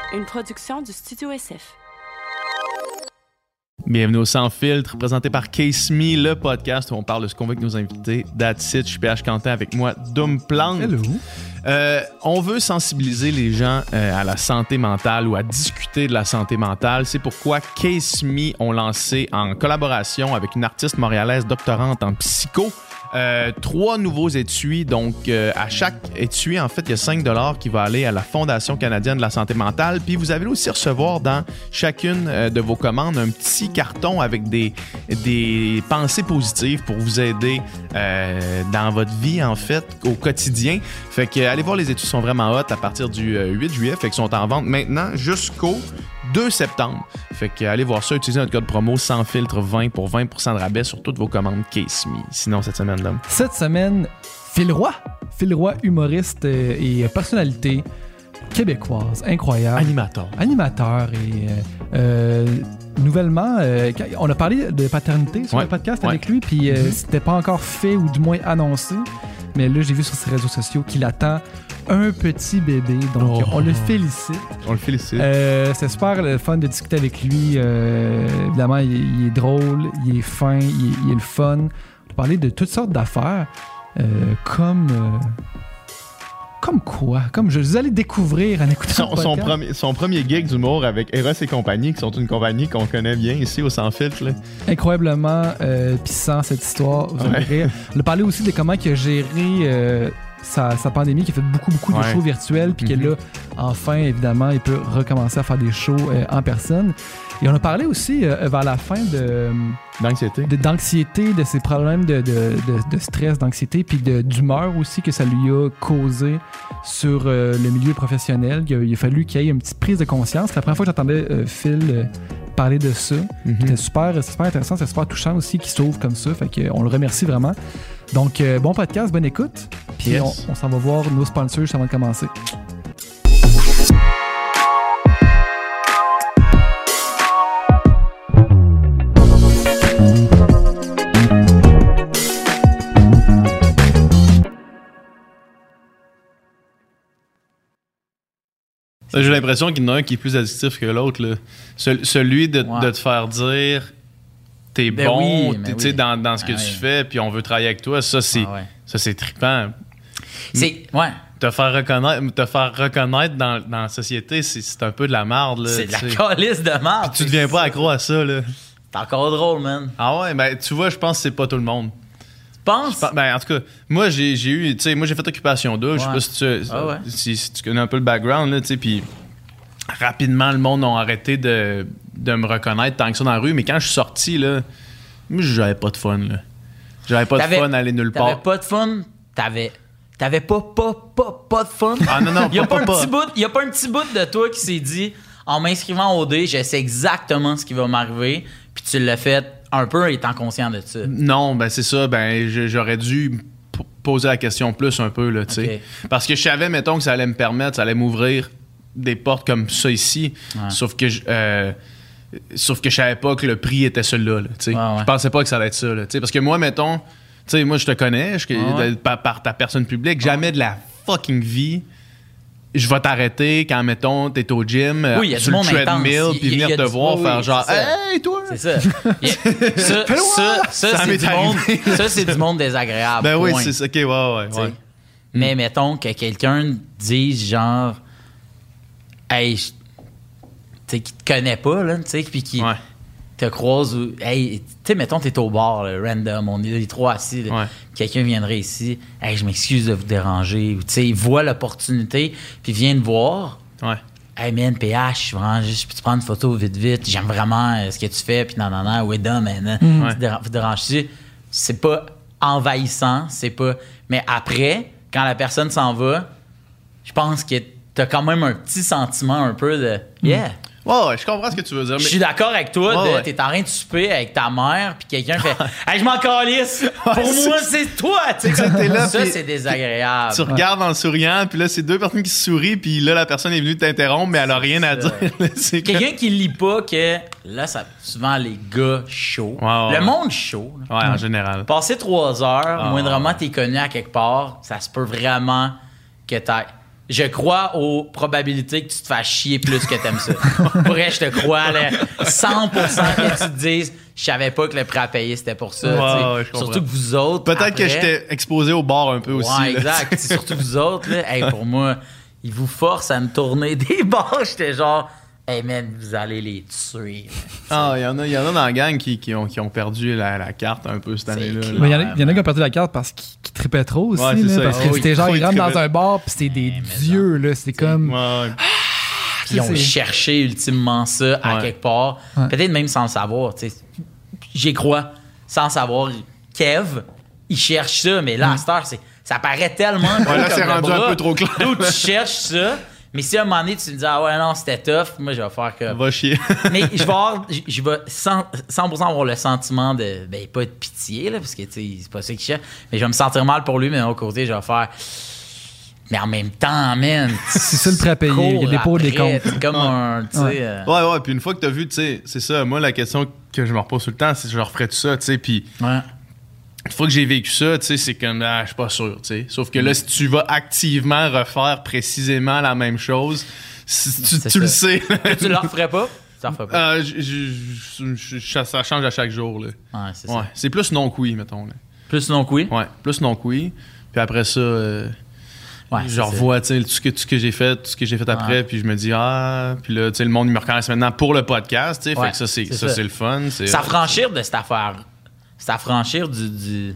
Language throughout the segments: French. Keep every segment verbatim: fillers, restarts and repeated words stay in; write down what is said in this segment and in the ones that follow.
une production du Studio S F. Bienvenue au Sans Filtre, présenté par Case Me, le podcast où on parle de ce qu'on veut avec nos invités. That's it, je suis P H Quentin avec moi, Dumplang. Hello. Euh, on veut sensibiliser les gens euh, à la santé mentale ou à discuter de la santé mentale. C'est pourquoi Case Me ont lancé en collaboration avec une artiste montréalaise doctorante en psycho Euh, trois nouveaux étuis. Donc, euh, à chaque étui, en fait, il y a cinq dollars qui va aller à la Fondation canadienne de la santé mentale. Puis, vous allez aussi recevoir dans chacune euh, de vos commandes un petit carton avec des, des pensées positives pour vous aider euh, dans votre vie, en fait, au quotidien. Fait que, allez voir, les étuis sont vraiment hot à partir du euh, huit juillet. Fait qu'ils sont en vente maintenant jusqu'au deux septembre. Fait que allez voir ça, utilisez notre code promo sans filtre vingt pour vingt pour cent de rabais sur toutes vos commandes Case Me. Sinon, cette semaine, là. Cette semaine, Phil Roy. Phil Roy, humoriste euh, et personnalité québécoise, incroyable. Animateur. Animateur et euh, euh, nouvellement, euh, on a parlé de paternité sur ouais. le podcast ouais. avec lui, puis euh, mm-hmm. c'était pas encore fait ou du moins annoncé. Mais là, j'ai vu sur ses réseaux sociaux qu'il attend un petit bébé. Donc, oh. on le félicite. On le félicite. Euh, c'est super le fun de discuter avec lui. Euh, évidemment, il, il est drôle, il est fin, il, il est le fun. On a parlé de toutes sortes d'affaires. Euh, comme... Euh, comme quoi? Comme je vous allez découvrir en écoutant son, son, premier, son premier gig d'humour avec Eros et compagnie, qui sont une compagnie qu'on connaît bien ici au Sans Filtre. Là. Incroyablement euh, puissant, cette histoire. Vous allez ouais. rire. On a parlé aussi de comment il a géré euh, sa, sa pandémie, qui a fait beaucoup, beaucoup ouais. de shows virtuels, puis mm-hmm. que là, enfin, évidemment, il peut recommencer à faire des shows euh, en personne. Et on a parlé aussi euh, vers la fin de... D'anxiété. De, d'anxiété, de ses problèmes de, de, de, de stress, d'anxiété, puis de, d'humeur aussi que ça lui a causé sur euh, le milieu professionnel. Il a, il a fallu qu'il y ait une petite prise de conscience. C'est la première fois que j'entendais euh, Phil euh, parler de ça. Mm-hmm. C'était super, c'est super intéressant, c'est super touchant aussi qu'il s'ouvre comme ça. Fait qu'on le remercie vraiment. Donc, euh, bon podcast, bonne écoute. Puis yes. on, on s'en va voir nos sponsors juste avant de commencer. J'ai l'impression qu'il y en a un qui est plus addictif que l'autre. Là. Celui de, ouais. de te faire dire t'es ben bon oui, t'es, oui. dans, dans ce que ah, tu oui. fais, puis on veut travailler avec toi, ça c'est, ah, ouais. ça, c'est trippant. C'est, ouais. Te faire reconnaître, te faire reconnaître dans, dans la sociéette, c'est, c'est un peu de la merde. Là, c'est de la calice de merde. Tu deviens pas accro à ça. Là. C'est encore drôle, man. Ah ouais, ben tu vois, je pense que c'est pas tout le monde. Pense? Ben, en tout cas, moi, j'ai, j'ai eu, tu sais, moi, j'ai fait Occupation double. Ouais. Je sais pas si tu, ah ouais. si, si tu connais un peu le background, là, tu sais, puis rapidement, le monde a arrêté de, de me reconnaître tant que ça dans la rue, mais quand je suis sorti, là, moi, j'avais pas de fun, là. J'avais pas t'avais, de fun à aller nulle part. T'avais pas de fun? T'avais... T'avais pas, pas, pas, pas de fun? Ah non, non, il y a pas, pas, pas, un pas. Petit bout, y a pas un petit bout de toi qui s'est dit, en m'inscrivant au dé, je sais exactement ce qui va m'arriver, puis tu l'as fait un peu étant conscient de ça. Non, ben c'est ça. Ben j'aurais dû p- poser la question plus un peu, là, tu sais. Okay. Parce que je savais, mettons, que ça allait me permettre, ça allait m'ouvrir des portes comme ça ici. Ouais. Sauf que je... Euh, sauf que je savais pas que le prix était celui-là, là, tu sais. Ouais, ouais. Je pensais pas que ça allait être ça, là, tu sais. Parce que moi, mettons... Tu sais, moi, je te connais, je, ouais. de, par, par ta personne publique. Jamais ouais. de la fucking vie... Je vais t'arrêter quand, mettons, t'es au gym, oui, sur le treadmill, puis venir te voir, oui, faire genre « ça. Hey, toi! » C'est ça. ça, ça, ça, ça, c'est du monde, ça, c'est du monde désagréable. Ben point. oui, c'est ça. OK, ouais, ouais. ouais. Mais mm. mettons que quelqu'un dise genre « Hey, tu sais, qui te connaît pas, là, tu sais, puis qui... Ouais. te croise ou hey, tu sais, mettons t'es au bar là, random, on est les trois assis là, ouais. quelqu'un viendrait ici, hey, je m'excuse de vous déranger, ou tu sais, il voit l'opportunité puis vient te voir, ouais. Hey man, P H, vraiment juste peux-tu prendre une photo vite vite, j'aime vraiment euh, ce que tu fais, puis non non non, ouais done man, mm-hmm. tu déranges, te déranges-tu, c'est pas envahissant, c'est pas, mais après quand la personne s'en va, je pense que t'as quand même un petit sentiment un peu de yeah. Mm. Ouais, ouais, je comprends ce que tu veux dire. Je mais... suis d'accord avec toi. Ouais, de, ouais. T'es en train de souper avec ta mère, puis quelqu'un fait hey, je m'en calisse. Pour ouais, moi, c'est... c'est toi. T'sais. T'es là, ça, pis... c'est désagréable. Tu regardes en le souriant, puis là, c'est deux personnes qui se sourient, puis là, la personne est venue t'interrompre, mais elle a rien à dire. C'est quelqu'un que... qui lit pas que là, ça souvent les gars chauds. Ouais, ouais, le ouais. monde chaud. Là. Ouais, en général. Passer trois heures, oh, moindrement, ouais. t'es connu à quelque part, ça se peut vraiment que t'aies je crois aux probabilités que tu te fasses chier plus que t'aimes ça. Pour vrai, je te crois, là, cent pour cent que tu te dises, je savais pas que le prêt à payer, c'était pour ça. Ouais, ouais, surtout que vous autres. Peut-être après, que j'étais exposé au bar un peu aussi. Ouais, là, exact. C'est surtout vous autres, là. Hey, pour moi, ils vous forcent à me tourner des bars. J'étais genre, hey man, vous allez les tuer. Ah, il y en a, il y en a dans la gang qui, qui, ont, qui ont perdu la, la carte un peu cette C'est année-là. clair. là. Mais il y en a, il y en a qui ont perdu la carte parce qu'ils qu'ils tripaient trop aussi. Ouais, c'est là, ça. parce Ah que oui, c'était genre, trop, ils ils rentrent dans tripaient. un bar puis c'était des Mais, mais dieux. Là, c'était comme. Ouais. Ils ont C'est- cherché ultimement ça à Ouais. quelque part. Ouais. Peut-être même sans le savoir. tu sais. J'y crois. Sans savoir. Kev, il cherche ça, mais là, à cette heure, c'est, ça paraît tellement. gros Ouais, là, comme c'est le rendu bras. un peu trop clair. D'où tu cherches ça. Mais si à un moment donné, tu me dis, ah ouais, non, c'était tough, moi, je vais faire que. Va chier. Mais je vais avoir, je je vais cent pour cent avoir le sentiment de, ben, pas de pitié, là, parce que, tu sais, c'est pas ça qu'il cherche. Mais je vais me sentir mal pour lui, mais d'un autre côté, je vais faire. Mais en même temps, man. C'est ça le prêt à payer. Il y a des pots, des comptes. C'est comme Ouais. un, tu sais. Ouais. euh, Ouais, ouais, puis une fois que t'as vu, tu sais, c'est ça. Moi, la question que je me repose tout le temps, c'est je referais tout ça, tu sais, puis ouais. une fois que j'ai vécu ça, tu sais, c'est comme, ah, je suis pas sûr, tu sais. Sauf que là, si tu vas activement refaire précisément la même chose, si tu, C'est tu le ça. sais. Tu le referais pas? Tu le referais pas. Euh, je- je- je- je- ça change à chaque jour, là. Ouais, c'est Ouais, ça. c'est plus non-couille, mettons, là. Plus non oui. Ouais, plus non-couille. Puis après ça, euh, Ouais, je c'est revois, tu sais, tout ce que, tout ce que j'ai fait, tout ce que j'ai fait après, Ouais. puis je me dis, ah, puis là, tu sais, le monde, il me reconnaît maintenant pour le podcast, tu sais, Ouais, fait que ça, c'est, c'est ça, ça. c'est le fun. C'est, ça. S'affranchir de cette affaire. S'affranchir du, du,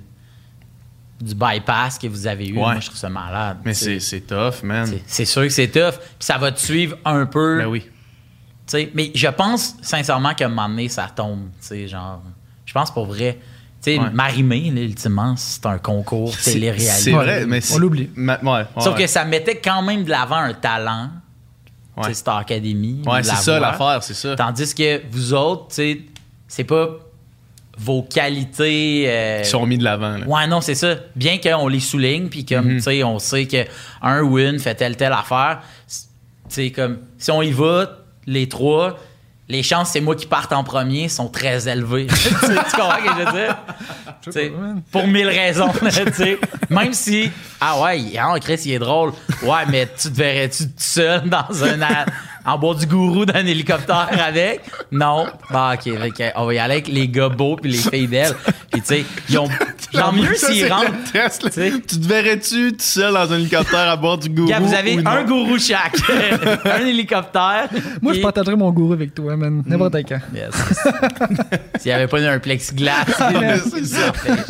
du bypass que vous avez eu. Ouais. Moi, je trouve ça malade. Mais tu sais. c'est, c'est tough, man. C'est- C'est sûr que c'est tough. Puis ça va te suivre un peu. Ben oui. Tu sais, mais je pense sincèrement qu'à un moment donné, ça tombe. Tu sais, genre. Je pense pour vrai. Tu sais, Ouais. Marimé, là, ultimement, c'est un concours C'est, télé-réalité. c'est vrai, mais c'est- On l'oublie. Ma- ouais, ouais, Sauf ouais. que ça mettait quand même de l'avant un talent. Tu sais, Ouais. Star Academy. Ouais, de c'est la ça voix. l'affaire, c'est ça. Tandis que vous autres, tu sais, c'est pas vos qualités. euh, Ils sont mis de l'avant, là. Ouais, non, c'est ça. Bien qu'on les souligne, puis comme, Mhm. tu sais, on sait qu'un ou une fait telle, telle affaire. Tu sais, comme, si on y va, les trois, les chances, c'est moi qui parte en premier, sont très élevées. tu sais, tu comprends ce que je veux dire? Tu sais, pour mille raisons, là, tu sais. Même si, ah ouais, ah, Chris, il est drôle. Ouais, mais tu te verrais-tu tout seul dans un, a- en bas du gourou d'un hélicoptère avec? Non. Bah, ok, fait que on va y aller avec les gars beaux puis les filles belles. Puis tu sais, ils ont, tant mieux Ça, s'ils c'est rentrent. le test, là. tu sais. Tu te verrais-tu tout seul dans un hélicoptère à bord du gourou? Gars, vous avez ou non? un gourou chaque. un hélicoptère. Moi, je puis- partagerais mon gourou avec toi, man. N'importe quand. Yes. S'il n'y avait pas eu un plexiglas. c'est ça.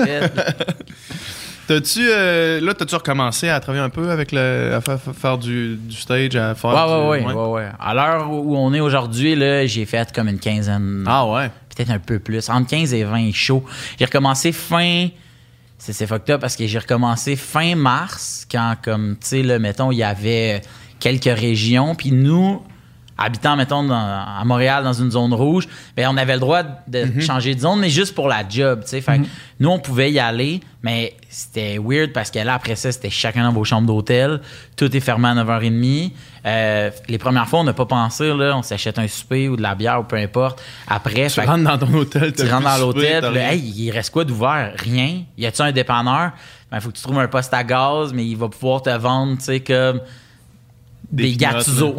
T'as-tu, euh, là, t'as-tu recommencé à travailler un peu avec le, à faire, faire du, du stage, à faire Ouais, du- ouais, ouais, ouais, ouais. À l'heure où on est aujourd'hui, là, j'ai fait comme une quinzaine, Ah ouais. peut-être un peu plus, entre quinze et vingt shows. J'ai recommencé fin... C'est, c'est fucked up parce que j'ai recommencé fin mars, quand, comme, tu sais, là, mettons, il y avait quelques régions, puis nous... habitant, mettons, dans- à Montréal, dans une zone rouge, ben on avait le droit de changer de zone, mais juste pour la job, tu sais. Fait que nous, on pouvait y aller, mais c'était weird parce que là, après ça, c'était chacun dans vos chambres d'hôtel. Tout est fermé à neuf heures trente. Euh, les premières fois, on n'a pas pensé, là, on s'achète un souper ou de la bière ou peu importe. Après, Tu fait que rentres dans ton hôtel, tu t'as rentres plus dans de souper, l'hôtel, t'as puis là, rien. hey, il reste quoi d'ouvert? Rien. Y a-tu un dépanneur? Ben, faut que tu trouves un poste à gaz, mais il va pouvoir te vendre, tu sais, comme... Des, Des pinottes, gâteaux.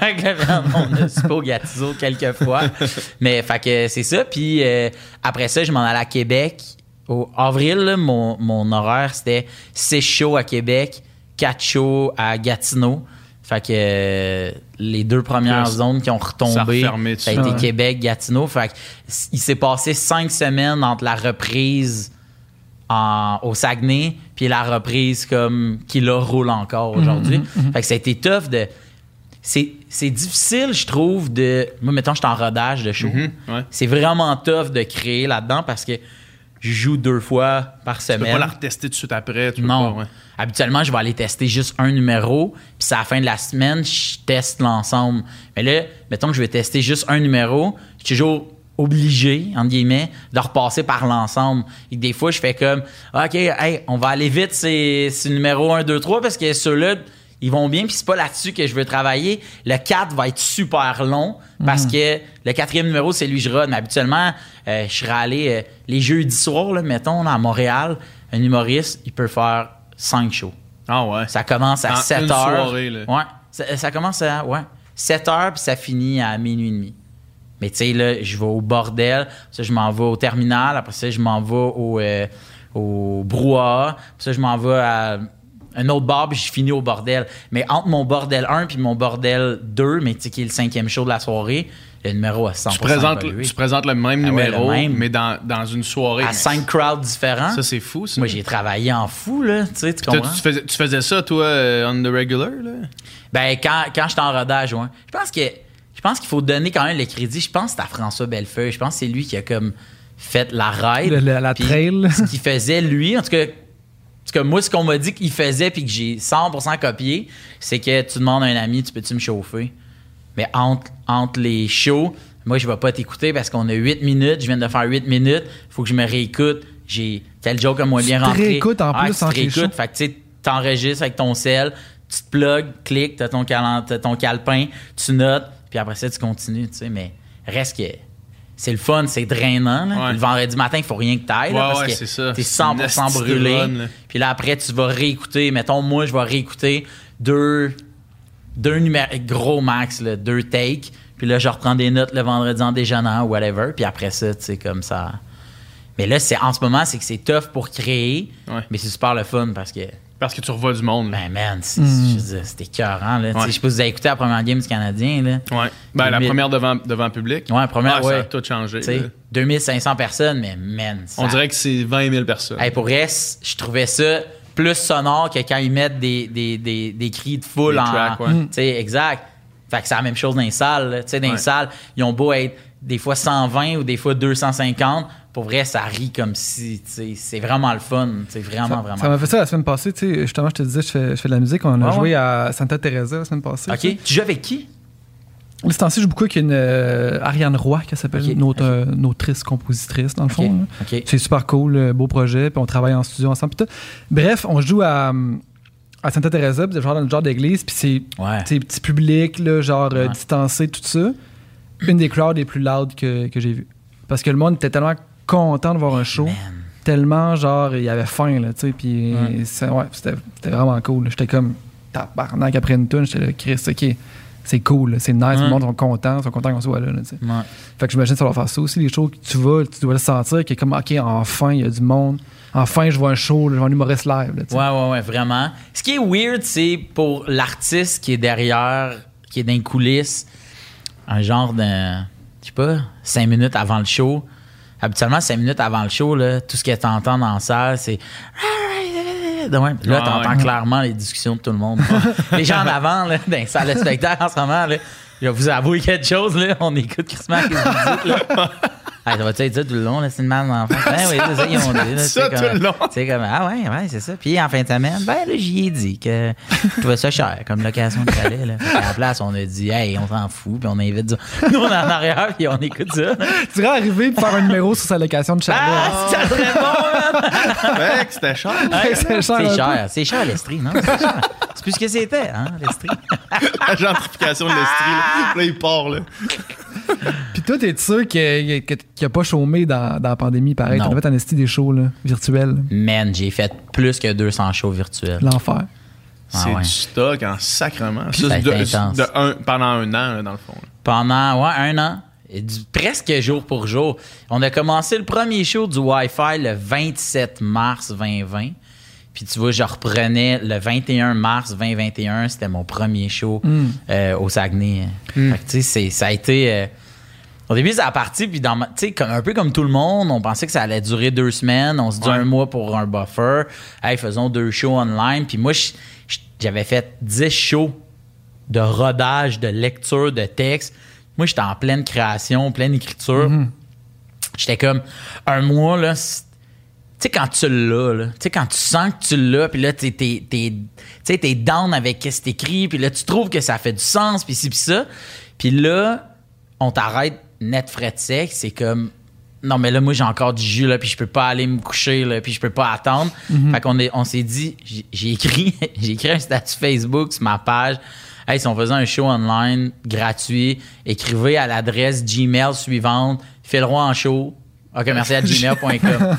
On a super au gâteau quelques fois. Mais fait que c'est ça. Puis euh, après ça, je m'en allais à Québec. Au avril, là, mon, mon horaire, c'était six shows à Québec, quatre shows à Gatineau. Fait que euh, les deux premières Plus, zones qui ont ça a retombé, refermé ça a dessus. été Ouais. Québec, Gatineau. Fait que s- il s'est passé cinq semaines entre la reprise en- au Saguenay, puis la reprise comme qui là roule encore aujourd'hui. Fait que ça a été tough de. C'est, c'est difficile, je trouve, de. Moi, mettons, je suis en rodage de show. Mhm, ouais. C'est vraiment tough de créer là-dedans parce que je joue deux fois par Tu peux semaine. pas la retester tout de suite après. Tu peux Non. pas, ouais. Habituellement, je vais aller tester juste un numéro, puis c'est à la fin de la semaine, je teste l'ensemble. Mais là, mettons que je vais tester juste un numéro, je suis toujours obligé, entre guillemets, de repasser par l'ensemble. Et des fois, je fais comme, OK, hey, on va aller vite, c'est, c'est numéro un, deux, trois, parce que ceux-là, ils vont bien, puis c'est pas là-dessus que je veux travailler. Le quatre va être super long, parce que le quatrième numéro, c'est lui que je rode. Mais habituellement, euh, je serais allé euh, les jeudis soirs, là, mettons, à Montréal, un humoriste, il peut faire cinq shows. Ah ouais. Ça commence à en sept une heures. Soirée, là. Ouais. Ça, ça commence à ouais, sept heures, puis ça finit à minuit et demi. Mais tu sais, là, je vais au bordel. Ça, je m'en vais au terminal. Après ça, je m'en vais au, euh, au brouhaha. Après ça, je m'en vais à un autre bar, puis je finis au bordel. Mais entre mon bordel un puis mon bordel deux, mais tu sais, qui est le cinquième show de la soirée, le numéro a cent pour cent tu présentes, évolué. tu présentes le même Ah ouais, numéro, le même. mais dans, dans une soirée. À mais cinq crowds différents. Ça, c'est fou, ça. Moi, j'ai travaillé en fou, là. Tu sais, tu Toi, comprends? tu, faisais, tu faisais ça, toi, euh, on the regular, là? Ben, quand, quand j'étais en rodage, ouais. Je pense que je pense qu'il faut donner quand même le crédit. Je pense que c'était à François Bellefeuille. Je pense que c'est lui qui a comme fait la ride. Le- le- la Puis trail. Ce qu'il faisait, lui, en tout cas, en tout cas, moi, ce qu'on m'a dit qu'il faisait puis que j'ai cent pour cent copié, c'est que tu demandes à un ami, tu peux-tu me chauffer? Mais entre, entre les shows, moi, je vais pas t'écouter parce qu'on a huit minutes. Je viens de faire huit minutes. Il faut que je me réécoute. J'ai tel joke à moi bien Tu te rentré. réécoutes en Ah, plus tu te entre les réécoutes. shows. Fait que tu sais, t'enregistres avec ton sel, tu te plugues, cliques, t'as ton, calen- t'as ton calepin, tu notes, puis après ça, tu continues, tu sais. Mais reste que c'est le fun, c'est drainant. Là. Ouais. Le vendredi matin, il faut rien que t'ailles. là, Ouais, parce ouais, que c'est ça. t'es C'est cent pour cent une esti de brûlé. run, là. Puis là, après, tu vas réécouter. Mettons, moi, je vais réécouter deux, deux numéros, gros max, là, deux takes. Puis là, je reprends des notes le vendredi en déjeunant ou whatever. Puis après ça, tu sais, comme ça. Mais là, c'est, en ce moment, c'est que c'est tough pour créer, Ouais. mais c'est super le fun parce que, Parce que tu revois du monde. là. ben man, c'est, Mm. je veux dire, c'était écœurant. Là. Tu sais, Ouais. Je sais pas si vous avez écouté la première game du Canadien. Là. Ouais. Ben, la mille- première devant, devant public. Ouais, la première, Ah, Ça a ouais. tout changé. Tu sais, là. deux mille cinq cents personnes, mais man, ça... On dirait que c'est vingt mille personnes. Hey, pour vrai, c- je trouvais ça plus sonore que quand ils mettent des, des, des, des cris de foule Des en. tracks, ouais. Tu sais, exact. Fait que c'est la même chose dans les salles. là. Tu sais, dans Ouais. les salles, ils ont beau être des fois cent vingt ou des fois deux cent cinquante. Pour vrai, ça rit comme si. Tu sais, c'est vraiment le fun. C'est vraiment, Ça, vraiment. ça m'a fait ça la semaine passée. Tu sais, justement, je te disais, je fais, je fais de la musique. On a Ah joué ouais? à Santa Teresa la semaine passée. OK. tu sais. Tu joues avec qui? Là, ce temps-ci, je joue beaucoup avec une euh, Ariane Roy, qui s'appelle, Ok, une, autre, ok. euh, une autrice, compositrice, dans le fond. là. OK. C'est super cool, euh, beau projet, puis on travaille en studio ensemble. Puis tout. Bref, on joue à, à Santa Teresa, puis genre dans le genre d'église, puis c'est Ouais. tu sais, petit public, là, genre euh, Ouais. distancé, tout ça. Une des crowds les plus loud que, que j'ai vues. Parce que le monde était tellement content de voir un show, Man. tellement genre, il y avait faim, là, tu sais, puis Ouais. c'est- ouais, c'était c'était vraiment cool. là. J'étais comme, tabarnak, après une tune, j'étais là, Chris, OK, c'est cool, là, c'est nice, Ouais. le monde sont contents, sont contents qu'on soit là, là, tu sais. Ouais. Fait que j'imagine que ça va faire ça aussi, les shows que tu vas, tu dois le sentir, que comme, OK, enfin, il y a du monde. Enfin, je vois un show, je vois un humoriste live. Là, tu sais. Ouais, ouais, ouais, vraiment. Ce qui est weird, c'est pour l'artiste qui est derrière, qui est dans les coulisses, un genre de, je sais pas, cinq minutes avant le show. Habituellement, cinq minutes avant le show, là, tout ce que t'entends dans la salle, c'est... De même. Là, Ah, t'entends ouais. clairement les discussions de tout le monde. Les gens en avant, là, dans les salles de spectacle en ce moment, là, je vais vous avouer quelque chose, là, on écoute Christmas, qu'est-ce que vous dites, là? Hey, ça va-tu être ça tout le long, là, c'est une merde d'enfant? Ben oui, c'est ça, ils ont dit. Là, Ça c'est tout comme- le long. C'est comme, ah ouais, ouais, c'est ça. Puis en fin de semaine, ben là, j'y ai dit que je trouvais ça cher comme location de chalet. Là. Fait qu'à la place, on a dit, hey, on s'en fout, puis on invite du... Nous, on est en arrière, puis on écoute ça. Tu serais arrivé pour faire un numéro sur sa location de chalet. Ah, ça serait bon, man! Mec, c'était cher. Ouais, c'est cher, un C'est peu. cher, c'est cher l'Estrie, non? C'est cher. C'est plus ce que c'était, hein, l'Estrie. La gentrification de l'Estrie. Là. Là, il part, là. Puis toi, t'es sûr que- que- qu'il a pas chômé dans, dans la pandémie, pareil? Non. T'en as fait en esti des shows là, virtuels. Man, j'ai fait plus que deux cents shows virtuels. L'enfer. Ah C'est ouais. du stock en sacrement. Puis Ça, ça a c'est de, été intense. de un, pendant un an, là, dans le fond. là. Pendant ouais, un an, et du- presque jour pour jour. On a commencé le premier show du Wi-Fi le vingt-sept mars vingt vingt. Puis tu vois, je reprenais le vingt et un mars vingt vingt et un. C'était mon premier show Mm. euh, au Saguenay. Fait que, tu sais, c'est- ça a été... euh, au début, ça a parti, puis dans ma- tu sais, comme, un peu comme tout le monde, on pensait que ça allait durer deux semaines. On se dit Ouais. un mois pour un buffer. Hey, faisons deux shows online. Puis moi, je- je- j'avais fait dix shows de rodage, de lecture, de texte. Moi, j'étais en pleine création, pleine écriture. J'étais comme un mois, là. c'est- Tu sais, quand tu l'as, là. Tu sais, quand tu sens que tu l'as, puis là, t'es, t'es, t'es, tu sais, t'es down avec ce que c'est écrit, puis là, tu trouves que ça fait du sens, puis ci, puis ça. Puis là, on t'arrête net frais de sec. C'est comme, non, mais là, moi, j'ai encore du jus, là, puis je peux pas aller me coucher, là, puis je peux pas attendre. Fait qu'on est, on s'est dit, j'ai, j'ai écrit, j'ai écrit un statut Facebook sur ma page. Hey, si on faisait un show online gratuit, écrivez à l'adresse Gmail suivante, Phil Roy en show, à commercial gmail point com.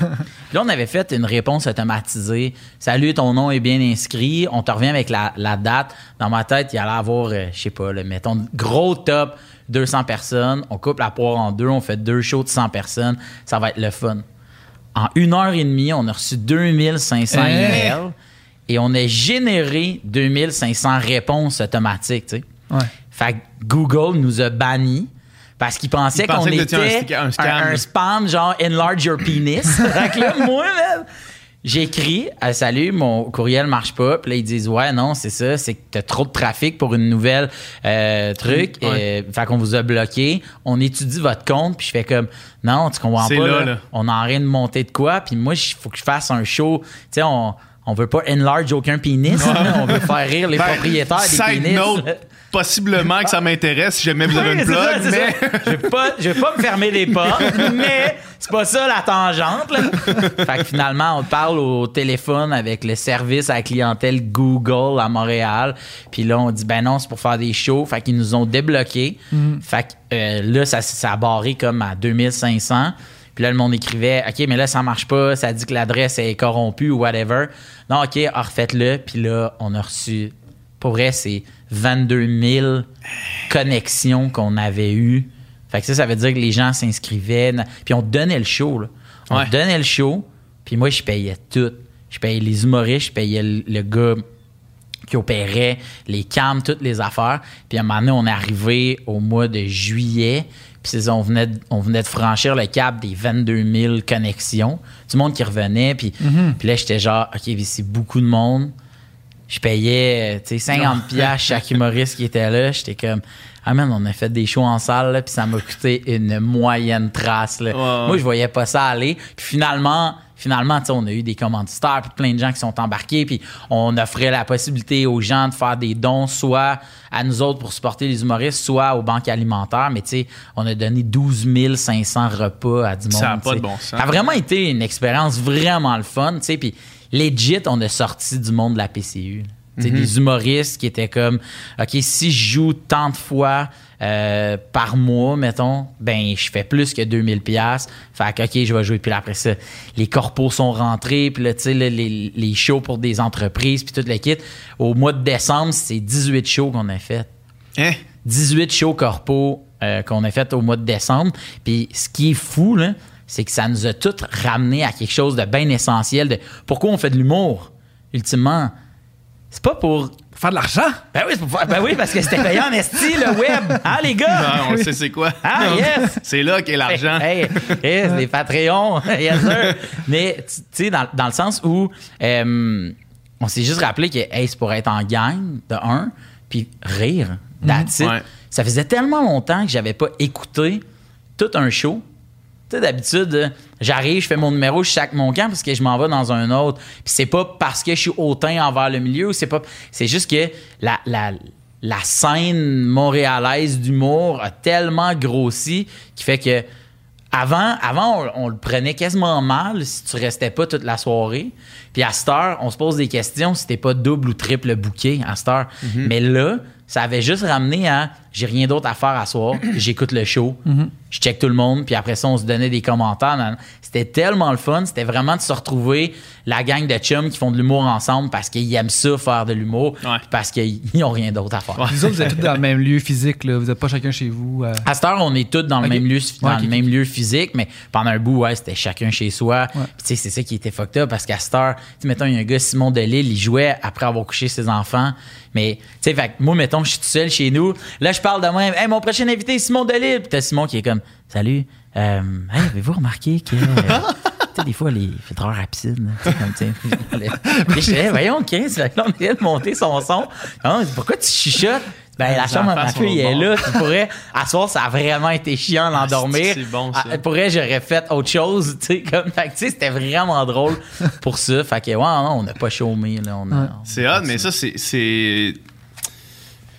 Puis là, on avait fait une réponse automatisée. Salut, ton nom est bien inscrit. On te revient avec la, la date. Dans ma tête, il allait avoir, euh, je sais pas, là, mettons, gros top, deux cents personnes. On coupe la poire en deux. On fait deux shows de cent personnes. Ça va être le fun. En une heure et demie, on a reçu deux mille cinq cents hey. emails et on a généré deux mille cinq cents réponses automatiques, tu sais. Ouais. Fait que Google nous a bannis parce qu'ils pensaient qu'on que était un, un, un, un spam genre « enlarge your penis ». Fait que là, moi, même, j'écris « Salut, mon courriel marche pas ». Puis là, ils disent « Ouais, non, c'est ça, c'est que t'as trop de trafic pour une nouvelle euh, truc. Ouais. Euh, fait qu'on vous a bloqué. On étudie votre compte. » Puis je fais comme « Non, tu comprends c'est pas, là, là. Là. On est en train de monter de quoi. » Puis moi, il faut que je fasse un show. Tu sais, on... On veut pas enlarge aucun pénis. Ouais. On veut faire rire les ben, propriétaires des pénis. Note, possiblement que ça m'intéresse si jamais vous avez oui, une plug, ça, mais... Je vais pas, je vais pas me fermer les portes, mais c'est pas ça la tangente. Là. Fait que finalement, on parle au téléphone avec le service à la clientèle Google à Montréal. Puis là, on dit, ben non, c'est pour faire des shows. Fait qu'ils nous ont débloqués. Mm. Fait que euh, là, ça, ça a barré comme à deux mille cinq cents. Puis là, le monde écrivait, OK, mais là, ça marche pas. Ça dit que l'adresse est corrompue ou whatever. Non, OK, refaites-le. Puis là, on a reçu, pour vrai, c'est vingt-deux mille connexions qu'on avait eues. Fait que ça, ça veut dire que les gens s'inscrivaient. Puis on donnait le show, là. On ouais. donnait le show. Puis moi, je payais tout. Je payais les humoristes, je payais le, le gars qui opérait, les cams, toutes les affaires. Puis à un moment donné, on est arrivé au mois de juillet. Puis on venait, de, on venait de franchir le cap des vingt-deux mille connexions. Du monde qui revenait. Puis, mm-hmm. puis là, j'étais genre, OK, c'est beaucoup de monde. Je payais cinquante piastres chaque humoriste qui était là. J'étais comme, ah man, on a fait des shows en salle, là, puis ça m'a coûté une moyenne trace. Là. Wow. Moi, je voyais pas ça aller. Puis finalement, finalement, on a eu des commanditaires, puis plein de gens qui sont embarqués, puis on offrait la possibilité aux gens de faire des dons, soit à nous autres pour supporter les humoristes, soit aux banques alimentaires. Mais tu sais, on a donné douze mille cinq cents repas à du monde. Ça n'a pas t'sais. de bon sens. Ça a vraiment été une expérience vraiment le fun, tu sais, puis legit, on a sorti du monde de la P C U. Mm-hmm. Des humoristes qui étaient comme, OK, si je joue tant de fois euh, par mois, mettons, ben je fais plus que deux mille piastres. Fait que, OK, je vais jouer. Puis là, après ça, les corpos sont rentrés. Puis là, tu sais, les, les shows pour des entreprises, puis tout le kit. Au mois de décembre, c'est dix-huit shows qu'on a fait. Hein? dix-huit shows corpos euh, qu'on a fait au mois de décembre. Puis ce qui est fou, là, c'est que ça nous a tous ramené à quelque chose de bien essentiel. De pourquoi on fait de l'humour, ultimement? C'est pas pour... Pour faire de l'argent? Ben oui, c'est pour faire... ben oui, parce que c'était payant en esti, le web. Hein, les gars? Non, on sait c'est quoi. Ah, yes! C'est là qu'est l'argent. Hey, hey, yes, les Patreons. Yes, sir. Mais, tu sais, dans, dans le sens où euh, on s'est juste rappelé que, hey, c'est pour être en gang, de un, puis rire, that's it. Ouais. Ça faisait tellement longtemps que j'avais pas écouté tout un show. Tu sais, d'habitude, j'arrive, je fais mon numéro, je sac mon camp parce que je m'en vais dans un autre. Puis c'est pas parce que je suis hautain envers le milieu, c'est pas... C'est juste que la, la, la scène montréalaise d'humour a tellement grossi qui fait que avant, avant on, on le prenait quasiment mal si tu restais pas toute la soirée. Puis à cette heure, on se pose des questions si t'es pas double ou triple booké à cette heure. Mm-hmm. Mais là, ça avait juste ramené à j'ai rien d'autre à faire à soir, j'écoute le show, mm-hmm. je check tout le monde, puis après ça, on se donnait des commentaires. C'était tellement le fun, c'était vraiment de se retrouver la gang de chums qui font de l'humour ensemble parce qu'ils aiment ça, faire de l'humour, ouais. parce qu'ils n'ont rien d'autre à faire. Ouais. Vous autres, vous êtes tous dans le même lieu physique, là. Vous n'êtes pas chacun chez vous. Euh... À cette heure, on est tous dans okay. le, même lieu, dans ouais, okay. le même lieu physique, mais pendant un bout, ouais, c'était chacun chez soi. Ouais. Puis tu sais, c'est ça qui était fucked up parce qu'à cette heure, mettons, il y a un gars, Simon Delille, il jouait après avoir couché ses enfants. Mais, tu sais, fait moi, mettons, je suis tout seul chez nous. Là, je parle de moi, hey, mon prochain invité, Simon Delille. Puis t'as Simon qui est comme, salut, euh, hey, avez-vous remarqué que, euh, tu sais, des fois, les filtreurs rapides, tu sais, comme, tu sais. Puis je disais, voyons, quinze, là, on vient de monter son son. Non, pourquoi tu chuchotes? Ben, la chambre à ma fille est là. Tu pourrais, à soir, ça a vraiment été chiant d'endormir. C'est bon, ça. À, pourrais, j'aurais fait autre chose, tu sais, comme, fait que, tu sais, c'était vraiment drôle pour ça. Fait que, ouais, non, on n'a pas chômé, là. On a, ouais. on c'est hot, mais ça, c'est, c'est.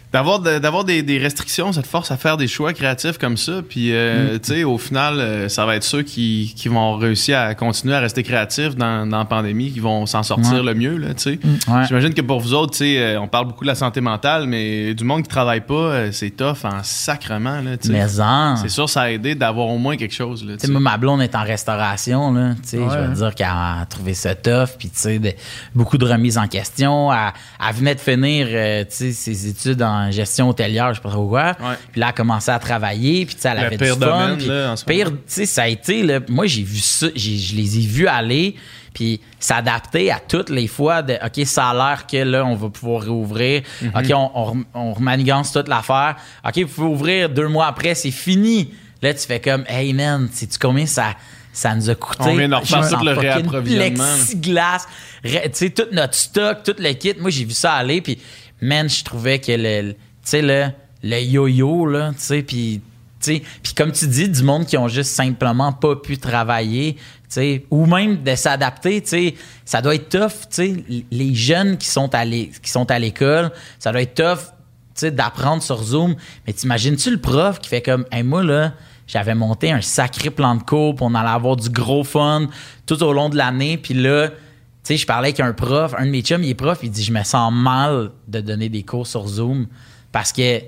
D'avoir, de, d'avoir des, des restrictions, ça te force à faire des choix créatifs comme ça. Puis, euh, mm. tu sais, au final, euh, ça va être ceux qui, qui vont réussir à continuer à rester créatifs dans, dans la pandémie, qui vont s'en sortir ouais. le mieux, là, tu sais. Mm. Ouais. J'imagine que pour vous autres, tu sais, on parle beaucoup de la santé mentale, mais du monde qui travaille pas, c'est tough en sacrement, là, tu sais. Mais en... C'est sûr, ça a aidé d'avoir au moins quelque chose, là, tu sais. Moi, ma blonde est en restauration, là, tu sais. Ouais. Je veux dire qu'elle a trouvé ça tough, puis, tu sais, de, beaucoup de remises en question. Elle, elle venait de finir, euh, tu sais, ses études en en gestion hôtelière, je sais pas trop quoi. Ouais. Puis là, elle a commencé à travailler, puis tu sais, elle avait le pire du fun. Domaine, là, en ce pire, tu sais, ça a été, là, moi, j'ai vu ça, j'ai, je les ai vus aller, puis s'adapter à toutes les fois de, OK, ça a l'air que là, on va pouvoir réouvrir. Mm-hmm. OK, on, on, on remanigance toute l'affaire. OK, vous pouvez ouvrir deux mois après, c'est fini. Là, tu fais comme, hey man, sais-tu combien ça... Ça nous a coûté. On vient de refaire tout le réapprovisionnement. Plexiglas, tu sais, tout notre stock, tout le kit. Moi, j'ai vu ça aller, puis man, je trouvais que le, tu sais, le, le yo-yo, là, tu sais, puis, tu sais, puis comme tu dis, du monde qui ont juste simplement pas pu travailler, tu sais, ou même de s'adapter, tu sais, ça doit être tough, tu sais, les jeunes qui sont à l'é- qui sont à l'école, ça doit être tough, tu sais, d'apprendre sur Zoom. Mais t'imagines-tu le prof qui fait comme, hey, moi, là, j'avais monté un sacré plan de cours, puis on allait avoir du gros fun tout au long de l'année. Puis là, tu sais, je parlais avec un prof, un de mes chums, il est prof, il dit, je me sens mal de donner des cours sur Zoom parce que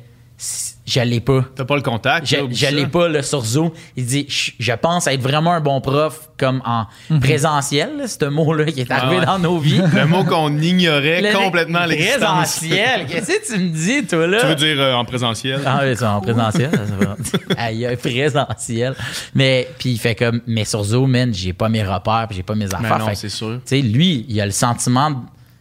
je l'ai pas. T'as pas le contact? Je, je l'ai pas là, sur Zoom. Il dit, je, je pense être vraiment un bon prof comme en mm-hmm. présentiel, là, c'est un mot-là qui est arrivé ah ouais. dans nos vies. Le mot qu'on ignorait le, complètement l'existence. Présentiel. Qu'est-ce que tu me dis, toi, là? Tu veux dire euh, en présentiel? Ah oui, c'est en présentiel. Aïe, présentiel. Mais, puis il fait comme, mais sur Zoom, man, j'ai pas mes repères puis j'ai pas mes affaires. Mais non, fait, c'est sûr. Tu sais, lui, il a le sentiment de,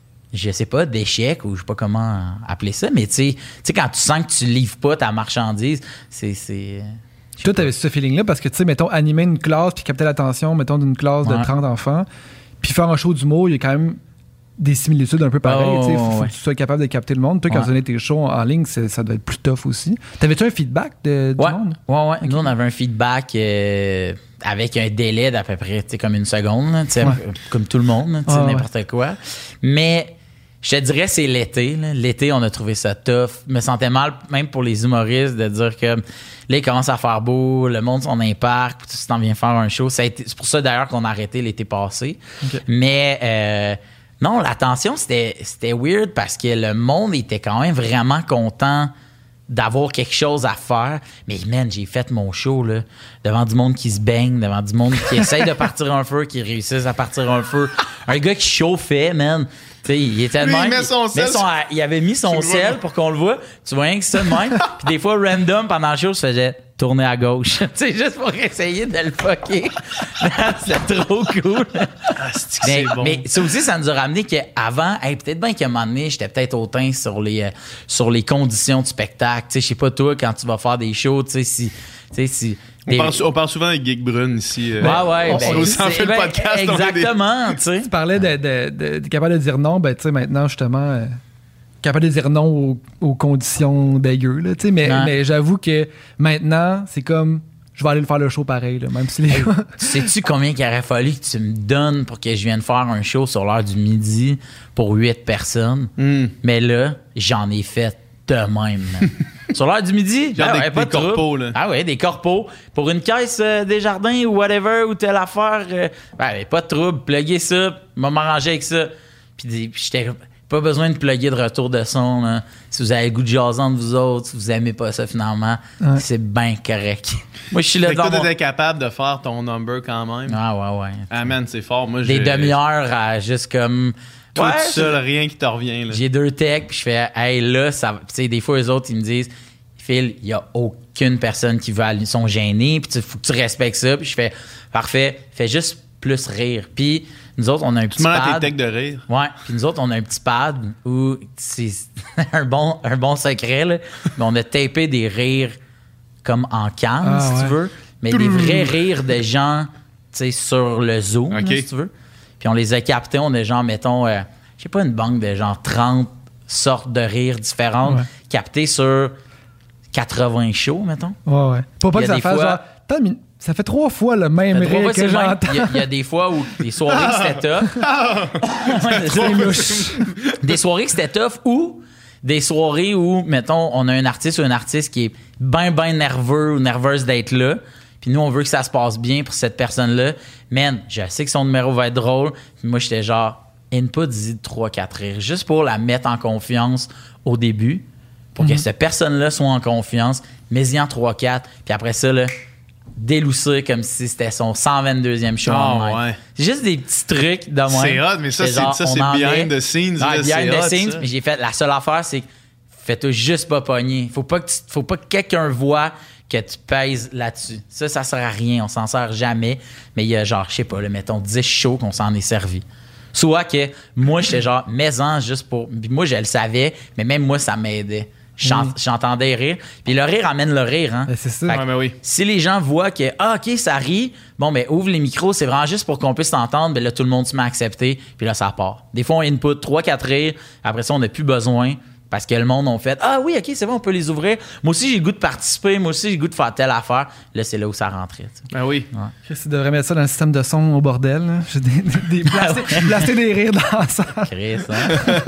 je sais pas, d'échec ou je sais pas comment appeler ça, mais tu sais, quand tu sens que tu livres pas ta marchandise, c'est... c'est toi, t'avais ce feeling-là parce que, tu sais, mettons, animer une classe puis capter l'attention, mettons, d'une classe ouais. de trente enfants, puis faire un show d'humour, il y a quand même des similitudes un peu pareilles. Il oh, faut, faut ouais. que tu sois capable de capter le monde. Toi, quand ouais. tu donnais tes shows en ligne, ça doit être plus tough aussi. T'avais-tu un feedback de, du ouais. monde? Ouais, ouais. Okay. Nous, on avait un feedback euh, avec un délai d'à peu près, tu sais, comme une seconde, ouais. comme tout le monde, tu sais, ouais, n'importe ouais. quoi. Mais... je te dirais, c'est l'été. Là. L'été, on a trouvé ça tough. Je me sentais mal, même pour les humoristes, de dire que là, il commence à faire beau, le monde s'en imparque, puis tu t'en viens faire un show. Ça a été, c'est pour ça, d'ailleurs, qu'on a arrêté l'été passé. Okay. Mais euh, non, l'attention, c'était, c'était weird parce que le monde était quand même vraiment content d'avoir quelque chose à faire. Mais man, j'ai fait mon show là, devant du monde qui se baigne, devant du monde qui essaye de partir un feu, qui réussissent à partir un feu. Un gars qui chauffait, man. T'sais, il était de même. Il, met son il, sel, son, il avait mis son sel pour qu'on le voit. Tu vois rien que ça de même. Puis des fois, random, pendant le show, je faisais tourner à gauche. Tu sais, juste pour essayer de le fucker. C'était trop cool. Ah, c'est mais, bon. mais ça aussi, ça nous a ramené qu'avant, hey, peut-être bien qu'à un moment donné, j'étais peut-être hautain sur les, euh, sur les conditions du spectacle. Tu sais, je sais pas toi, quand tu vas faire des shows, tu sais, si... Tu sais, si On, des... parle, on parle souvent avec Geek Brune ici. Euh, ouais, ouais. On, ben, on aussi en fait ben, le podcast. Exactement, tu sais. Tu parlais de, de, de, de capable de dire non, ben tu sais, maintenant, justement, euh, capable de dire non aux, aux conditions dégueu, là, tu sais, mais, mais j'avoue que maintenant, c'est comme, je vais aller le faire le show pareil, là, même si les... Hey, sais-tu combien il aurait fallu que tu me donnes pour que je vienne faire un show sur l'heure du midi pour huit personnes? Mm. Mais là, j'en ai fait de même, sur l'heure du midi, genre ah, des, ouais, pas des corpos, là. Ah ouais, des corpos. Pour une caisse euh, des jardins ou whatever, ou telle affaire, euh, ben, pas de trouble, pluguez ça, m'a m'arranger avec ça. Puis, puis j'étais pas besoin de plugger de retour de son, là. Si vous avez le goût de jaser entre vous autres, si vous aimez pas ça finalement, ouais. c'est bien correct. Moi, je suis là fait devant que toi, mon... t'étais capable de faire ton number quand même. Ah ouais, ouais. Ah man, c'est fort. Moi, des j'ai... demi-heures à juste comme... Toi ouais, tout seul, rien qui te revient. Là. J'ai deux techs, puis je fais, hey, là, ça. Tu sais, des fois, eux autres, ils me disent, Phil, il y a aucune personne qui veut aller, ils sont gênés, puis il faut que tu respectes ça. Puis je fais, parfait, fais juste plus rire. Puis nous autres, on a un tu petit pad. Tu tes techs de rire. Ouais, puis nous autres, on a un petit pad où c'est un bon, un bon secret, là. Mais on a tapé des rires comme en canne, ah, si ouais. tu veux, mais des vrais rires de gens, tu sais, sur le Zoom, okay. là, si tu veux. Puis on les a captés, on a genre, mettons, euh, je sais pas, une banque de genre trente sortes de rires différentes, ouais. captées sur quatre-vingts shows, mettons. Ouais, ouais. Pas, pas que ça fasse fois... genre, ça fait trois fois le même rire que j'entends. Il y, y a des fois où des soirées que c'était tough. des soirées que c'était tough ou des soirées où, mettons, on a un artiste ou une artiste qui est ben, ben nerveux ou nerveuse d'être là. Puis nous, on veut que ça se passe bien pour cette personne-là. Man, je sais que son numéro va être drôle. Puis moi, j'étais genre, input, dis trois quatre rires. Juste pour la mettre en confiance au début. Pour mm-hmm. que cette personne-là soit en confiance. Mets-y en trois quatre. Puis après ça, là, délousser comme si c'était son cent vingt-deuxième show. Oh, ouais. C'est juste des petits trucs de moi. C'est hot, mais ça, c'est, genre, ça, c'est behind the scenes. Non, là, behind c'est the hot, scenes. ça. Mais j'ai fait, la seule affaire, c'est que fais-toi juste pas pogner. Faut pas que, tu, faut pas que quelqu'un voit que tu pèses là-dessus. Ça, ça sert à rien. On s'en sert jamais. Mais il y a genre, je sais pas, là, mettons dix shows qu'on s'en est servi. Soit que moi, j'étais genre, mets-en juste pour... Puis moi, je le savais, mais même moi, ça m'aidait. J'ent- mmh. J'entendais rire. Puis le rire amène le rire. Hein? Ben, c'est ça. Ouais, mais oui. Si les gens voient que, ah, OK, ça rit, bon, ben ouvre les micros, c'est vraiment juste pour qu'on puisse t'entendre, ben là, tout le monde se met à accepter, puis là, ça part. Des fois, on input trois quatre rires, après ça, on n'a plus besoin, parce que le monde a fait, ah oui, OK, c'est bon, on peut les ouvrir. Moi aussi, j'ai le goût de participer, moi aussi, j'ai le goût de faire telle affaire. Là, c'est là où ça rentrait. T'sais. Ben oui. Ouais. Tu devrais mettre ça dans le système de son au bordel. Là. J'ai des, des, des placer, placer des rires dans la salle. Chris, hein?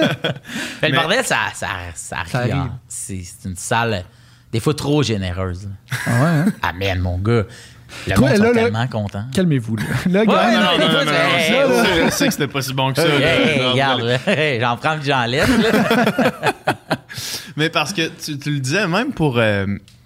Mais le bordel, ça, ça, ça, Ça rit. arrive. Hein. C'est, c'est une salle, des fois, trop généreuse. Ah ouais, hein? Amen, mon gars. Le Toi, monde là, sont là, tellement contents. Calmez-vous. Là, là Ouais, gars, non, Non, non, des non, fois, non, c'est- non, hey, ça, je sais que c'était pas si bon que ça. Hey, là. hey, Non, regarde, là. Hey, j'en prends puis j'en laisse. Là. Mais parce que tu, tu le disais, même pour... euh,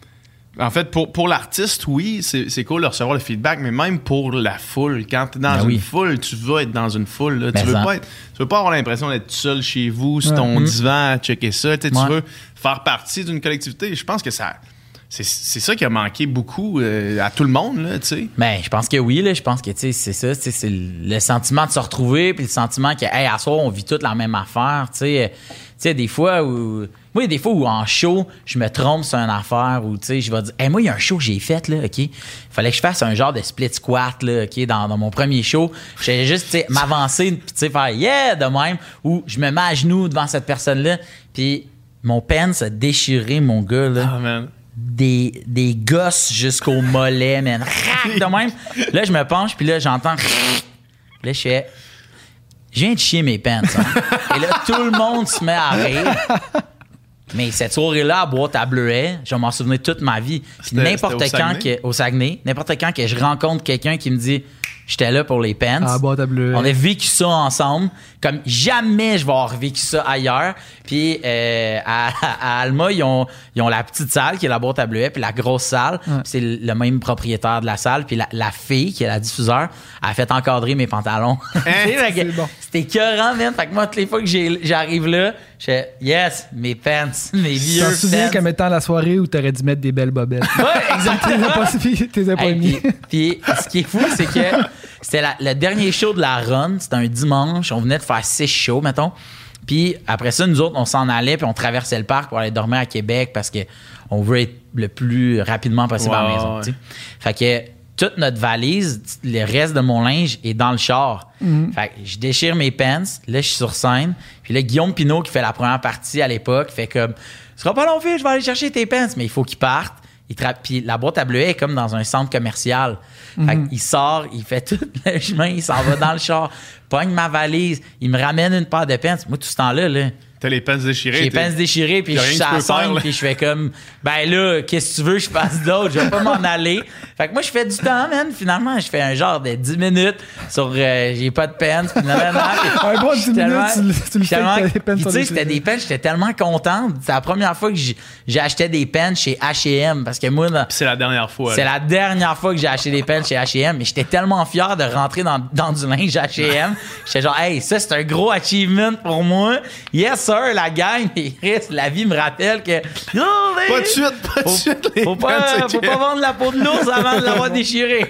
en fait, pour, pour l'artiste, oui, c'est, c'est cool de recevoir le feedback, mais même pour la foule, quand t'es dans Ben une oui. foule, tu veux être dans une foule. Là. Ben Tu veux ça. pas être, tu veux pas avoir l'impression d'être seul chez vous, sur Ouais. ton Mm. divan, à checker ça. Tu sais, tu Ouais. veux faire partie d'une collectivité. Je pense que ça... C'est, c'est ça qui a manqué beaucoup euh, à tout le monde, là, tu sais. Ben, je pense que oui, là. Je pense que, tu sais, c'est ça. Tu sais, c'est le sentiment de se retrouver, puis le sentiment que, hey, à soir, on vit toute la même affaire, tu sais. Tu sais, des fois où. Moi, il y a des fois où en show, je me trompe sur une affaire où, tu sais, je vais dire, hey, moi, il y a un show que j'ai fait, là, OK? Il fallait que je fasse un genre de split squat, là, OK, dans, dans mon premier show. J'allais juste, tu sais, m'avancer, puis, tu sais, faire yeah, de même, où je me mets à genoux devant cette personne-là, puis mon pen s'est déchiré, mon gars, là. Ah, man. Des, des gosses jusqu'au mollet, man. Rac, de même. Là, je me penche, puis là, j'entends. Là, je fais. Je viens de chier mes pants. Hein. Et là, tout le monde se met à rire. Mais cette soirée-là, à Boîte à Bleuet, je vais m'en souvenir toute ma vie. Puis C'était- n'importe c'était au quand Saguenay? que, au Saguenay, n'importe quand que je rencontre quelqu'un qui me dit j'étais là pour les pants. À la boîte à bleu. On a vécu ça ensemble. Comme jamais je vais avoir vécu ça ailleurs. Puis euh, à, à Alma, ils ont, ils ont la petite salle qui est la boîte à bleuet, puis la grosse salle. Ouais. Puis c'est le même propriétaire de la salle. Puis la, la fille, qui est la diffuseur, elle a fait encadrer mes pantalons. Tu sais, fait que c'est bon. C'était écœurant, man. Fait que moi, toutes les fois que j'ai- j'arrive là, je fais yes, mes pants, mes Tu vieux t'en souviens pants. comme étant la soirée où t'aurais dû mettre des belles bobettes. Ouais, T'es exactement. pas, t'es pas Hey, mis. puis, puis ce qui est fou, c'est que c'était la- le dernier show de la run. C'était un dimanche. On venait de faire six shows, mettons. Puis après ça, nous autres, on s'en allait puis on traversait le parc pour aller dormir à Québec parce que on veut être le plus rapidement possible à la Ouais, maison. ouais. tu sais. Fait que toute notre valise, le reste de mon linge est dans le char. Fait que je déchire mes pants. Là, je suis sur scène. Puis là, Guillaume Pinault, qui fait la première partie à l'époque, fait comme « Ce sera pas long, fille, je vais aller chercher tes pants. » Mais il faut qu'il parte. Il tra- Puis la boîte à bleuet est comme dans un centre commercial. Fait qu'il sort, il fait tout le chemin, il s'en va dans le char, pogne ma valise, il me ramène une paire de pants. Moi, tout ce temps-là, là, T'as les pants déchirés. j'ai les t'es- pants déchirés, puis y a je rien suis que à tu la peux faire, scène, là. puis je fais comme, ben là, qu'est-ce que tu veux que je fasse d'autre? Je vais pas m'en aller. Fait que moi, je fais du temps, man. Finalement, je fais un genre de dix minutes sur euh, j'ai pas de pants, puis non, non, non. Un bon Je suis dix minutes, tellement- tu le- tu le je suis fais tellement- avec tes pants Puis sur tu sais, les c'était cheveux. des pants, j'étais tellement contente. C'est la première fois que j'ai j'ai acheté des pants chez H et M, parce que moi, là, Puis c'est la dernière fois. c'est là. la dernière fois que j'ai acheté des pants chez H et M, mais j'étais tellement fier de rentrer dans, dans du linge H et M. J'étais genre, hey, ça, c'est un gros achievement pour moi. Yes, sir, la gang. Et Chris, la vie me rappelle que. Oh, mais- Pas de suite, pas de Faut, suite. Les faut pants, pas, c'est faut que- pas vendre la peau de l'ours avant de l'avoir déchiré.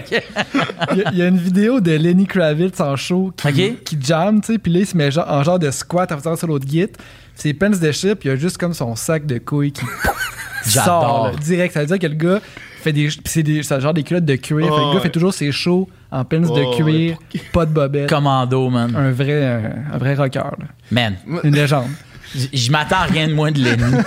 Il y, a- il y a une vidéo de Lenny Kravitz en show qui, Ok. qui jam, tu sais, puis là, il se met genre- en genre de squat en faisant sur l'autre git. Ses pants déchirent, puis il y a juste comme son sac de couilles qui J'adore. sort là, direct. Ça veut dire que le gars fait des. Puis c'est des, c'est genre des culottes de cuir. Oh, fait que le gars ouais. fait toujours ses shows en pants Oh, de cuir, pas de bobette. Commando, man. Un vrai, un, un vrai rocker, là. Man, Une légende. j- je m'attends à rien de moins de l'ennemi.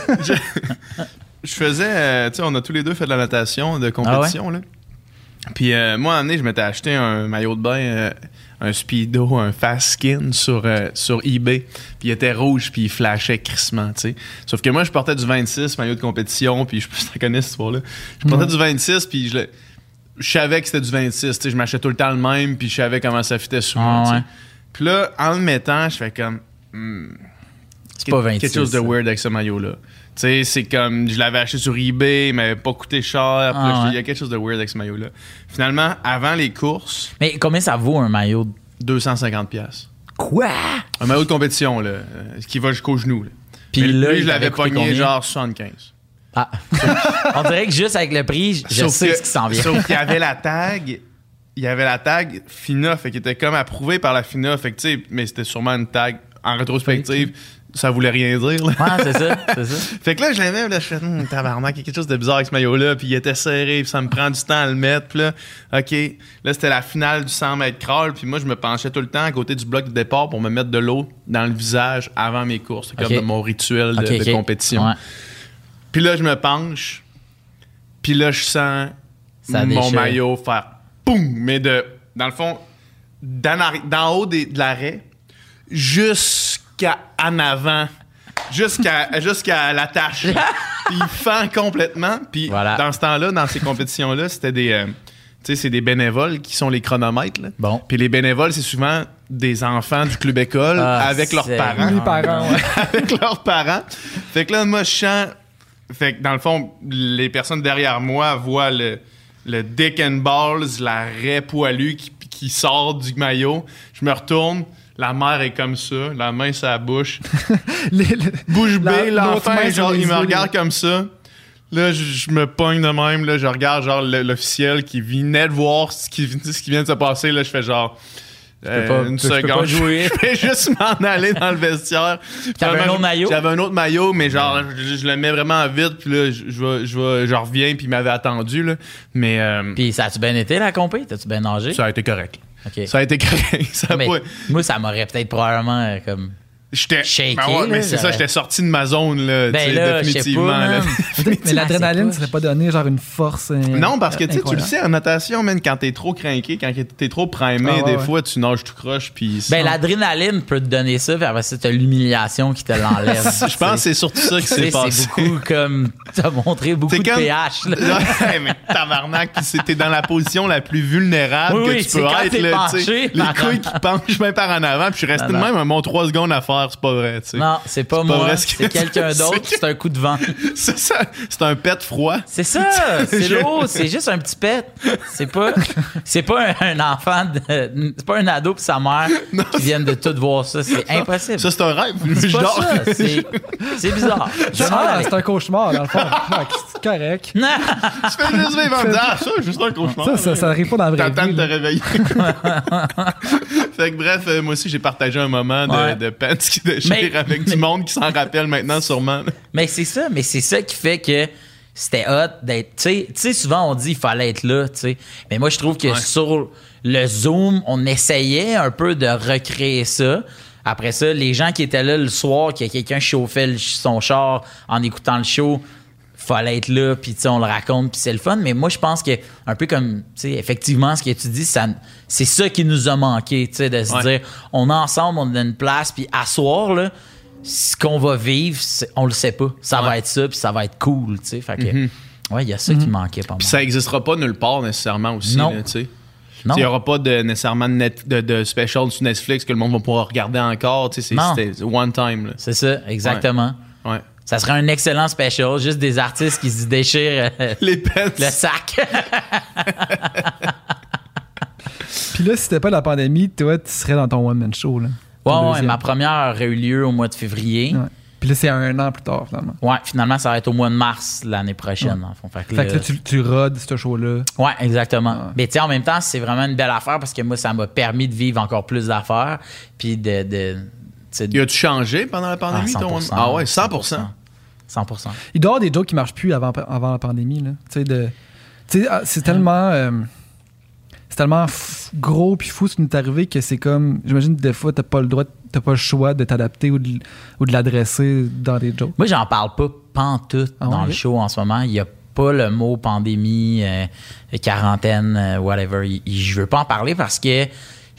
Je faisais, euh, tu sais, on a tous les deux fait de la natation de compétition, là. Puis euh, moi, à un moment donné, je m'étais acheté un maillot de bain euh, un Speedo, un Fast Skin sur, euh, sur eBay. Puis il était rouge, puis il flashait crissement, tu sais. Sauf que moi, je portais du vingt-six, maillot de compétition, puis je sais pas si tu connais cette histoire-là. Je portais mmh. du vingt-six, puis je, je savais que c'était du vingt-six, tu sais. Je m'achetais tout le temps le même, puis je savais comment ça fitait sur moi, ah, ouais. Puis là, en le mettant, je fais comme... Hmm, c'est pas vingt-six. Quelque chose de weird avec ce maillot-là. Tu sais, c'est comme, je l'avais acheté sur eBay, il m'avait pas coûté cher. Ah, puis là, il ouais. y a quelque chose de weird avec ce maillot-là. Finalement, avant les courses... Mais combien ça vaut un maillot? deux cent cinquante dollars. Quoi? Un maillot de compétition, là, euh, qui va jusqu'au genou. Là. Puis là, lui, je l'avais pogné genre soixante-quinze. Ah. On dirait que juste avec le prix, je sauf sais que, ce qui s'en vient. Sauf qu'il y avait la tag... Il y avait la tag FINA, fait qu'il était comme approuvé par la FINA, fait que tu sais, mais c'était sûrement une tag en rétrospective, ça voulait rien dire. Là. Ouais, c'est ça, c'est ça. Fait que là, je l'aimais, là, je fais, hum, tabarnak, il y a quelque chose de bizarre avec ce maillot-là, puis il était serré, puis ça me prend du temps à le mettre, puis là, OK, là, c'était la finale du cent mètres crawl, puis moi, je me penchais tout le temps à côté du bloc de départ pour me mettre de l'eau dans le visage avant mes courses. C'est okay. comme mon rituel de, okay, de okay. compétition. Ouais. Puis là, je me penche, puis là, je sens ça mon déchire. Maillot faire boum, mais de, dans le fond, d'en, d'en haut des, de l'arrêt jusqu'à en avant, jusqu'à, jusqu'à la tâche. Puis il fend complètement. Puis voilà. Dans ce temps-là, dans ces compétitions-là, c'était des, euh, tu sais, c'est des bénévoles qui sont les chronomètres. Là. Bon. Puis les bénévoles, c'est souvent des enfants du club école ah, avec leurs parents. Les parents, ouais. Avec leurs parents. Fait que là, moi, je chante. Fait que dans le fond, les personnes derrière moi voient le le dick and balls, l'arrêt poilu qui, qui sort du maillot. Je me retourne, la mère est comme ça, la main sur la bouche. les, les, bouche bée, la, l'enfant, genre, il me regarde comme ça. Là, je, je me pogne de même, là, je regarde genre l'officiel qui venait de voir ce qui, ce qui vient de se passer. Là, je fais genre... Euh, pas, une seconde, je, je vais juste m'en aller dans le vestiaire. T'avais un autre maillot? J'avais un autre maillot, mais genre, je, je le mets vraiment vite, puis là, je, je, vais, je, vais, je reviens, puis il m'avait attendu, là. Mais. Euh, puis ça a-tu bien été, la compé? T'as-tu bien nagé? Ça a été correct. Okay. Ça a été correct. Ça mais, pas... Moi, ça m'aurait peut-être probablement euh, comme. J'étais shaké, ben ouais, là, mais c'est ça, j'étais sorti de ma zone là, ben là définitivement. Pas, là. Mais l'adrénaline, ça serait pas donné genre une force. Euh, non, parce que tu le sais en natation, man, quand t'es trop craqué, quand t'es trop primé, ah, ouais, des ouais. fois tu nages tout croche. Puis ben l'adrénaline peut te donner ça, puis après ça t'as l'humiliation qui te l'enlève. Je pense que c'est surtout ça qui s'est passé. C'est beaucoup comme t'as montré beaucoup t'es de comme... pH. Là. Ouais, mais tabarnak, puis t'es dans la position la plus vulnérable oui, que oui, tu peux être là, penché, les couilles qui penchent même par en avant, puis je suis resté de même un bon trois secondes à faire, c'est pas vrai, tu sais. Non, c'est pas c'est moi, pas c'est quelqu'un d'autre, c'est un coup de vent. C'est ça, c'est un pet froid. C'est ça, c'est l'eau, c'est juste un petit pet. C'est pas c'est pas un, un enfant, de, c'est pas un ado pis sa mère non, qui viennent de tout voir ça, c'est non, impossible. Ça, c'est un rêve. C'est pas dors. Ça, c'est, c'est bizarre. Ah, c'est un cauchemar, dans le fond. C'est correct. Tu fais juste vivre en disant, ah, ça, c'est juste un cauchemar. Ça, ça, ça arrive pas dans la vraie vie. T'attends de te réveiller. Fait que bref, euh, moi aussi, j'ai partagé un moment de, ouais. de pants qui déchirent mais, avec mais, du monde qui s'en rappelle maintenant, sûrement. Mais c'est ça, mais c'est ça qui fait que c'était hot d'être. Tu sais, souvent on dit qu'il fallait être là, tu sais. Mais moi, je trouve que ouais. sur le Zoom, on essayait un peu de recréer ça. Après ça, les gens qui étaient là le soir, que quelqu'un chauffait le, son char en écoutant le show, fallait être là, puis on le raconte, puis c'est le fun. Mais moi, je pense que, un peu comme, tu sais, effectivement, ce que tu dis, ça, c'est ça qui nous a manqué, tu sais, de se ouais. dire, on est ensemble, on a une place, puis à soir, là, ce qu'on va vivre, on le sait pas. Ça ouais. va être ça, puis ça va être cool, tu sais. Fait que, mm-hmm. ouais, il y a ça mm-hmm. qui manquait pas mal. Puis ça n'existera pas nulle part, nécessairement, aussi, tu sais. Il n'y aura pas de, nécessairement de, net, de, de special sur Netflix que le monde va pouvoir regarder encore, tu sais, c'est, c'est one time, là. C'est ça, exactement. Ouais. ouais. Ça serait un excellent special, juste des artistes qui se déchirent euh, les pets. Le sac. Puis là, si c'était pas la pandémie, toi, tu serais dans ton one-man show, là. Ouais, ouais, ma première aurait eu lieu au mois de février. Ouais. Puis là, c'est un an plus tard, finalement. Ouais, finalement, ça va être au mois de mars l'année prochaine. Ouais. En fond. Fait que, fait là, que là, tu, tu rodes ce show-là. Ouais, exactement. Ouais. Mais tu sais, en même temps, c'est vraiment une belle affaire parce que moi, ça m'a permis de vivre encore plus d'affaires. Puis de. de y a-tu changé pendant la pandémie, ah, ton Ah ouais, cent pour cent. cent pour cent. Il doit y avoir des jokes qui marchent plus avant, avant la pandémie, là. Tu sais, de. Tu sais, c'est tellement. Euh, c'est tellement f- gros puis fou ce qui nous est arrivé que c'est comme. J'imagine que des fois, t'as pas le droit, t'as pas le choix de t'adapter ou de, ou de l'adresser dans des jokes. Moi, j'en parle pas pantoute ah, dans ouais. le show en ce moment. Il y a pas le mot pandémie, euh, quarantaine, euh, whatever. Il, il, je veux pas en parler parce que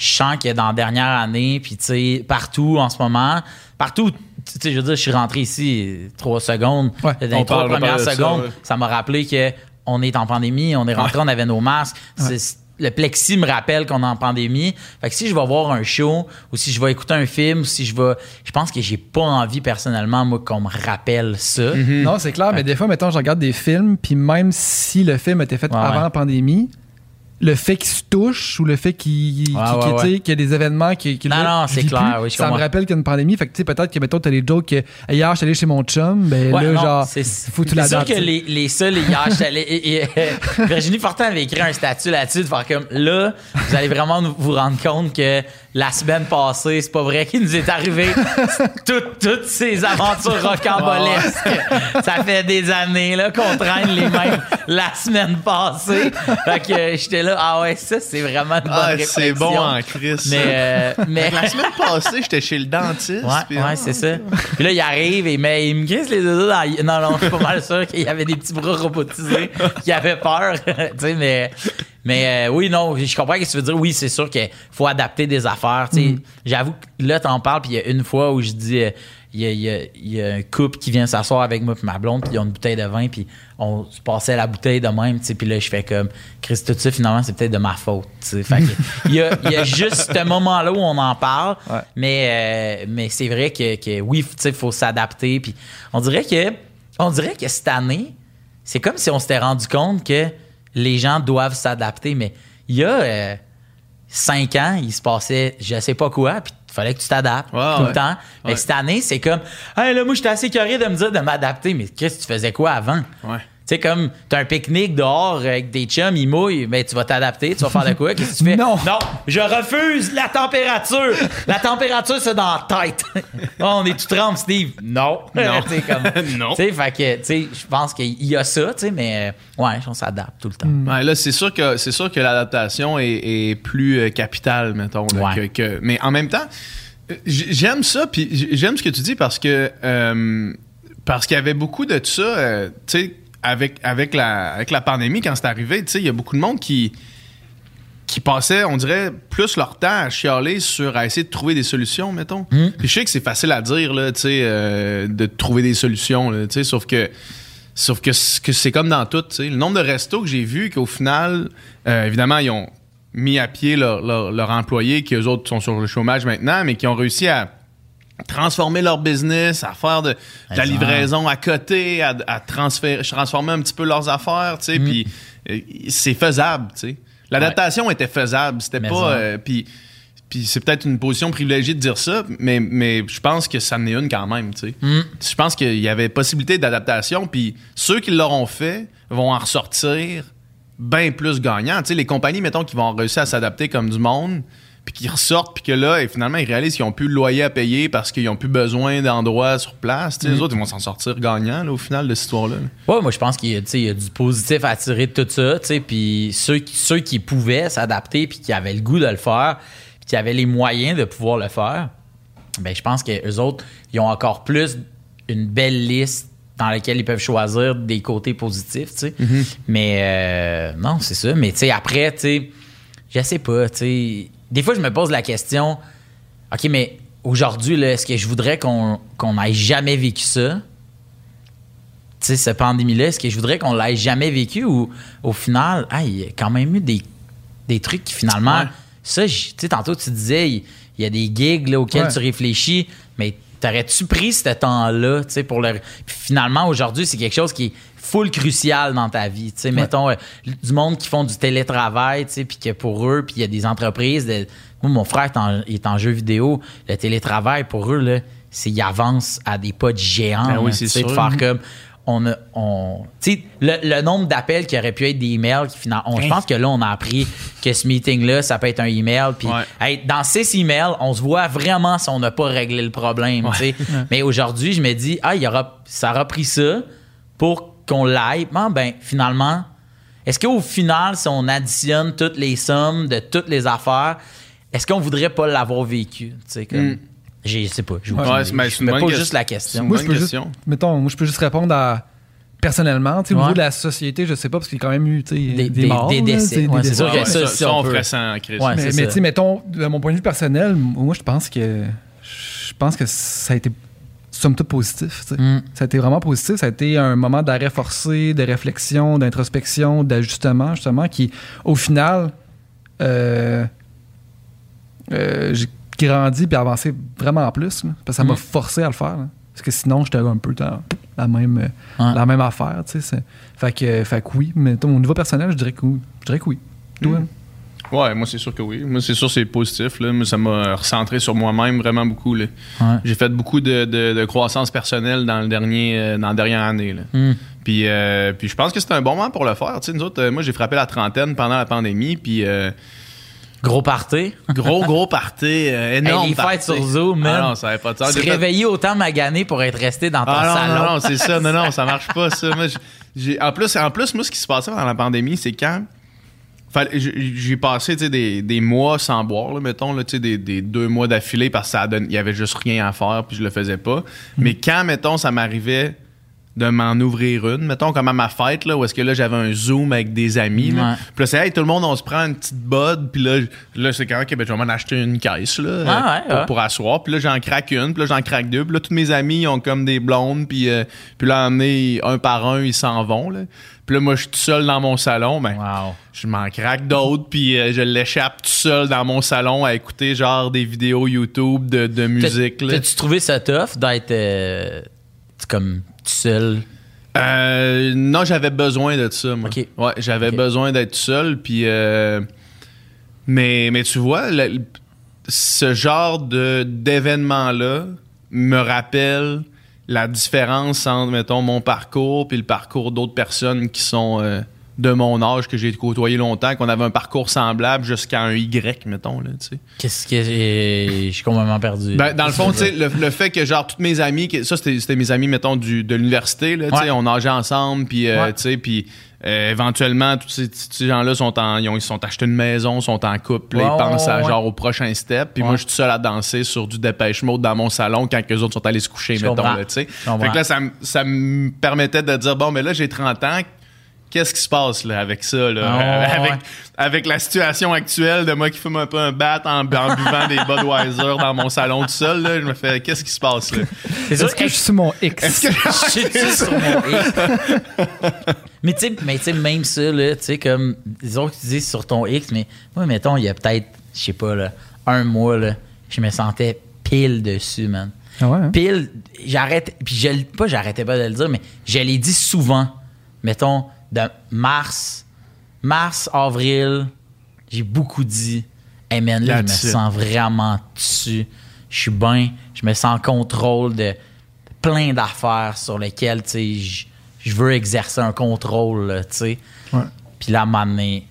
je sens que dans la dernière année, puis tu sais, partout en ce moment, partout, tu sais, je veux dire, je suis rentré ici trois secondes. Ouais, dans les trois premières secondes, ça, ouais. ça m'a rappelé que on est en pandémie, on est rentré, ouais. on avait nos masques. Ouais. C'est, le plexi me rappelle qu'on est en pandémie. Fait que si je vais voir un show ou si je vais écouter un film ou si je vais... Je pense que j'ai pas envie personnellement, moi, qu'on me rappelle ça. Mm-hmm. Non, c'est clair, fait mais des fois, mettons, je regarde des films, puis même si le film a été fait ouais, avant ouais. la pandémie, le fait qu'il se touche ou le fait qu'il, qu'il, ouais, ouais, qu'il, ouais. qu'il y a des événements qui, qui non, non, c'est clair, oui, je ça me rappelle qu'il y a une pandémie. Fait que tu sais, peut-être que mettons t'as les jokes que hier je suis allé chez mon chum, ben ouais, là non, genre c'est, faut que tu l'adaptes. C'est sûr que les, les seuls hier je suis allé et, et, euh, Virginie Fortin avait écrit un statut là-dessus de faire comme là vous allez vraiment vous rendre compte que la semaine passée c'est pas vrai qu'il nous est arrivé toutes toutes ces aventures rocambolesques. Ça fait des années là qu'on traîne les mêmes la semaine passée. Fait que j'étais là ah ouais ça c'est vraiment une bonne ah, réflexion. C'est bon en Christ. Mais, euh, mais... La semaine passée, j'étais chez le dentiste. Ouais, puis, ouais oh, c'est ça. Puis là, il arrive et mais il me crisse les deux dans... Non, non, je suis pas mal sûr qu'il y avait des petits bras robotisés qui avaient peur. tu sais, mais... Mais euh, oui, non, je comprends ce que tu veux dire. Oui, c'est sûr qu'il faut adapter des affaires. Tu sais, mm. J'avoue que là, t'en parles, puis il y a une fois où je dis... Euh, Il y, a, il, y a, il y a un couple qui vient s'asseoir avec moi et ma blonde, puis ils ont une bouteille de vin, puis on se passait la bouteille de même, tu sais, puis là, je fais comme, Chris, tout ça, finalement, c'est peut-être de ma faute, tu sais. Fait que, il y a, il y a juste ce moment-là où on en parle, ouais. mais, euh, mais c'est vrai que, que oui, tu sais, il faut s'adapter, puis on dirait que, on dirait que cette année, c'est comme si on s'était rendu compte que les gens doivent s'adapter, mais il y a euh, cinq ans, il se passait je sais pas quoi, puis il fallait que tu t'adaptes wow, tout ouais. le temps. Mais ouais. cette année, c'est comme, hey, là, moi, j'étais assez curieux de me dire de m'adapter, mais qu'est-ce que tu faisais quoi avant? Ouais. Tu sais, comme, t'as un pique-nique dehors avec des chums, ils mouillent, ben, tu vas t'adapter, tu vas faire de quoi? Qu'est-ce que tu fais? Non! Non! Je refuse la température! La température, c'est dans la tête! Oh, on est tout trempe, Steve! Non! Non! Tu sais, comme, non! Tu sais, fait que, tu sais, je pense qu'il y a ça, tu sais, mais, ouais, on s'adapte tout le temps. Mm. Ouais, là, c'est sûr que, c'est sûr que l'adaptation est, est plus euh, capitale, mettons. Là, ouais. que, que, mais en même temps, j'aime ça, puis j'aime ce que tu dis parce que, euh, parce qu'il y avait beaucoup de ça, euh, tu sais, Avec, avec, la, avec la pandémie, quand c'est arrivé, tu sais, il y a beaucoup de monde qui, qui passait, on dirait, plus leur temps à chialer sur, à essayer de trouver des solutions, mettons. Mm. Puis je sais que c'est facile à dire, là, tu sais, euh, de trouver des solutions, là, tu sais, sauf que, sauf que, que c'est comme dans tout, tu sais. Le nombre de restos que j'ai vus, qu'au final, euh, évidemment, ils ont mis à pied leur, leur, leur employé, qui eux autres sont sur le chômage maintenant, mais qui ont réussi à transformer leur business, à faire de, de la livraison à côté, à, à transférer, transformer un petit peu leurs affaires, tu sais, mm. puis euh, c'est faisable, tu sais. L'adaptation ouais. était faisable, c'était mais pas... Euh, puis, puis c'est peut-être une position privilégiée de dire ça, mais, mais je pense que ça en est une quand même, tu sais. Mm. Je pense qu'il y avait possibilité d'adaptation, puis ceux qui l'auront fait vont en ressortir bien plus gagnants. Tu sais, les compagnies, mettons, qui vont réussir à s'adapter comme du monde... puis qu'ils ressortent, puis que là, et finalement, ils réalisent qu'ils n'ont plus le loyer à payer parce qu'ils n'ont plus besoin d'endroits sur place. Mm-hmm. Les autres, ils vont s'en sortir gagnants là, au final de cette histoire-là. Oui, moi, je pense qu'il y a, il y a du positif à tirer de tout ça. Puis ceux, ceux qui pouvaient s'adapter puis qui avaient le goût de le faire puis qui avaient les moyens de pouvoir le faire, ben je pense qu'eux autres, ils ont encore plus une belle liste dans laquelle ils peuvent choisir des côtés positifs. Mm-hmm. Mais euh, non, c'est ça. Mais après, je sais pas, tu sais... Des fois, je me pose la question, OK, mais aujourd'hui, là, est-ce que je voudrais qu'on qu'on n'ait jamais vécu ça? Tu sais, cette pandémie-là, est-ce que je voudrais qu'on l'ait jamais vécu ou au final, ah, il y a quand même eu des, des trucs qui finalement... Ouais. Ça, tu sais, tantôt, tu disais, il y, y a des gigs là, auxquels ouais. tu réfléchis, mais t'aurais-tu pris ce temps-là, tu sais, pour le... Puis finalement, aujourd'hui, c'est quelque chose qui est full crucial dans ta vie. Tu sais, ouais. mettons, euh, du monde qui font du télétravail, tu sais, puis que pour eux, puis il y a des entreprises... De... Moi, mon frère est en, est en jeu vidéo. Le télétravail, pour eux, là, c'est ils avancent à des pas de géants. Ben oui, c'est sûr. De faire comme... On a, on, tu sais, le, le nombre d'appels qui auraient pu être des emails, qui finalement, je pense que là, on a appris que ce meeting-là, ça peut être un email. Puis, ouais. hey, dans six emails, on se voit vraiment si on n'a pas réglé le problème. Ouais. Tu sais. Mais aujourd'hui, je me dis, ah, il y aura, ça aura pris ça pour qu'on l'aille. Ben, ben, finalement, est-ce qu'au final, si on additionne toutes les sommes de toutes les affaires, est-ce qu'on voudrait pas l'avoir vécu? Tu sais, comme. Mm. Je sais pas. Je ouais, ouais, c'est, c'est une bonne pas question. Juste la question. Moi, je peux juste, mettons, moi, je peux juste répondre à personnellement, tu sais, au Ouais. niveau de la société, je sais pas, parce qu'il y a quand même eu, tu sais, Des- des, des- morts. des là, décès. tu sais, Ouais, des c'est sûr décès. que ça, ça, ça, ça, on on peut- ferait ça en crise. Ouais, Mais, c'est mais ça. tu sais, mettons, de mon point de vue personnel, moi, je pense que je pense que ça a été somme toute positif. tu sais. Mm. Ça a été vraiment positif. Ça a été un moment d'arrêt forcé, de réflexion, d'introspection, d'ajustement, justement, qui, au final, euh, euh, j'ai grandi puis avancé vraiment en plus. Là, parce que ça m'a Mm. forcé à le faire. Là. Parce que sinon, j'étais un peu dans la même, euh, Ouais. la même affaire. Tu sais, c'est- fait, que, fait que oui. Mais au niveau personnel, je dirais que oui. Je dirais que oui. Toi? Mm. Ouais, moi, c'est sûr que oui. Moi, c'est sûr que c'est positif. Là. Moi, ça m'a recentré sur moi-même vraiment beaucoup. Là. Ouais. J'ai fait beaucoup de, de- de croissance personnelle dans, le dernier, euh, dans la dernière année. Là. Mm. Puis, euh, puis je pense que c'est un bon moment pour le faire. Tu sais, nous autres, euh, moi, j'ai frappé la trentaine pendant la pandémie. Puis euh, Gros party. gros, gros party, euh, énorme Hey, les party. fêtes sur Zoom, man. Ah non, ça n'avait pas de sens. Se J'ai fait- réveiller autant magané pour être resté dans ton Ah non, salon. non, non, c'est ça. Non, non, ça marche pas, ça. Moi, j'ai- j'ai- en, plus, en plus, moi, ce qui se passait pendant la pandémie, c'est quand... Fallait- j'ai j'ai passé tu sais, des, des mois sans boire, là, mettons, là, tu sais, des, des deux mois d'affilée parce que ça donne, il y avait juste rien à faire puis je le faisais pas. Mais quand, mettons, ça m'arrivait de m'en ouvrir une, mettons, comme à ma fête, là, où est-ce que là, j'avais un Zoom avec des amis. Là. Ouais. Puis là, c'est, hey, tout le monde, on se prend une petite bud. Puis là, là c'est quand même que ben, je vais m'en acheter une caisse, là, Ah ouais, euh, pour, ouais. pour asseoir. Puis là, j'en craque une, puis là, j'en craque deux. Puis là, tous mes amis, ils ont comme des blondes. Puis, euh, puis là, en est un par un, ils s'en vont, là. Puis là, moi, je suis tout seul dans mon salon. Ben, Wow. je m'en craque d'autres, puis euh, je l'échappe tout seul dans mon salon à écouter genre des vidéos YouTube de, de musique. T'as- là. T'as-tu trouvé ça tough d'être euh, comme tout seul? Euh, non, j'avais besoin de ça, moi. Ok. Ouais, j'avais Ok. besoin d'être seul, puis... euh, mais, mais tu vois, le- ce genre de, d'événement-là me rappelle la différence entre, mettons, mon parcours puis le parcours d'autres personnes qui sont euh, de mon âge, que j'ai côtoyé longtemps, qu'on avait un parcours semblable jusqu'à un Y, mettons, là, tu sais. Qu'est-ce que j'ai. Je suis complètement perdu. Ben, dans le Qu'est-ce fond, que tu sais, le, le fait que, genre, tous mes amis, que- ça, c'était, c'était mes amis, mettons, du, de l'université, là, tu sais, Ouais. on nageait ensemble, puis, euh, Ouais. tu sais, puis euh, éventuellement, tous ces, tous ces gens-là sont en, ils, ont, ils sont achetés une maison, sont en couple, là, Ouais, ils pensent à, ouais, ouais. genre, au prochain step, puis Ouais. moi, je suis tout seul à danser sur du Dépêche Mode dans mon salon quand les autres sont allés se coucher, Je mettons, comprends. là, tu sais. Je comprends. Fait que là, ça, me- ça me permettait de dire, bon, mais là, j'ai trente ans, qu'est-ce qui se passe là, avec ça, là? Ah, ouais, avec, ouais. avec la situation actuelle de moi qui fume un peu un bat en, en buvant des Budweiser dans mon salon tout seul, là, je me fais, qu'est-ce qui se passe là? C'est sûr Est-ce que je suis sur mon X? Est-ce que- Je suis dessus sur mon X. mais tu sais, mais tu sais, même ça, là, tu sais, comme les autres qui disent sur ton X, mais moi, mettons, il y a peut-être, je sais pas, là, un mois, là, je me sentais pile dessus, man. Ah ouais, hein? Pile, j'arrête, puis je, le- pas j'arrêtais pas de le dire, mais je l'ai dit souvent. Mettons, de mars, mars, avril, j'ai beaucoup dit, hey man, là, je me That's it. sens vraiment dessus. Je suis bien, je me sens en contrôle de plein d'affaires sur lesquelles, tu sais, je- je veux exercer un contrôle, là, tu sais. Ouais. Puis là, à un moment donné,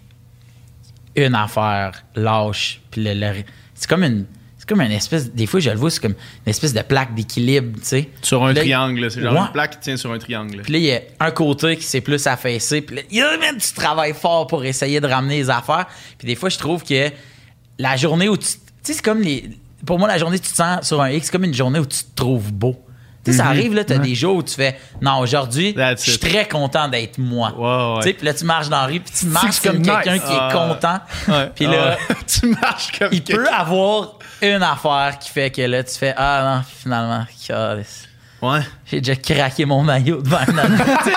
une affaire lâche, puis le, le- c'est comme une c'est comme une espèce, des fois je le vois, c'est comme une espèce de plaque d'équilibre, tu sais. Sur un Là, triangle, c'est genre Ouais. une plaque qui tient sur un triangle. Puis là, il y a un côté qui s'est plus affaissé. Puis là, yeah, man, tu travailles fort pour essayer de ramener les affaires. Puis des fois, je trouve que la journée où tu... Tu sais, c'est comme les... Pour moi, la journée où tu te sens sur un X, c'est comme une journée où tu te trouves beau. Tu sais, ça arrive, là, t'as Ouais. des jours où tu fais « Non, aujourd'hui, That's je suis it. très content d'être moi. Ouais, ouais. Tu sais, puis là, tu marches dans la rue, puis tu marches c'est comme nice. quelqu'un qui Ah. est content. Ouais. Puis là, Ah ouais. tu marches comme il peut quelqu'un. avoir une affaire qui fait que là, tu fais « Ah non, finalement, calisse. Ouais. J'ai déjà craqué mon maillot devant un ami. Tu sais,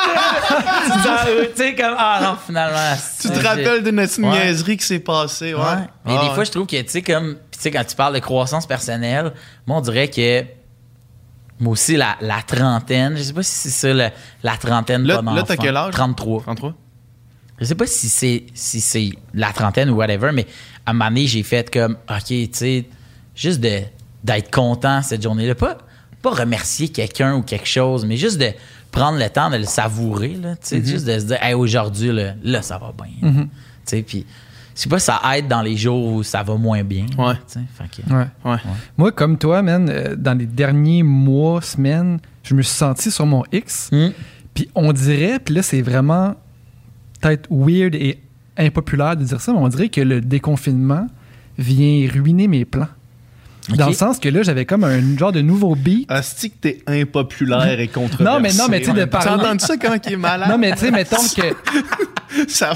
tu sais, comme, ah non, finalement. Tu te rappelles d'une petite Ouais. niaiserie qui s'est passée, ouais. Ouais. Mais Ah, des ouais. fois, je trouve que, tu sais, comme, puis tu sais, quand tu parles de croissance personnelle, moi, on dirait que, moi aussi, la, la trentaine, je sais pas si c'est ça, le- la trentaine, Là, pas d'enfant. là, t'as quel âge? trente-trois. trente-trois? Je sais pas si c'est si c'est la trentaine ou whatever, mais à un moment donné, j'ai fait comme, OK, tu sais, juste de, d'être content cette journée-là. Pas, pas remercier quelqu'un ou quelque chose, mais juste de prendre le temps de le savourer, là, tu sais, Mm-hmm. juste de se dire, hey, aujourd'hui, là, là, ça va bien. Tu sais, puis, je sais pas, ça aide dans les jours où ça va moins bien. Ouais. tu sais, fait que- Ouais. Ouais. Moi, comme toi, man, euh, dans les derniers mois, semaines, je me suis senti sur mon X. Hmm. Puis on dirait, puis là, c'est vraiment peut-être weird et impopulaire de dire ça, mais on dirait que le déconfinement vient ruiner mes plans. Okay. Dans le sens que là, j'avais comme un genre de nouveau beat. Asti que t'es impopulaire et controversé. Non, mais non, mais tu sais, de parler... T'as entendu ça quand il est malade? Non, mais tu sais, mettons que... ça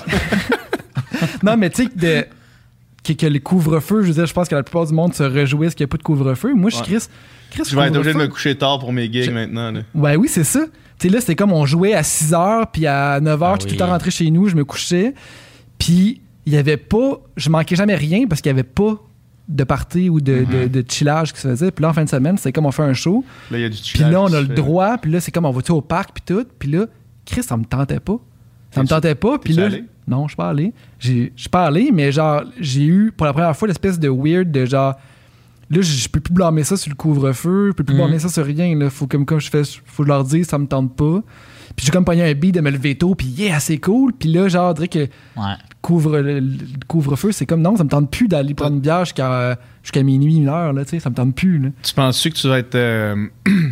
Non, mais tu sais, de... que, que le couvre-feu, je veux dire, je pense que la plupart du monde se réjouissent qu'il n'y a pas de couvre-feu. Moi, je suis Chris... Chris, je vais être obligé de me coucher tard pour mes gigs je... maintenant. Là. Ouais, oui, c'est ça. Tu sais, là, c'était comme on jouait à six heures, puis à neuf heures, ah, je suis oui. tout le temps rentré chez nous, je me couchais. Puis il y avait pas... Je manquais jamais rien parce qu'il y avait pas de party ou de, mm-hmm. de, de chillage qui se faisait. Puis là, en fin de semaine, c'est comme on fait un show. Là, il y a du chillage. Puis là, on a le droit. Puis là, c'est comme on va-tu au parc, puis tout. Puis là, Chris, ça me tentait pas. Ça me tentait pas. Puis là, non, je suis pas allé. Je suis pas allé, mais genre, j'ai eu pour la première fois l'espèce de weird de genre... Là, je peux plus blâmer ça sur le couvre-feu. Je peux plus mm-hmm. blâmer ça sur rien. Là. Faut comme, comme je fais, faut que je leur dise, ça me tente pas. Puis j'ai comme pogné un beat de me lever tôt, puis yeah, c'est cool. Puis là, genre, je dirais que ouais. couvre, le, le couvre-feu, c'est comme non, ça me tente plus d'aller prendre une bière jusqu'à, jusqu'à minuit, une heure, là, tu sais, ça me tente plus. Là. Tu penses-tu que tu vas être. Euh,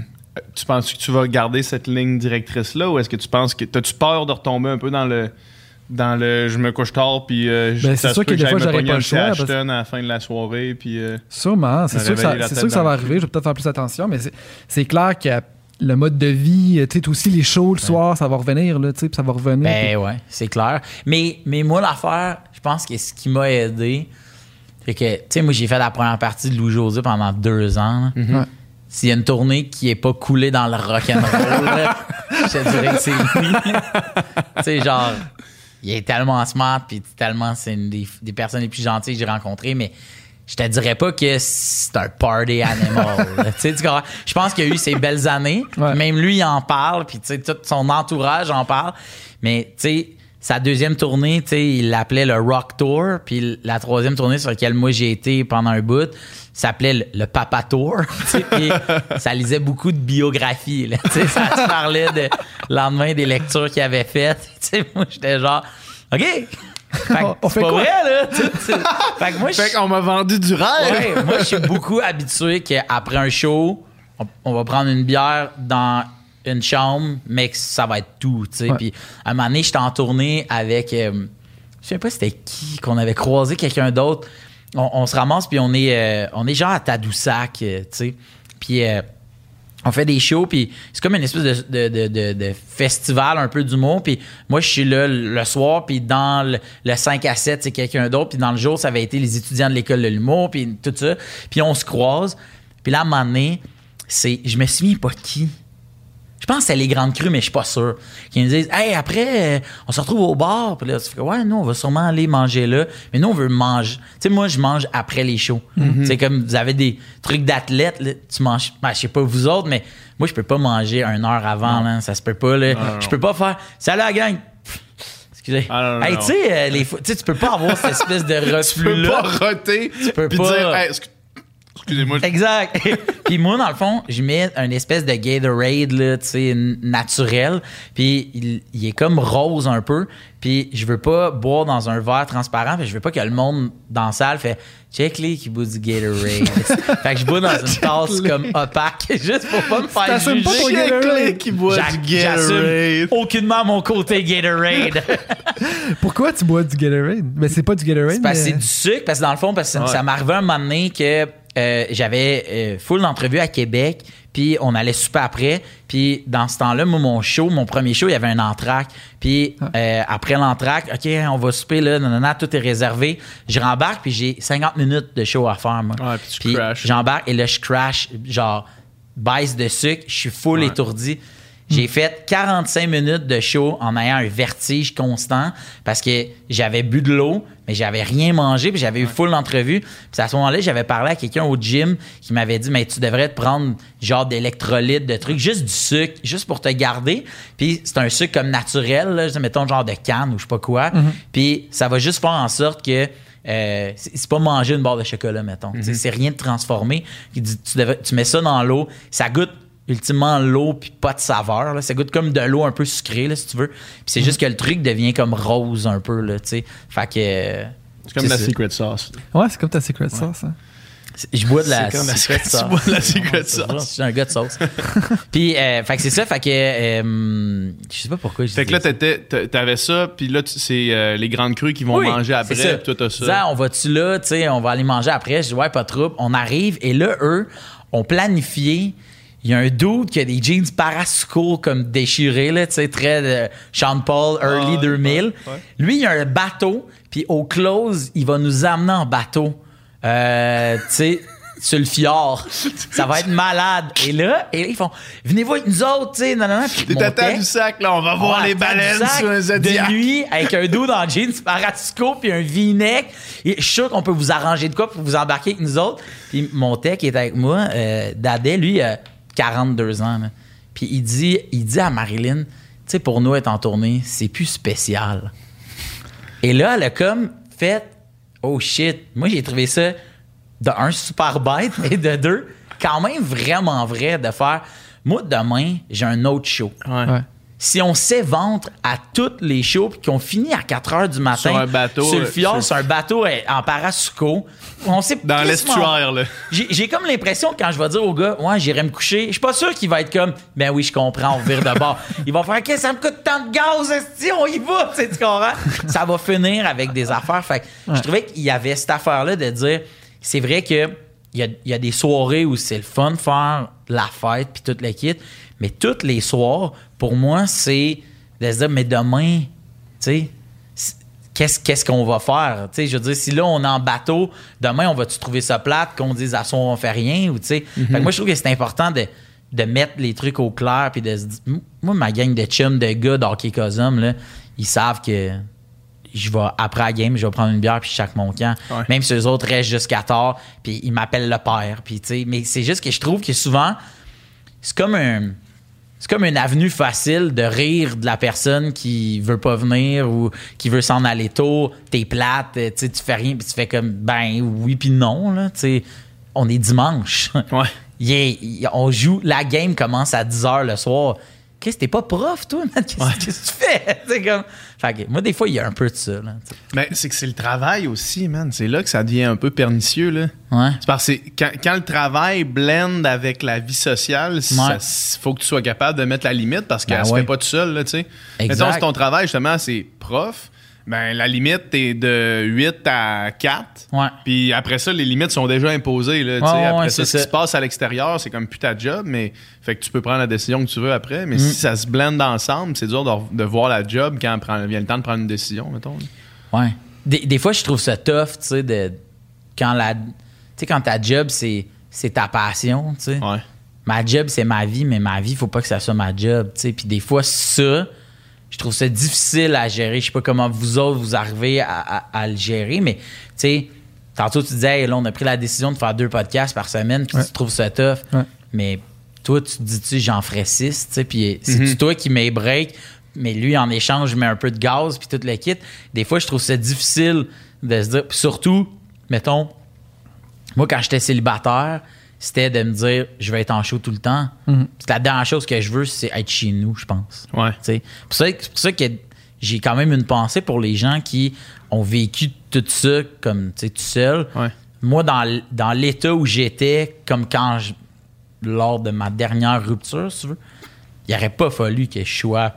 tu penses que tu vas garder cette ligne directrice-là, ou est-ce que tu penses que. T'as-tu peur de retomber un peu dans le. Dans le je me couche tard, puis euh, ben, c'est sûr que, que des fois, j'aurais pas le choix. Parce... à la fin de la soirée, puis. Euh, Sûrement, c'est sûr que ça, c'est sûr que ça va arriver. Je vais peut-être faire plus attention, mais c'est, c'est clair que le mode de vie, tu sais, aussi les shows le ouais. soir, ça va revenir, là, tu sais, puis ça va revenir. Ben puis... ouais, c'est clair. Mais, mais moi, l'affaire, je pense que ce qui m'a aidé, c'est que, tu sais, moi, j'ai fait la première partie de Louis-José pendant deux ans. Mm-hmm. Ouais. S'il y a une tournée qui est pas coulée dans le rock'n'roll, je te dirais que c'est lui. Tu sais, genre... Il est tellement smart, puis tellement, c'est une des, des personnes les plus gentilles que j'ai rencontrées, mais je te dirais pas que c'est un party animal. Je pense qu'il a eu ses belles années. Ouais. Même lui, il en parle, puis tout son entourage en parle. Mais tu sais, sa deuxième tournée, il l'appelait le Rock Tour, puis la troisième tournée sur laquelle moi j'ai été pendant un bout s'appelait le, le Papa Tour. Puis ça lisait beaucoup de biographies. Là, ça se parlait de lendemain des lectures qu'il avait faites. Moi, j'étais genre, OK! Fait que on c'est fait pas quoi? vrai, là! Fait que moi, fait qu'on m'a vendu du rêve! Ouais, moi, je suis beaucoup habitué qu'après un show, on, on va prendre une bière dans une chambre, mais que ça va être tout, tu sais. Ouais. Puis à un moment donné, j'étais en tournée avec... Euh, je sais pas c'était qui, qu'on avait croisé quelqu'un d'autre. On, on se ramasse, puis on est, euh, on est genre à Tadoussac, euh, tu sais. Puis euh, on fait des shows, puis c'est comme une espèce de, de, de, de, de festival un peu d'humour. Puis moi, je suis là le soir, puis dans le, le cinq à sept, c'est quelqu'un d'autre. Puis dans le jour, ça avait été les étudiants de l'école de l'humour, puis tout ça. Puis on se croise. Puis là, à un moment donné, c'est, je me souviens pas qui. Je pense que c'est les Grandes Crues, mais je suis pas sûr. Qui me disent, hey, après, euh, on se retrouve au bar. Puis là, tu fais, ouais, nous, on va sûrement aller manger là. Mais nous, on veut manger. Tu sais, moi, je mange après les shows. Mm-hmm. Tu sais, comme vous avez des trucs d'athlètes, là, tu manges. Ben, je sais pas vous autres, mais moi, je peux pas manger une heure avant. Là, ça se peut pas. Là. Je peux pas faire, salut la gang. Excusez. Ah, non, non, hey, tu sais, euh, les... tu peux pas avoir cette espèce de reflux-là. Tu peux pas roter. Tu peux puis pas. Dire, hey, excusez-moi. Exact. Puis moi, dans le fond, je mets une espèce de Gatorade, là, tu sais, naturel. Puis il, il est comme rose un peu. Puis je veux pas boire dans un verre transparent. Puis je veux pas que le monde dans la salle fait « Check les qui boit du Gatorade. » Fait que je bois dans une tasse comme opaque, juste pour pas me faire T'assumes juger. pas ton Check Gatorade. les qui boit J'a- du Gatorade. J'assume aucunement mon côté Gatorade. Pourquoi tu bois du Gatorade? Mais c'est pas du Gatorade. C'est parce que mais... c'est du sucre. Parce que dans le fond, parce que Ouais. ça m'arrivait un moment donné que euh, j'avais euh, full d'entrevues à Québec, puis on allait souper après. Puis dans ce temps-là, moi, mon show, mon premier show, il y avait un entracte. Puis euh, après l'entracte, OK, on va souper, là, nanana, tout est réservé. Je rembarque, puis j'ai cinquante minutes de show à faire, moi. Ouais, puis tu Puis crashes. j'embarque, et là, je crash, genre, baisse de sucre, je suis full Ouais. étourdi. J'ai fait quarante-cinq minutes de show en ayant un vertige constant parce que j'avais bu de l'eau, mais j'avais rien mangé, puis j'avais eu full d'entrevues. Puis à ce moment-là, j'avais parlé à quelqu'un au gym qui m'avait dit « Mais tu devrais te prendre genre d'électrolytes, de trucs, juste du sucre, juste pour te garder. » Puis c'est un sucre comme naturel, là, mettons genre de canne ou je sais pas quoi. Mm-hmm. Puis ça va juste faire en sorte que Euh, c'est, c'est pas manger une barre de chocolat, mettons. Mm-hmm. C'est rien de transformé. Tu, devrais, tu mets ça dans l'eau, ça goûte ultimement l'eau puis pas de saveur. Là. Ça goûte comme de l'eau un peu sucrée, là, si tu veux. Puis c'est mm-hmm. juste que le truc devient comme rose un peu. Là, fait que... C'est comme c'est la ça. secret sauce. Ouais, c'est comme ta secret sauce. Hein. Je bois de la C'est comme la secret secret- sauce. tu bois de la Ouais, secret c'est ça. sauce. Je suis un gars de sauce. Puis, euh, fait que c'est ça. Fait que, euh, je sais pas pourquoi je Fait que là, disais ça. t'étais- t'avais ça, puis là, tu- c'est euh, les grandes crues qui vont Oui, manger après, c'est ça. puis toi, t'as ça. Disant, on va-tu là, tu sais, on va aller manger après. Je dis, ouais, pas de trouble. On arrive, et là, eux, ont planifié. Il y a un dude qui a des jeans Parasuco comme déchirés, là, tu sais, très euh, Sean Paul, early Ah, deux mille. ouais, ouais. Lui, il a un bateau, puis au close, il va nous amener en bateau. Euh, tu sais, sur le fjord. Ça va être malade. Et là, et là, ils font, venez-vous avec nous autres, tu sais, non, non, non. Puis T'es à table du sac, là, on va voir Ouais, les à table baleines du sac, sur un Zodiac. de nuit, avec un dos dans le jeans, Parasuco, puis un V-neck. Et je suis sûr qu'on peut vous arranger de quoi pour vous embarquer avec nous autres. Puis mon tech qui est avec moi, euh, Dadé, lui, il a quarante-deux ans. Là. Puis il dit, il dit à Marilyn, tu sais, pour nous être en tournée, c'est plus spécial. Et là, elle a comme fait, oh shit, moi j'ai trouvé ça de un, super bête, et de deux, quand même vraiment vrai de faire, moi demain, j'ai un autre show. Ouais. Ouais. Si on s'éventre à toutes les shows puis qu'on finit à quatre heures du matin Sur un bateau, sur le euh, fjord, sur- sur un bateau euh, en Parasuco, on sait Dans quasiment- l'estuaire, là. J'ai, j'ai comme l'impression que quand je vais dire au gars, ouais, j'irai me coucher, je suis pas sûr qu'il va être comme, ben oui, je comprends, on vire de bord. Il va faire, OK, ça me coûte tant de gaz, esti, on y va, tu sais, tu comprends? Ça va finir avec des affaires. Fait que je trouvais qu'il y avait cette affaire-là de dire, c'est vrai que il y a, il y a des soirées où c'est le fun de faire la fête puis toute l'équipe, mais toutes les soirs, pour moi, c'est de se dire, mais demain, tu sais, c'est- qu'est-ce, qu'est-ce qu'on va faire? Tu sais, je veux dire, si là, on est en bateau, demain, on va-tu trouver ça plate, qu'on dise, à son, on fait rien, ou tu sais. Fait que moi, je trouve que c'est important de, de mettre les trucs au clair, puis de se dire, moi, ma gang de chums, de gars d'hockey cosum, là, ils savent que je vais, après la game, je vais prendre une bière puis je chaque mon camp. Ouais. Même si eux autres restent jusqu'à tard, puis ils m'appellent le père, puis tu sais. Mais c'est juste que je trouve que souvent, c'est comme un... C'est comme une avenue facile de rire de la personne qui veut pas venir ou qui veut s'en aller tôt. T'es plate, tu sais, tu fais rien, puis tu fais comme, ben oui puis non, là, tu sais. On est dimanche. Ouais. Il est- il- on joue, la game commence à dix heures le soir. Qu'est-ce que t'es pas prof, toi, man? Qu'est-ce, Ouais. qu'est-ce que tu fais? C'est comme... Fait que moi, des fois, il y a un peu de ça, là. tu sais. Mais c'est que c'est le travail aussi, man. C'est là que ça devient un peu pernicieux, là. Ouais. C'est parce que c'est- quand, quand le travail blende avec la vie sociale, Ouais. il faut que tu sois capable de mettre la limite parce qu'elle Ben se ouais. fait pas tout seul, là, tu sais. Exact. Mettons, si ton travail, justement, c'est prof, ben la limite, t'es de huit à quatre. Ouais. Puis après ça, les limites sont déjà imposées, là, tu sais. Ouais, ouais, Après ouais, ça, c'est ce qui ça. se passe à l'extérieur, c'est comme plus ta job, mais fait que tu peux prendre la décision que tu veux après. Mm. Mais si ça se blende ensemble, c'est dur de, de voir la job quand prend- vient le temps de prendre une décision, mettons. là. Ouais. Des, des fois, je trouve ça tough, tu sais, de quand la, tu sais, quand ta job, c'est, c'est ta passion, tu sais. Ouais. Ma job, c'est ma vie, mais ma vie, faut pas que ça soit ma job, tu sais. Puis des fois, ça, je trouve ça difficile à gérer. Je sais pas comment vous autres, vous arrivez à, à- à le gérer, mais, tu sais, tantôt, tu disais, hey, là, on a pris la décision de faire deux podcasts par semaine, puis Ouais. tu trouves ça tough. Ouais. Mais toi, tu te dis-tu, j'en ferais six, tu sais, puis c'est Mhm. toi qui mets break, mais lui, en échange, je mets un peu de gaz, puis tout le kit. Des fois, je trouve ça difficile de se dire, puis surtout, mettons, moi, quand j'étais célibataire, c'était de me dire, je vais être en show tout le temps. Mhm. Puis la dernière chose que je veux, c'est être chez nous, je pense. Ouais. Tu sais. Pour ça- C'est pour ça que j'ai quand même une pensée pour les gens qui ont vécu tout ça comme, tu sais, tout seul. Ouais. Moi, dans, l- dans l'état où j'étais, comme quand je, lors de ma dernière rupture, si tu veux, il n'aurait pas fallu que je sois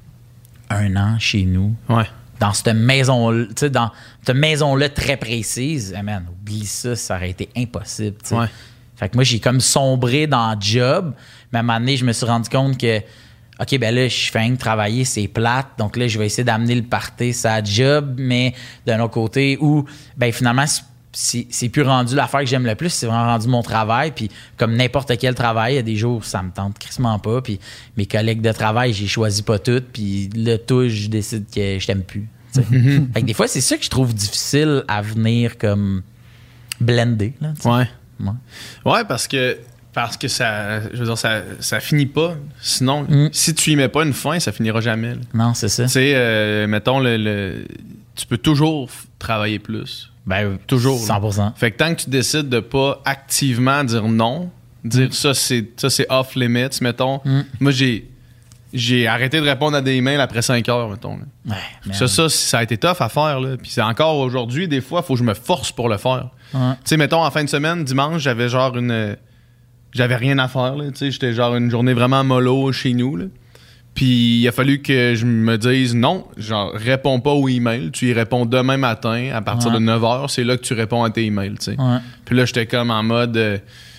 un an chez nous, Ouais. dans cette maison, tu sais, dans cette maison-là très précise. Eh man, oublie ça, ça aurait été impossible. tu sais. Ouais. Fait que moi, j'ai comme sombré dans le job, mais à un moment donné, je me suis rendu compte que, OK, ben là, je fais rien que travailler, c'est plate. Donc là, je vais essayer d'amener le party, ça job, mais d'un autre côté, où, ben finalement, c'est- c'est c'est plus rendu l'affaire que j'aime le plus, c'est vraiment rendu mon travail. Puis comme n'importe quel travail, il y a des jours où ça me tente crissement pas. Puis mes collègues de travail, j'ai choisi pas toutes. Puis là, tout, je décide que je t'aime plus. tu sais. Fait que des fois, c'est ça que je trouve difficile à venir comme blender. Là, tu sais. Ouais. Ouais. Ouais, parce que parce que ça, je veux dire, ça, ça finit pas. Sinon, Mm. si tu y mets pas une fin, ça finira jamais. là. Non, c'est ça. Tu sais, euh, mettons, le, le- tu peux toujours f- travailler plus. Ben, Toujours. cent pour cent. Fait que tant que tu décides de pas activement dire non, dire ça, c'est ça c'est off limits, mettons. Mm. Moi, j'ai j'ai arrêté de répondre à des emails après cinq heures, mettons. Là. Ouais, ça, ça, ça a été tough à faire. Là. Puis c'est encore aujourd'hui, des fois, il faut que je me force pour le faire. Ouais. Tu sais, mettons, en fin de semaine, dimanche, j'avais genre une... J'avais rien à faire, là. Tu sais, j'étais genre une journée vraiment mollo chez nous, là. Puis il a fallu que je me dise non, genre réponds pas aux emails, tu y réponds demain matin à partir ouais. de neuf heures, c'est là que tu réponds à tes emails, tu sais. Ouais. Puis là j'étais comme en mode euh,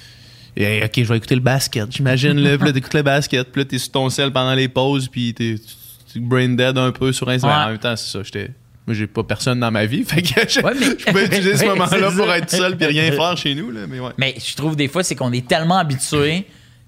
hey, OK, je vais écouter le basket, j'imagine là, puis là t'écoutes le basket, puis là t'es sur ton cell pendant les pauses, puis t'es, t'es brain dead un peu sur Instagram. Ouais. En même temps, c'est ça, j'étais moi j'ai pas personne dans ma vie, fait que je, ouais, mais... je peux utiliser ce moment-là pour être seul puis rien faire chez nous là, mais ouais. Mais je trouve des fois c'est qu'on est tellement habitué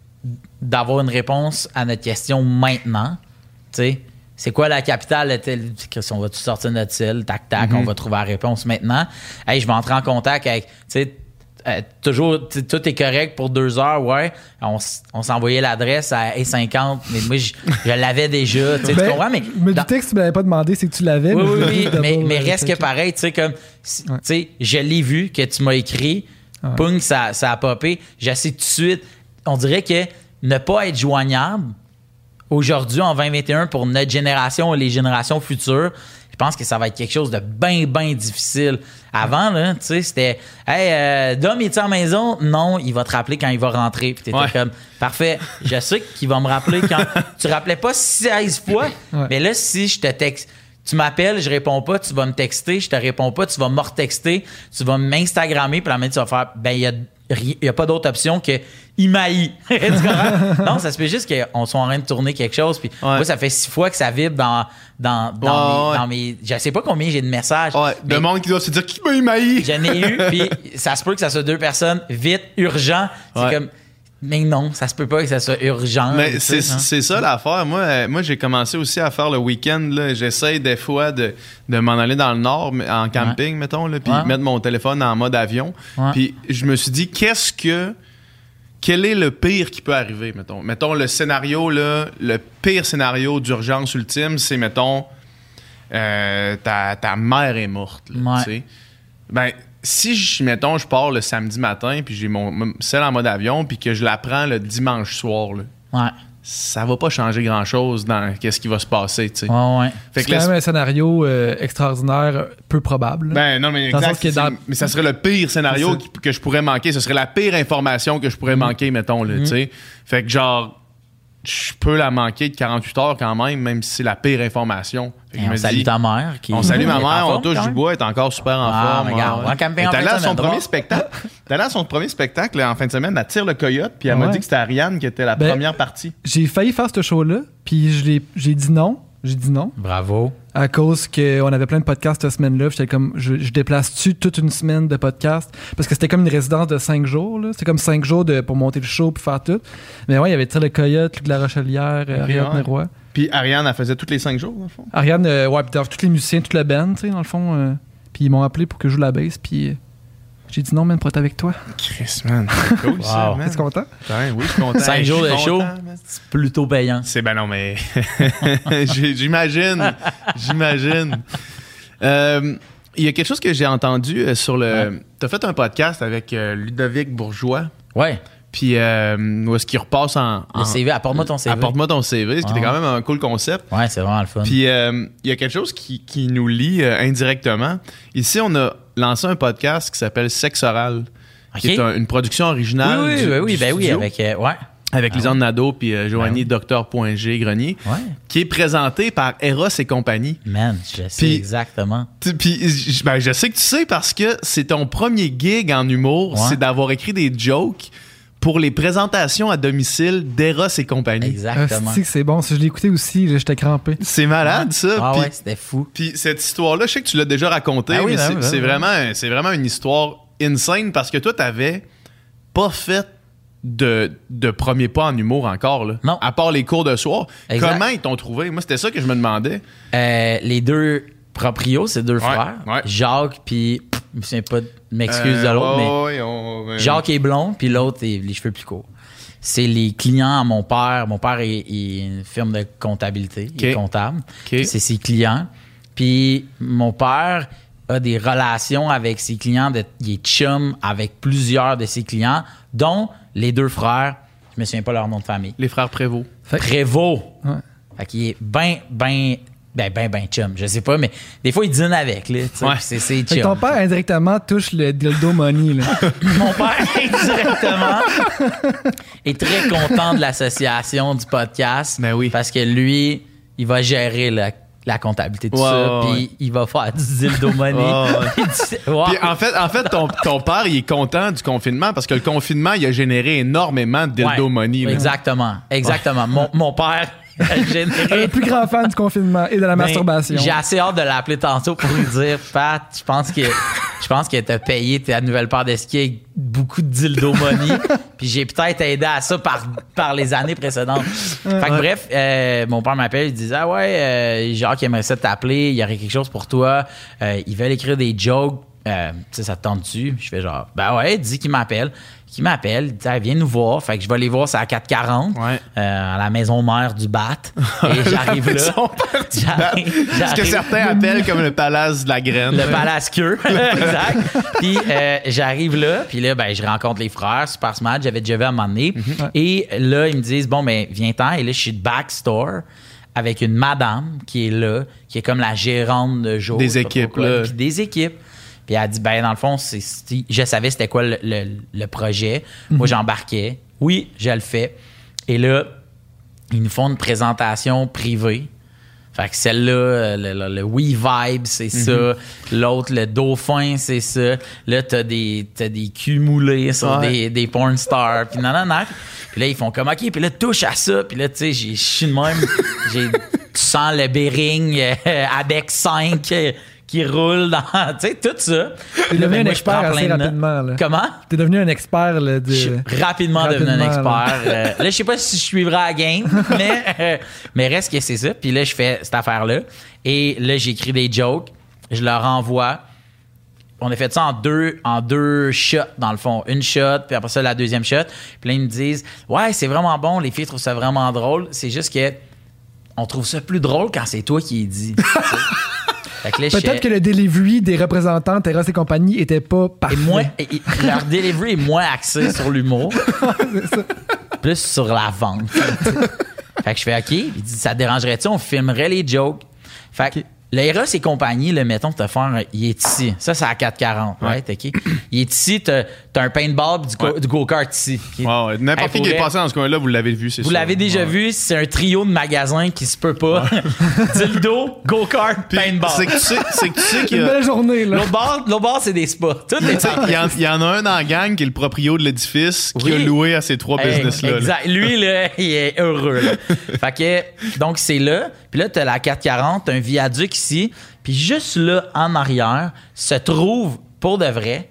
d'avoir une réponse à notre question maintenant. Tu sais, c'est quoi la capitale de tel... On va tout sortir de notre cell, tac, tac, mm-hmm. on va trouver la réponse maintenant. Hey, je vais entrer en contact avec... Tu sais, euh, toujours, tout est correct pour deux heures, ouais. On, on s'envoyait l'adresse à A cinquante, mais moi, je, je l'avais déjà. Tu ben, comprends? Mais me dans... doutais que tu m'avais pas demandé, c'est que tu l'avais. Oui, mais oui, oui, mais, mais euh, reste que pareil, tu sais, comme... Tu sais, ouais. je l'ai vu, que tu m'as écrit, ouais. Pung, ça, ça a popé. J'essaie tout de suite. On dirait que ne pas être joignable aujourd'hui, en vingt vingt et un, pour notre génération et les générations futures, je pense que ça va être quelque chose de bien, bien difficile. Avant, là, tu sais, c'était « Hey, euh, Dom, est-tu à la maison? » Non, il va te rappeler quand il va rentrer. Puis t'étais ouais. comme « Parfait, je sais qu'il va me rappeler quand... » Tu rappelais pas seize fois, ouais. mais là, si je te texte... Tu m'appelles, je réponds pas, tu vas me texter, je te réponds pas, tu vas me retexter, tu vas m'instagrammer, puis la main, tu vas faire « Ben, il y a... il n'y a pas d'autre option que il m'haït. » Non, ça se fait juste qu'on soit en train de tourner quelque chose. Puis ouais. moi, ça fait six fois que ça vibre dans, dans, dans, ouais, mes, ouais. dans mes... Je sais pas combien j'ai de messages. Ouais, de monde qui doit se dire « Qui m'a émaillé? » J'en ai eu, puis ça se peut que ça soit deux personnes, vite, urgent. C'est ouais. comme... Mais non, ça se peut pas que ça soit urgent. Mais c'est, c'est ça l'affaire. Moi, euh, moi, j'ai commencé aussi à faire le week-end. Là. J'essaye des fois de, de m'en aller dans le nord, en camping, ouais. mettons, là, puis ouais. mettre mon téléphone en mode avion. Ouais. Puis je me suis dit, qu'est-ce que... Quel est le pire qui peut arriver, mettons? Mettons, le scénario, là, le pire scénario d'urgence ultime, c'est, mettons, euh, ta, ta mère est morte. Là, ouais. tu sais. Ben... Si, je, mettons, je pars le samedi matin, puis j'ai mon celle en mode avion, puis que je la prends le dimanche soir, là, ouais. ça va pas changer grand-chose dans qu'est-ce qui va se passer, tu sais. Ouais, ouais. C'est quand même un scénario euh, extraordinaire, peu probable. Ben non, mais exact. Dans... Mais ça serait le pire scénario qui, que je pourrais manquer. Ce serait la pire information que je pourrais mmh. manquer, mettons, là, mmh. tu sais. Fait que genre... je peux la manquer de quarante-huit heures quand même, même si c'est la pire information. On salue dis, ta mère. Qui... On salue ma mère, on touche du bois, elle est encore super en ah, forme. Regarde, ouais. camping en t'es allé à son droit. premier spectacle. T'es allé à son premier spectacle là, en fin de semaine, elle tire le coyote, puis elle ouais. m'a dit que c'était Ariane qui était la ben, première partie. J'ai failli faire ce show-là, puis je l'ai, j'ai dit non. J'ai dit non. Bravo. À cause qu'on avait plein de podcasts cette semaine-là. J'étais comme, je, je déplace-tu toute une semaine de podcasts? Parce que c'était comme une résidence de cinq jours. Là. C'était comme cinq jours de, pour monter le show puis faire tout. Mais ouais, il y avait le Coyote, Luc de la Rochelière, okay, Ariane ouais. Roy. Puis Ariane, elle faisait tous les cinq jours, dans le fond? Ariane, euh, ouais, puis tous les musiciens, toute la band, tu sais, dans le fond. Euh, puis ils m'ont appelé pour que je joue la bass. Puis euh, j'ai dit non, man, pour être avec toi. Chris, man. C'est cool, wow. ça, man. T'es content? Ouais, oui, je suis content. Cinq jours de show, content, c'est plutôt payant. C'est ben non, mais j'imagine, j'imagine. Euh, il y a quelque chose que j'ai entendu sur le... Ouais. T'as fait un podcast avec euh, Ludovic Bourgeois. Ouais. Puis euh, où est-ce qu'il repasse en... en le C V, apporte-moi ton C V. Apporte-moi ton C V, ce qui ah. était quand même un cool concept. Ouais, c'est vraiment le fun. Puis euh, il y a quelque chose qui, qui nous lie euh, indirectement. Ici, on a lancé un podcast qui s'appelle Sexe Oral, okay. qui est un, une production originale oui, oui, du, oui, oui, du ben studio. oui, avec... Euh, ouais. Avec ah Lisanne ouais. Nadeau puis euh, Joanie ben oui. Docteur.G Grenier, ouais. qui est présenté par Eros et compagnie. Man, je sais pis, exactement. Puis ben, je sais que tu sais parce que c'est ton premier gig en humour, ouais. c'est d'avoir écrit des jokes pour les présentations à domicile d'Eros et compagnie. Exactement. Ah, c'est bon, si je l'ai écouté aussi, là, j'étais crampé. C'est malade, ah. ça. Ah pis, ouais, c'était fou. Puis cette histoire-là, je sais que tu l'as déjà racontée, ah oui, mais non, c'est, non, c'est, non. Vraiment, c'est vraiment une histoire insane parce que toi, t'avais pas fait de, de premier pas en humour encore, là. Non. À part les cours de soir. Exact. Comment ils t'ont trouvé? Moi, c'était ça que je me demandais. Euh, les deux proprios, c'est deux ouais, frères. Ouais. Jacques, puis je me souviens pas, de m'excuse euh, de l'autre, oh, mais on, euh... Jacques est blond, puis l'autre, est les cheveux plus courts. C'est les clients à mon père. Mon père est, est une firme de comptabilité, okay. il est comptable. Okay. C'est ses clients. Puis mon père a des relations avec ses clients, de, il est chum avec plusieurs de ses clients, dont les deux frères, je me souviens pas leur nom de famille. Les frères Prévost. Prévost. Ouais. Fait qu'il est ben, ben, ben, ben, ben chum. Je sais pas, mais des fois, il dîne avec, là. Ouais. C'est, c'est chum. Fait que ton père, indirectement, touche le dildo money, là. Mon père, indirectement, est très content de l'association du podcast. Ben oui. Parce que lui, il va gérer la, la comptabilité de tout ouais, ça, ouais, puis ouais. il va faire du dildo money. Ouais, ouais. Wow. Puis en fait, en fait ton, ton père, il est content du confinement parce que le confinement, il a généré énormément de dildo Ouais. money. Là. Exactement, exactement. Mon, mon père a généré... Le plus grand fan du confinement et de la Ben, masturbation. J'ai assez hâte de l'appeler tantôt pour lui dire, Pat, je pense que je pense que t'as payé ta nouvelle paire de skis avec beaucoup de dildo money. Puis j'ai peut-être aidé à ça par, par les années précédentes. Fait que Ouais. bref, euh, mon père m'appelle, il disait, ah ouais, euh, Jacques aimerait ça t'appeler, il y aurait quelque chose pour toi. Euh, ils veulent écrire des jokes. Euh, tu sais, ça te tente-tu? Je fais genre, ben ouais, dis qu'il m'appelle. Qui m'appelle, il dit, ah, viens nous voir. Fait que je vais les voir, c'est à quatre quarante, Ouais. euh, à la maison mère du Bat. Et j'arrive là. Maison mère du J'arrive- Ce que j'arrive- certains appellent comme le palace de la graine. le palace queue. Exact. Puis euh, j'arrive là, puis là, ben, je rencontre les frères, super smart, j'avais déjà vu à un moment donné. Et là, ils me disent, bon, ben, viens-t'en. Et là, je suis de backstore avec une madame qui est là, qui est comme la gérante de jour. Des je sais pas équipes, trop quoi. là. Puis des équipes. Puis elle a dit, ben, dans le fond, c'est, c'est- je savais c'était quoi le, le- le projet. Moi, j'embarquais. Oui, je le fais. Et là, ils nous font une présentation privée. Fait que celle-là, le, le, le We Vibe, c'est ça. L'autre, le Dauphin, c'est ça. Là, t'as des, t'as des culs moulés sur Ouais. des, des porn stars. Puis non, non, non. Puis là, ils font comme, OK, puis là, touche à ça. Puis là, tu sais, j'ai- je suis de même. J'ai, tu sens le Bering euh, avec cinq euh, qui roule dans... Tu sais, tout ça. T'es Là, devenu ben, un moi, je expert prends assez plein de notes. rapidement, là. Comment? T'es devenu un expert, là, de... Je suis rapidement, devenu un Rapidement, là. expert. Euh, là, je sais pas si je suivrai à la game, mais, euh, mais reste que c'est ça. Puis là, je fais cette affaire-là. Et là, j'écris des jokes. Je leur envoie. On a fait ça en deux, en deux shots, dans le fond. Une shot, puis après ça, la deuxième shot. Puis là, ils me disent, ouais, c'est vraiment bon. Les filles trouvent ça vraiment drôle. C'est juste que on trouve ça plus drôle quand c'est toi qui es dit. Fait que là, je Peut-être fais- que le delivery des représentants de Terrasse et compagnie était pas parfait. Et moins, et- et leur delivery est moins axé sur l'humour, plus sur la vente. Fait que je fais OK. Il dit, ça te dérangerait-tu? On filmerait les jokes. Fait que le Eros et compagnie, le mettons, te faire, un- il est ici. Ça, c'est à quatre quarante, right? OK? Il est ici, t'as, t'as un paintball pis du, go- Ouais. du go-kart ici. OK? Ouais, ouais. N'importe Hey, qui qui est pour passé dans ce coin-là, vous l'avez vu, c'est Vous sûr. l'avez déjà Ouais. vu, c'est un trio de magasins qui se peut pas. Dildo, go-kart, Puis, paintball. C'est que tu sais, c'est que tu sais qu'il y Une a... belle journée, là. L'autre bord, l'autre bord, c'est des spas. Toutes les Tu sais, Il y, en, il y en a un dans la gang qui est le proprio de l'édifice qui Oui. a loué à ces trois Hey, business-là. là. Exact. Lui, là, il est heureux. Là. Fait que, donc, c'est là. Puis là, t'as la quatre quarante, t'as un viaduc ici. Puis juste là, en arrière, se trouve, pour de vrai,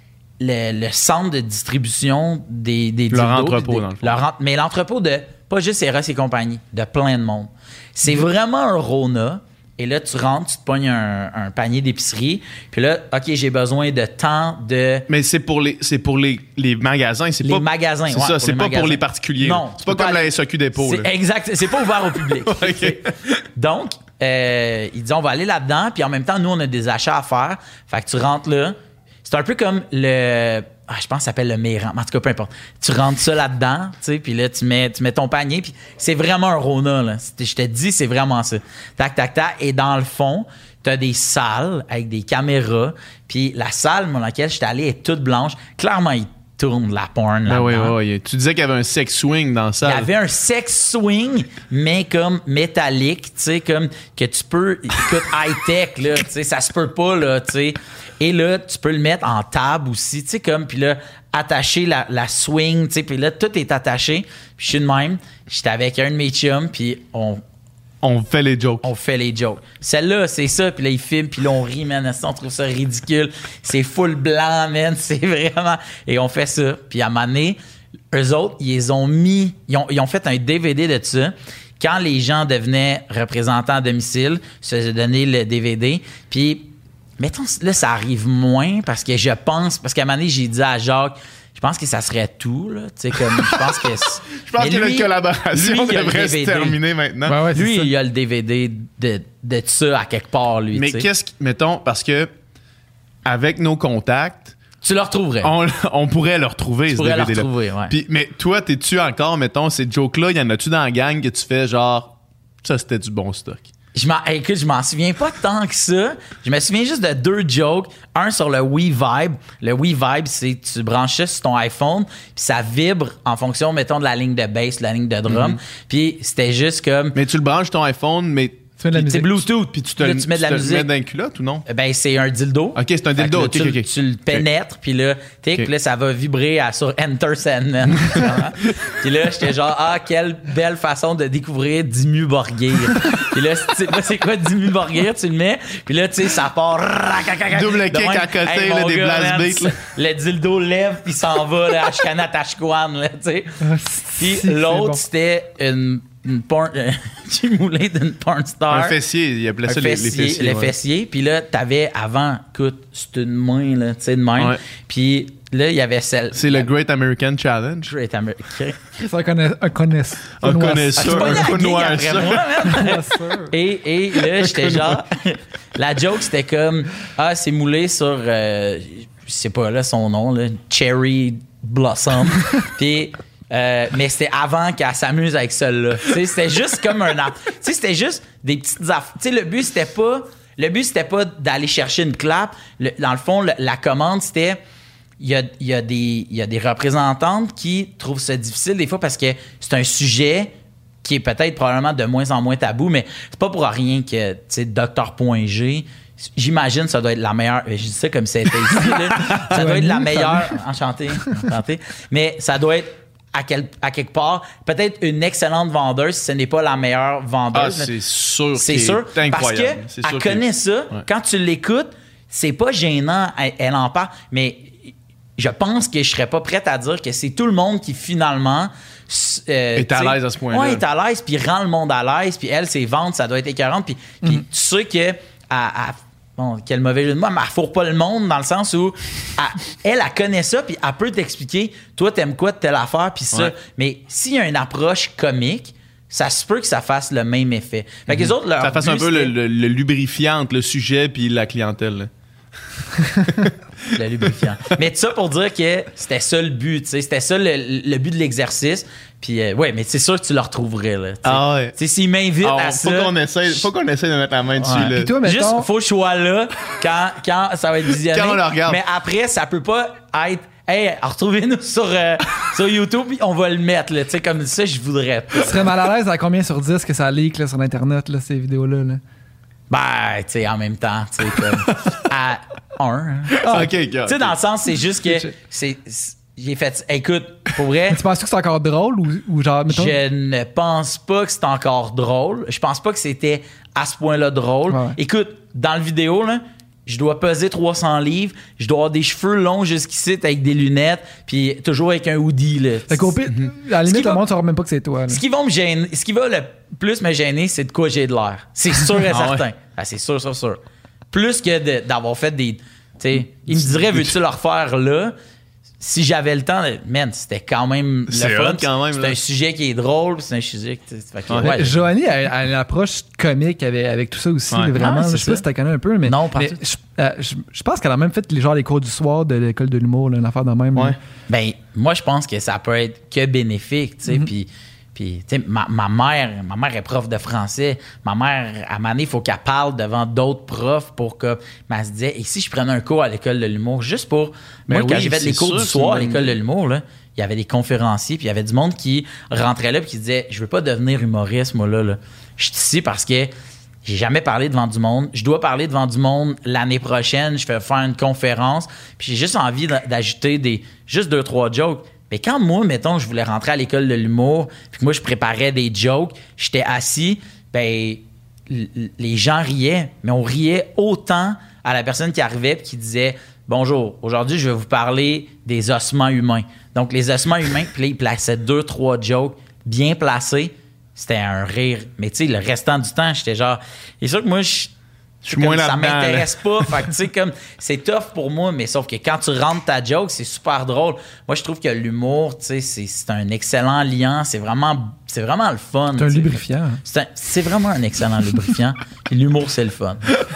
le, le centre de distribution des, des Leur dildos, entrepôt, des- dans le fond. leur en- mais l'entrepôt de, pas juste Eros et compagnie, de plein de monde. C'est vraiment un Rona. Et là, tu rentres, tu te pognes un, un panier d'épicerie. Puis là, OK, j'ai besoin de tant de... Mais c'est pour les, c'est pour les, les magasins. C'est Les pas, magasins, C'est ouais, ça, pour c'est les pas magasins. pour les particuliers. Non, là. C'est tu pas peux comme pas la aller- S A Q dépôt. C'est exact, c'est pas ouvert au public. OK. Donc, euh, il dit on va aller là-dedans, puis en même temps, nous, on a des achats à faire. Fait que tu rentres là. C'est un peu comme le. Ah, je pense que ça s'appelle le Méran. En tout cas, peu importe. Tu rentres ça là-dedans, tu sais, puis là, tu mets, tu mets ton panier, puis c'est vraiment un Rona, là. C'est- Je te dis, c'est vraiment ça. Tac, tac, tac. Et dans le fond, t'as des salles avec des caméras, puis la salle dans laquelle je suis allé est toute blanche. Clairement, il tourne de la porn Ben là-dedans. oui, oui, oui. Tu disais qu'il y avait un sex swing dans ça. Il y avait un sex swing, mais comme métallique, tu sais, comme que tu peux, écoute, high-tech, là, tu sais, ça se peut pas, là, tu sais. Et là, tu peux le mettre en table aussi, tu sais, comme, puis là, attacher la, la swing, tu sais, puis là, tout est attaché. Puis je suis de même, j'étais avec un de mes chums, puis on, On fait les jokes. on fait les jokes. Celle-là, c'est ça, puis là, ils filment, puis là, on rit, man, on trouve ça ridicule. C'est full blanc, man, c'est vraiment... Et on fait ça. Puis à un moment donné, eux autres, ils les ont mis... Ils ont, ils ont fait un D V D de ça. Quand les gens devenaient représentants à domicile, se faisaient donner le D V D. Puis, mettons, là, ça arrive moins, parce que je pense... Parce qu'à un moment donné, j'ai dit à Jacques... Je pense que ça serait tout, là. Tu sais, comme... Je pense que... Je pense Mais que lui- notre collaboration lui, il a le devrait se D V D. terminer maintenant. Ouais, ouais, c'est Lui, ça. il a le D V D de, de ça à quelque part, lui. Mais tu sais. qu'est-ce qui. Mettons, parce que avec nos contacts, Tu le retrouverais. on, on pourrait le retrouver, Tu ce pourrais le D V D-là. retrouver, ouais. Puis, mais toi, t'es-tu encore, mettons, ces jokes-là, y en a-tu dans la gang que tu fais genre. Ça, c'était du bon stock. Je m'en, écoute, je m'en souviens pas tant que ça. Je me souviens juste de deux jokes. Un sur le Wii Vibe. Le Wii Vibe, c'est tu branches ça sur ton iPhone, puis ça vibre en fonction, mettons, de la ligne de bass, de la ligne de drum. Mm-hmm. Puis c'était juste comme... Mais tu le branches ton iPhone, mais... C'est Bluetooth. Puis tu te, là, tu mets de la tu te musique. le mets dans une culotte ou non? Ben, c'est un dildo. OK, c'est un dildo. Là, okay, tu, okay. tu le pénètres, puis là, tic, okay. là, ça va vibrer à, sur Enter Sandman. Puis là, j'étais genre, ah, quelle belle façon de découvrir Dimmu Borgir. Puis là, tu sais pas c'est quoi Dimmu Borgir, tu le mets, puis là, tu sais, ça part. Double kick à côté, hey, là, des blast beats. Le dildo lève, puis s'en va, là, à Shkana Tashkwan, là, tu sais. Puis l'autre, bon. C'était une. Une porn, euh, Jim Moulin d'une porn star. Un fessier, il appelait ça fessier, les, les fessiers. Les ouais. fessiers. Puis là, t'avais avant, écoute, c'était une main, là, tu sais, de même. Ouais. Puis là, il y avait celle. C'est le Great American Challenge. Great American. C'est un connaisseur. Un connaisseur. Un connaisseur. Un connaisseur. Et, et là, j'étais genre. La joke, c'était comme. Ah, c'est moulé sur. Euh, je sais pas, là, son nom, là. Cherry Blossom. Puis. Euh, mais c'était avant qu'elle s'amuse avec celle-là. T'sais, c'était juste comme un app. C'était juste des petites affaires. T'sais, le but, c'était pas. Le but, c'était pas d'aller chercher une clap. Le, dans le fond, le, la commande, c'était. Il y a, y, a y a des représentantes qui trouvent ça difficile des fois parce que c'est un sujet qui est peut-être probablement de moins en moins tabou, mais c'est pas pour rien que, tu sais, docteur Point G. J'imagine que ça doit être la meilleure. Je dis ça comme si c'était ici. Là. Ça doit être la meilleure. Enchanté. Enchanté. Mais ça doit être. À, quel, à quelque part, peut-être une excellente vendeuse si ce n'est pas la meilleure vendeuse. Ah, c'est sûr. C'est sûr. C'est incroyable. Parce qu'elle connaît ça. Ouais. Quand tu l'écoutes, c'est pas gênant. Elle, elle en parle. Mais je pense que je serais pas prête à dire que c'est tout le monde qui finalement... Euh, est à l'aise à ce point-là. Oui, est à l'aise, puis rend le monde à l'aise. Puis elle, ses ventes, ça doit être écœurant. Puis, mm-hmm. puis tu sais que... À, à, Bon, quel mauvais jeu de mots, mais elle fourre pas le monde dans le sens où elle, elle, elle connaît ça, puis elle peut t'expliquer, toi, t'aimes quoi de telle affaire, puis ça. Ouais. Mais s'il y a une approche comique, ça se peut que ça fasse le même effet. Fait que mm-hmm. les autres, leur ça fasse un peu le, le, le lubrifiant entre le sujet puis la clientèle. Le lubrifiant. Mais tout ça pour dire que c'était ça le but, tu sais, c'était ça le, le but de l'exercice. Puis euh, ouais, mais c'est sûr que tu le retrouverais là. T'sais. Ah ouais. Tu sais, s'il m'invite ah, à faut ça, qu'on essaie, faut qu'on essaie de mettre la main dessus ouais. là. Puis toi, mettons, juste faut que je sois là quand quand ça va être visionné. Quand on le regarde. Mais après, ça peut pas être. Hey, retrouvez-nous sur, euh, sur YouTube, puis on va le mettre, là. Tu sais, comme ça, je voudrais pas. Tu serais mal à l'aise à combien sur dix que ça leak là, sur Internet, là, ces vidéos-là? Là? Ben, tu sais, en même temps, tu sais, comme. À un. Hein. Ah, ok, Tu sais, dans le sens, c'est juste que. c'est, c'est J'ai fait. Écoute, pour vrai. Mais tu penses que c'est encore drôle ou, ou genre. Mettons... Je ne pense pas que c'est encore drôle. Je pense pas que c'était à ce point-là drôle. Ouais. Écoute, dans la vidéo, là. Je dois peser trois cents livres, je dois avoir des cheveux longs jusqu'ici avec des lunettes, puis toujours avec un hoodie. Là. Fait qu'au pire, à la limite, le monde ne saura même pas que c'est toi. Là. Ce qui va me gêner, ce qui va le plus me gêner, c'est de quoi j'ai de l'air. C'est sûr et certain. Ah ouais. Ah, c'est sûr, sûr, sûr. Plus que de, d'avoir fait des. Tu sais, il me dirait, veux-tu le refaire là? Si j'avais le temps, man, c'était quand même c'est le fun. Quand même, c'est là. un sujet qui est drôle, c'est un sujet que... Fait que, ouais. Ouais, Joanie a, a une approche comique avec, avec tout ça aussi, ouais. vraiment. Ah, je sais pas si tu connais un peu, mais, non, mais je, euh, je, je pense qu'elle a même fait les, genre, les cours du soir de l'école de l'humour, là, une affaire de même. Ouais. Ben, moi, je pense que ça peut être que bénéfique, tu sais, mm-hmm. puis... Puis, tu sais, ma, ma mère, ma mère est prof de français. Ma mère, à un moment donné, il faut qu'elle parle devant d'autres profs pour que. Mais elle se disait, et si je prenais un cours à l'école de l'humour, juste pour. Ben moi, oui, quand j'ai fait les cours sûr, du soir à même... l'école de l'humour, là, il y avait des conférenciers, puis il y avait du monde qui rentrait là, puis qui disait, je veux pas devenir humoriste, moi, là. là. Je suis ici parce que j'ai jamais parlé devant du monde. Je dois parler devant du monde l'année prochaine. Je vais faire une conférence, puis j'ai juste envie d'ajouter des. Juste deux, trois jokes. Mais quand moi, mettons, je voulais rentrer à l'école de l'humour, puis que moi, je préparais des jokes, j'étais assis, ben les gens riaient, mais on riait autant à la personne qui arrivait et qui disait « Bonjour, aujourd'hui, je vais vous parler des ossements humains. » Donc, les ossements humains, puis là, il plaçait deux, trois jokes bien placés. C'était un rire. Mais tu sais, le restant du temps, j'étais genre... C'est sûr que moi, je... Je suis moins ça là-dedans. m'intéresse pas. Fait que, tu sais, comme, c'est tough pour moi, mais sauf que quand tu rentres ta joke, c'est super drôle. Moi, je trouve que l'humour, tu sais, c'est, c'est un excellent lien. C'est vraiment, c'est vraiment le fun. C'est un lubrifiant. C'est, un, c'est vraiment un excellent lubrifiant. Puis l'humour, c'est le fun.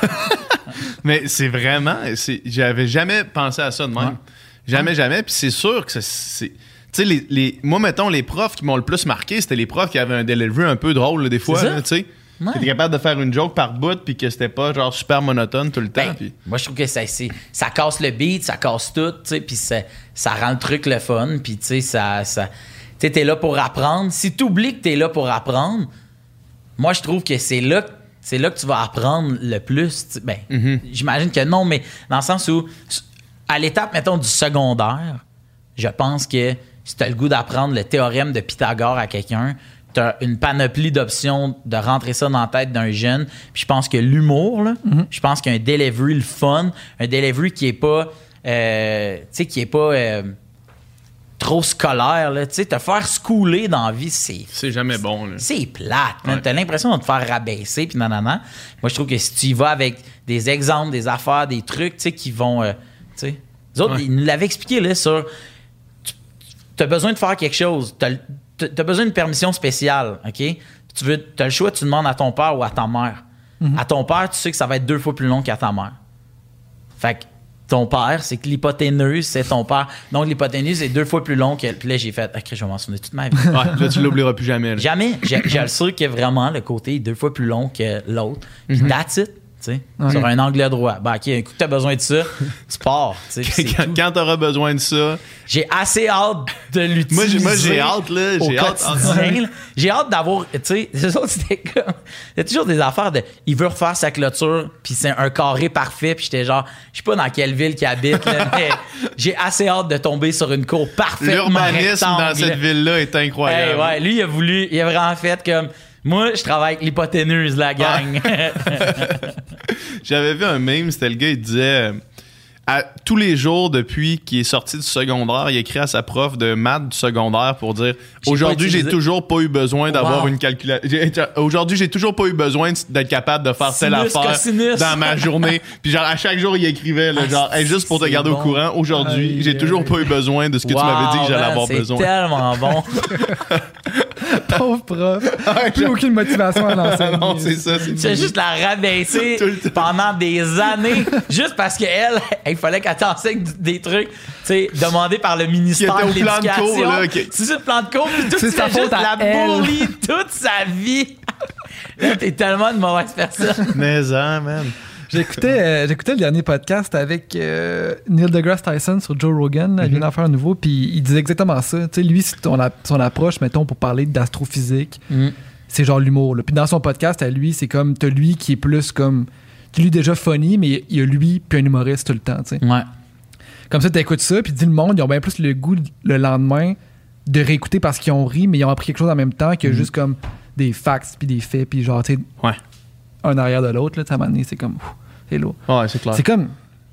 Mais c'est vraiment... C'est, j'avais jamais pensé à ça de même. Ouais. Jamais, ouais. jamais. Puis c'est sûr que c'est... c'est tu sais, les, les, moi, mettons, les profs qui m'ont le plus marqué, c'était les profs qui avaient un delivery un peu drôle, là, des fois, tu sais. Ouais. T'étais capable de faire une joke par bout puis que c'était pas genre super monotone tout le temps. Ben, puis... Moi, je trouve que ça, c'est, ça casse le beat, ça casse tout, tu sais, puis ça, ça rend le truc le fun, puis tu sais, ça... ça tu sais, t'es là pour apprendre. Si t'oublies que t'es là pour apprendre, moi, je trouve que c'est là, c'est là que tu vas apprendre le plus. T'sais. Ben, mm-hmm. J'imagine que non, mais dans le sens où, à l'étape, mettons, du secondaire, je pense que si t'as le goût d'apprendre le théorème de Pythagore à quelqu'un, t'as une panoplie d'options de rentrer ça dans la tête d'un jeune. Puis je pense que l'humour, là, mm-hmm. je pense qu'un delivery, le fun, un delivery qui est pas, euh, tu sais, qui est pas... Euh, trop scolaire, là. Tu sais, te faire schooler dans la vie, c'est... C'est jamais bon, là. C'est plate, man. Ouais. T'as l'impression de te faire rabaisser, puis nanana. Moi, je trouve que si tu y vas avec des exemples, des affaires, des trucs, tu sais, qui vont... Euh, tu sais... Les autres, ouais. Ils nous l'avaient expliqué, là, sur... Tu as besoin de faire quelque chose. T'as, t'as besoin d'une permission spéciale, OK? Tu veux... T'as le choix, tu demandes à ton père ou à ta mère. Mm-hmm. À ton père, tu sais que ça va être deux fois plus long qu'à ta mère. Fait que ton père, c'est que l'hypoténuse, c'est ton père. Donc, l'hypoténuse est deux fois plus long que... Puis là, j'ai fait... OK, je vais m'en souvenir toute ma vie. Ouais, là, tu l'oublieras plus jamais. Là. Jamais. J'ai, j'ai le sûr que vraiment, le côté est deux fois plus long que l'autre. Puis mm-hmm. that's it. Ouais. Sur un angle droit. Ben, OK, un coup que tu as besoin de ça, tu pars. Quand, quand tu auras besoin de ça... J'ai assez hâte de l'utiliser. Moi, j'ai, moi, j'ai hâte, là. J'ai hâte. Là. J'ai hâte d'avoir... Tu sais, c'est autres, c'était comme... Il y a toujours des affaires de... Il veut refaire sa clôture, puis c'est un carré parfait, puis j'étais genre... Je sais pas dans quelle ville qu'il habite, là, mais j'ai assez hâte de tomber sur une cour parfaitement rectangle. L'urbanisme dans cette ville-là est incroyable. Hey, ouais, lui, il a voulu... Il a vraiment fait comme... Moi, je travaille avec l'hypoténuse, la gang. J'avais vu un meme, c'était le gars, il disait... À, tous les jours depuis qu'il est sorti du secondaire, il écrit à sa prof de maths du secondaire pour dire « Aujourd'hui, j'ai toujours pas eu besoin d'avoir wow. une calculation. Aujourd'hui, j'ai toujours pas eu besoin d'être capable de faire sinus, telle affaire cosinus. Dans ma journée. » Puis genre, à chaque jour, il écrivait là, genre hey, « Juste pour te garder bon. Au courant, aujourd'hui, aïe, j'ai aïe. Toujours pas eu besoin de ce que wow, tu m'avais dit que j'allais man, avoir c'est besoin. » C'est tellement bon. Pauvre prof. Plus aucune motivation à l'enseigner. Non, c'est ça. C'est, c'est juste la rabaisser pendant des années, juste parce qu'elle, il fallait qu'elle t'enseigne des trucs, tu sais, demandés par le ministère de l'Éducation. Cours, là, okay. C'est juste le plan de cours, puis tout, c'est sa faute à la bully toute sa vie. Là, t'es tellement une mauvaise personne. Mais hein, man. J'écoutais, euh, j'écoutais le dernier podcast avec euh, Neil deGrasse Tyson sur Joe Rogan. Elle vient d'en faire un nouveau, puis il disait exactement ça. Tu sais, lui, son, son approche, mettons, pour parler d'astrophysique, mm. c'est genre l'humour. Là. Puis dans son podcast, à lui, c'est comme, t'as lui qui est plus comme, qui lui est déjà funny, mais il y a lui puis un humoriste tout le temps, tu sais. Ouais. Comme ça, t'écoutes ça, puis dis le monde, ils ont bien plus le goût le lendemain de réécouter parce qu'ils ont ri, mais ils ont appris quelque chose en même temps que mm. juste comme des facts puis des faits, puis genre, tu sais, ouais. un arrière de l'autre, là, à un moment donné, c'est comme, ouf, c'est lourd. Ouais, c'est clair. C'est comme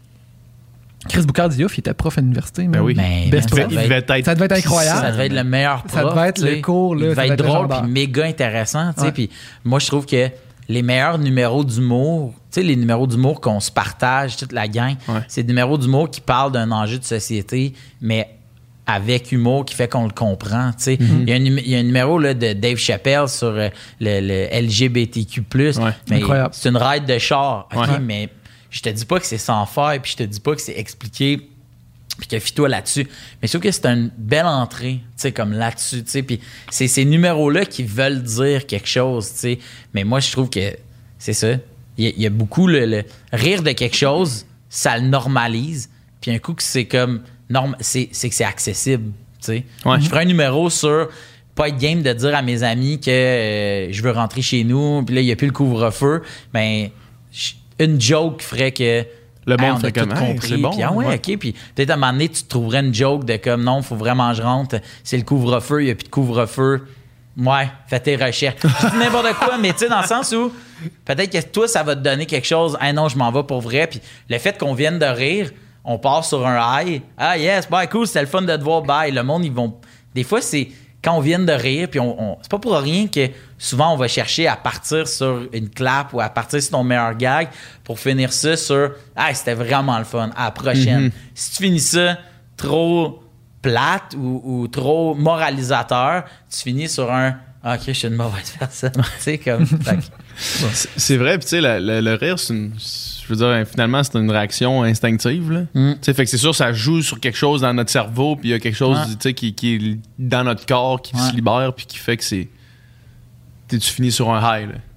Chris Boucard-Diouf, il était prof à l'université. Ben oui. Ben, Best prof. Il devait être, ça devait être incroyable. Ça devait être le meilleur prof. Ça devait être le cours, là. Il devait être drôle puis méga intéressant, tu sais. Puis moi, je trouve que les meilleurs numéros d'humour, tu sais, les numéros d'humour qu'on se partage, toute la gang, ouais. c'est des numéros d'humour qui parlent d'un enjeu de société, mais avec humour qui fait qu'on le comprend, tu sais. Mm-hmm. Il y a un, il y a un numéro là, de Dave Chappelle sur le, le L G B T Q plus, ouais. mais incroyable. C'est une ride de char, OK? Ouais. Mais je te dis pas que c'est sans faire, puis je te dis pas que c'est expliqué, puis que fie-toi là-dessus. Mais je trouve que c'est une belle entrée, tu sais, comme là-dessus, tu sais. Puis c'est ces numéros-là qui veulent dire quelque chose, tu sais. Mais moi, je trouve que c'est ça. Il y, y a beaucoup le, le rire de quelque chose, ça le normalise. Puis un coup que c'est comme norm, c'est, c'est que c'est accessible, tu sais. Ouais. Je ferai un numéro sur pas être game de dire à mes amis que euh, je veux rentrer chez nous, puis là il y a plus le couvre-feu. Ben une joke ferait que le monde hey, fait comme hey, c'est bon. Puis, ah ouais, ouais. OK. Puis peut-être à un moment donné, tu trouverais une joke de comme non, il faut vraiment que je rentre. C'est le couvre-feu, il n'y a plus de couvre-feu. Ouais, fais tes recherches. Je dis n'importe quoi, mais tu sais, dans le sens où peut-être que toi, ça va te donner quelque chose. Ah hey, non, je m'en vais pour vrai. Puis le fait qu'on vienne de rire, on part sur un high. Ah yes, bye, cool, c'était le fun de te voir, bye. Le monde, ils vont. Des fois, c'est quand on vient de rire, puis on, on... c'est pas pour rien que souvent on va chercher à partir sur une clap ou à partir sur ton meilleur gag pour finir ça sur ah, hey, c'était vraiment le fun, à la prochaine. Mm-hmm. Si tu finis ça trop plate ou, ou trop moralisateur, tu finis sur un ah, ok, je suis une mauvaise personne. Tu sais, comme. c'est, c'est vrai, puis tu sais, le, le, le rire, c'est une. Je veux dire, finalement, c'est une réaction instinctive. Là. Mm. Fait que c'est sûr, ça joue sur quelque chose dans notre cerveau, puis il y a quelque chose ouais. qui, qui est dans notre corps qui ouais. se libère, puis qui fait que c'est. Tu finis sur un high. Là.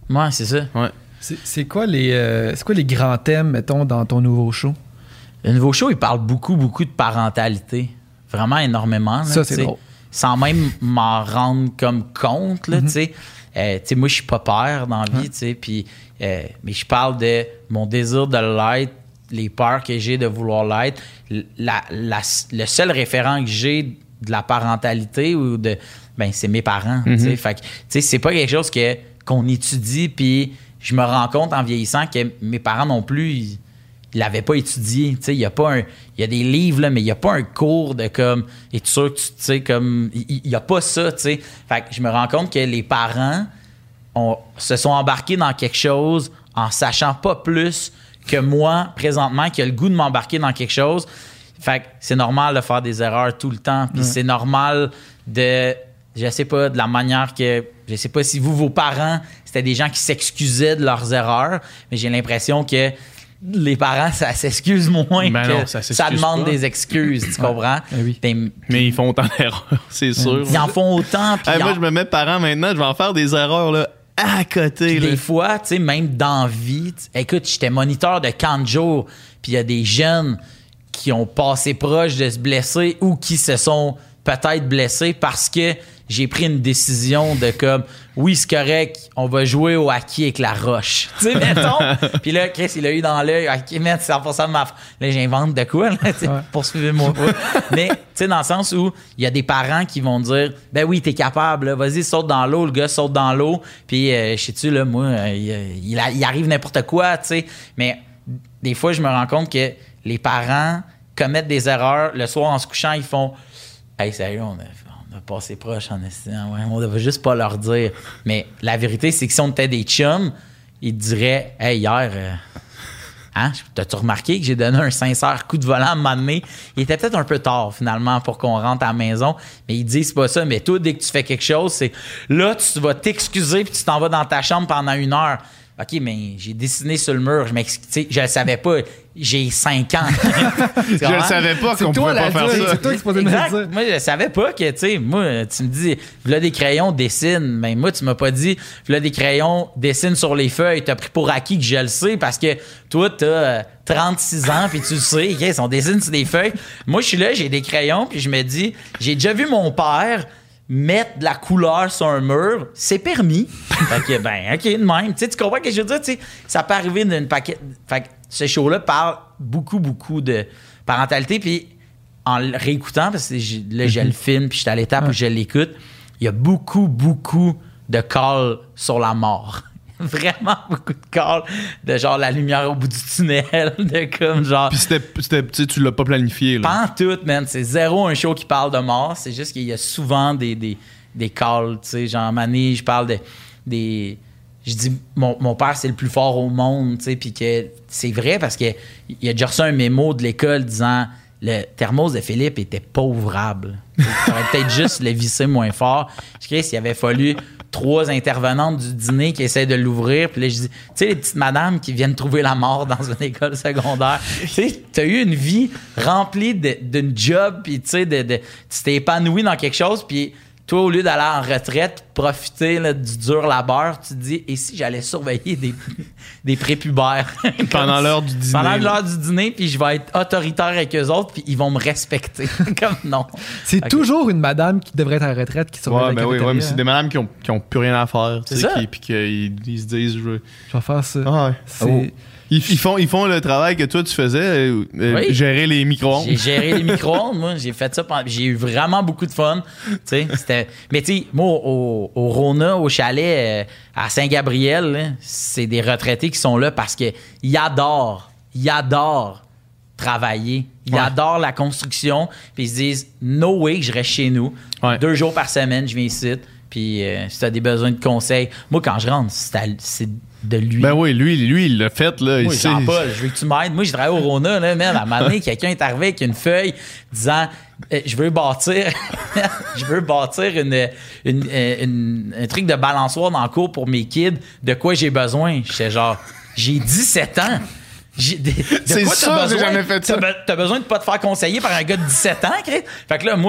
Ouais, c'est ça. Ouais. C'est, c'est, quoi les, euh, c'est quoi les grands thèmes, mettons, dans ton nouveau show? Le nouveau show, il parle beaucoup, beaucoup de parentalité. Vraiment énormément. Là, ça, c'est drôle. Sans même m'en rendre comme compte, là, mm-hmm. tu sais. Euh, tu sais, moi, je suis pas père dans la vie, tu sais, puis... Euh, mais je parle de mon désir de l'être, les peurs que j'ai de vouloir l'être. La, la, le seul référent que j'ai de la parentalité ou de... Ben, c'est mes parents, mm-hmm. tu sais. Fait que, tu sais, c'est pas quelque chose que, qu'on étudie, puis je me rends compte en vieillissant que mes parents non plus... Ils, il l'avait pas étudié, tu sais, il y a pas un il y a des livres là mais il y a pas un cours de comme et tu sûr que tu sais comme il y, y a pas ça, tu sais. Fait que je me rends compte que les parents ont, se sont embarqués dans quelque chose en sachant pas plus que moi présentement qui a le goût de m'embarquer dans quelque chose. Fait que c'est normal de faire des erreurs tout le temps, puis ouais. c'est normal de je sais pas de la manière que je sais pas si vous vos parents, c'était des gens qui s'excusaient de leurs erreurs, mais j'ai l'impression que les parents, ça s'excuse moins ben que non, ça, ça demande pas. Des excuses, tu comprends? Ouais. Oui. Ben, mais ils font autant d'erreurs, c'est sûr. Ils en font autant. Hey, moi, en... je me mets parent maintenant, je vais en faire des erreurs là, à côté. Là. Des fois, tu sais, même dans vie, écoute, j'étais moniteur de camp de jour, puis il y a des jeunes qui ont passé proche de se blesser ou qui se sont peut-être blessés parce que j'ai pris une décision de comme oui, c'est correct, on va jouer au hockey avec la roche. Tu sais, mettons. Puis là, Chris, il a eu dans l'œil, ok, mais c'est cent pour cent de ma. Là, j'invente de quoi, là, ouais. Poursuivez-moi. Mais, tu sais, dans le sens où il y a des parents qui vont dire ben oui, t'es capable, là, vas-y, saute dans l'eau, le gars saute dans l'eau. Puis, euh, je sais-tu, là, moi, euh, il, il, il arrive n'importe quoi, tu sais. Mais des fois, je me rends compte que les parents commettent des erreurs. Le soir, en se couchant, ils font hey, sérieux, on a. Passer proche en essayant. Ouais, on devait juste pas leur dire. Mais la vérité, c'est que si on était des chums, ils te diraient hey, hier, euh, hein, t'as-tu remarqué que j'ai donné un sincère coup de volant à un moment donné? Il était peut-être un peu tard, finalement, pour qu'on rentre à la maison. Mais ils disent pas ça. Mais toi, dès que tu fais quelque chose, c'est là, tu vas t'excuser puis tu t'en vas dans ta chambre pendant une heure. OK, mais j'ai dessiné sur le mur. Je m'excuse. Je le savais pas. J'ai cinq ans. Je le savais pas qu'on pouvait pas faire ça. C'est toi qui supposé me le dire. Moi, je savais pas que, tu sais, moi, tu me dis, là, des crayons, dessine. Mais moi, tu m'as pas dit, là, des crayons, dessine sur les feuilles. T'as pris pour acquis que je le sais parce que toi, t'as euh, trente-six ans puis tu le sais. OK, on dessine sur des feuilles. Moi, je suis là, j'ai des crayons puis je me dis, j'ai déjà vu mon père mettre de la couleur sur un mur, c'est permis. Fait que, ben, OK, de même. Tu sais, tu comprends ce que je veux dire? Tu sais, ça peut arriver d'une paquet. Fait que ce show-là parle beaucoup, beaucoup de parentalité. Puis, en le réécoutant, parce que là, je le filme, puis je suis à l'étape où je l'écoute, il y a beaucoup, beaucoup de calls sur la mort. Vraiment beaucoup de calls de genre la lumière au bout du tunnel, de comme genre. Puis c'était, c'était tu sais, tu l'as pas planifié, là. Pas en tout, man. C'est zéro un show qui parle de mort. C'est juste qu'il y a souvent des, des, des calls, tu sais. Genre, Mané, je parle de. Des. Je dis, mon, mon père, c'est le plus fort au monde, tu sais. Puis que c'est vrai parce qu'il a déjà reçu un mémo de l'école disant le thermos de Philippe était pas ouvrable. Tu aurais peut-être juste le visser moins fort. Je sais s'il avait fallu trois intervenantes du dîner qui essaient de l'ouvrir. Puis là, je dis, tu sais, les petites madames qui viennent trouver la mort dans une école secondaire. Tu sais, t'as eu une vie remplie de, d'une job, puis tu sais, de, de, tu t'es épanoui dans quelque chose, puis toi, au lieu d'aller en retraite, profiter là, du dur labeur, tu te dis, et si j'allais surveiller des, des prépubères? Pendant l'heure du dîner. Pendant l'heure du dîner, puis je vais être autoritaire avec eux autres, puis ils vont me respecter. Comme non. C'est okay. Toujours une madame qui devrait être en retraite qui surveille ouais, la ben cafétéria. Oui, ouais, mais c'est des madames qui ont, qui ont plus rien à faire. C'est ça. Puis qu'ils ils se disent, je veux... Je vais faire ça. Ah ouais. C'est... Oh. Ils, ils, font, ils font le travail que toi, tu faisais, euh, oui. gérer les micro-ondes. J'ai géré les micro-ondes, moi. J'ai fait ça. Pendant, j'ai eu vraiment beaucoup de fun. C'était, mais tu sais, moi, au, au Rona, au chalet, euh, à Saint-Gabriel, là, c'est des retraités qui sont là parce qu'ils adorent, ils adorent travailler. Ils ouais. adorent la construction. Puis ils se disent, no way que je reste chez nous. Ouais. Deux jours par semaine, je viens ici. Puis euh, si tu as des besoins de conseils, moi, quand je rentre, c'est, à, c'est de lui. Ben oui, lui, lui, il l'a fait, là. Moi, il Jean-Paul, je veux que tu m'aides. Moi, je travaille au Rona, là, man. À un moment donné, quelqu'un est arrivé avec une feuille disant euh, je veux bâtir je veux bâtir une, une, une, une, un truc de balançoire dans le cours pour mes kids. De quoi j'ai besoin? J'étais genre, j'ai dix-sept ans. J'ai, de, de c'est quoi ça, t'as besoin? J'ai jamais fait ça. T'as, t'as besoin de pas te faire conseiller par un gars de dix-sept ans, Chris? Fait que là, moi,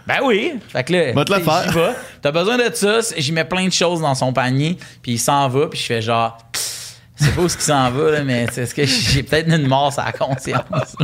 Ben oui. Fait que là, va te le faire. J'y vais. T'as besoin de ça. J'y mets plein de choses dans son panier. Puis il s'en va. Puis je fais genre, c'est pas où ce qu'il s'en va, là, mais est-ce que j'ai peut-être une mort à la conscience?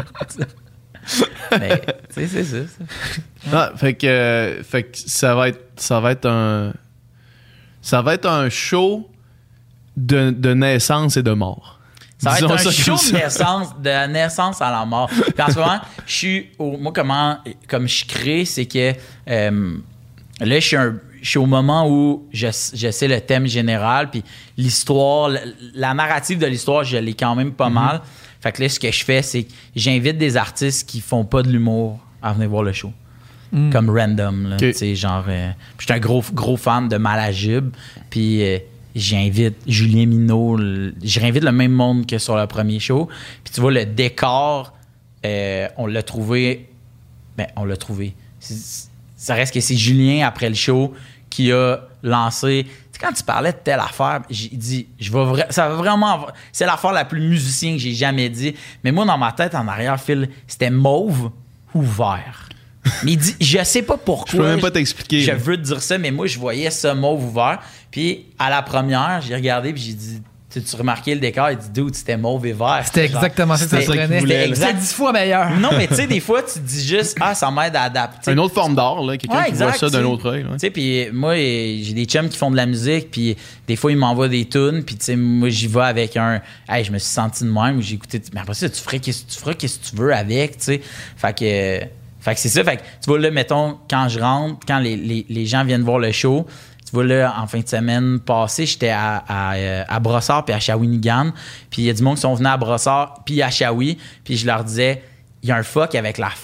Mais, tu sais, c'est ça. ça. Ah, fait que, euh, fait que ça va être, ça va être un, ça va être un show de, de naissance et de mort. Ça va Disons être un ça show comme de ça. naissance, de naissance à la mort. Puis en ce moment, je suis, au, moi comment, comme je crée, c'est que euh, là, je suis, un, je suis au moment où je, je sais le thème général, puis l'histoire, la, la narrative de l'histoire, je l'ai quand même pas Mm-hmm. mal. Fait que là, ce que je fais, c'est que j'invite des artistes qui font pas de l'humour à venir voir le show. Mm. Comme random, là. Okay. Tu sais, genre, euh, je suis un gros, gros fan de Malajube, puis euh, j'invite Julien Minot, le- je réinvite le même monde que sur le premier show. Puis tu vois, le décor, euh, on l'a trouvé, ben, on l'a trouvé. C'est- ça reste que c'est Julien, après le show, qui a lancé. Tu sais, quand tu parlais de telle affaire, j'ai dit, je vais vra- ça va vraiment. avoir- C'est l'affaire la plus musicien que j'ai jamais dit. Mais moi, dans ma tête, en arrière, Phil, c'était mauve ou vert. Mais il dit, je sais pas pourquoi. Je peux même pas t'expliquer. Je veux te dire ça, mais moi, je voyais ça mauve ouvert. Puis, à la première, j'ai regardé, puis j'ai dit, tu remarqué le décor? Il dit, dude, c'était mauve et vert. C'était Genre, exactement ça que ça c'était- prenait. voulait, C'était là. exact dix fois meilleur. Non, mais tu sais, des fois, tu te dis juste, ah, ça m'aide à adapter. Une autre forme d'art, là, quelqu'un Ouais, qui voit exact, ça d'un tu sais. autre œil. ouais. Tu sais, puis moi, euh, j'ai des chums qui font de la musique, puis des fois, ils m'envoient des tunes, puis tu sais, moi, j'y vais avec un « Hey, je me suis senti de même », ou j'ai écouté « Mais après ça, tu ferais qu'est-ce que tu feras, qu'est-ce que tu veux avec », tu sais. Fait que, euh, fait que c'est ça. Fait que tu vois, là, mettons, quand je rentre, quand les, les, les gens viennent voir le show, tu vois, là, en fin de semaine passée, j'étais à, à, euh, à Brossard puis à Shawinigan, puis il y a du monde qui sont venus à Brossard puis à Shawi, puis je leur disais « Il y a un fuck avec la fin. »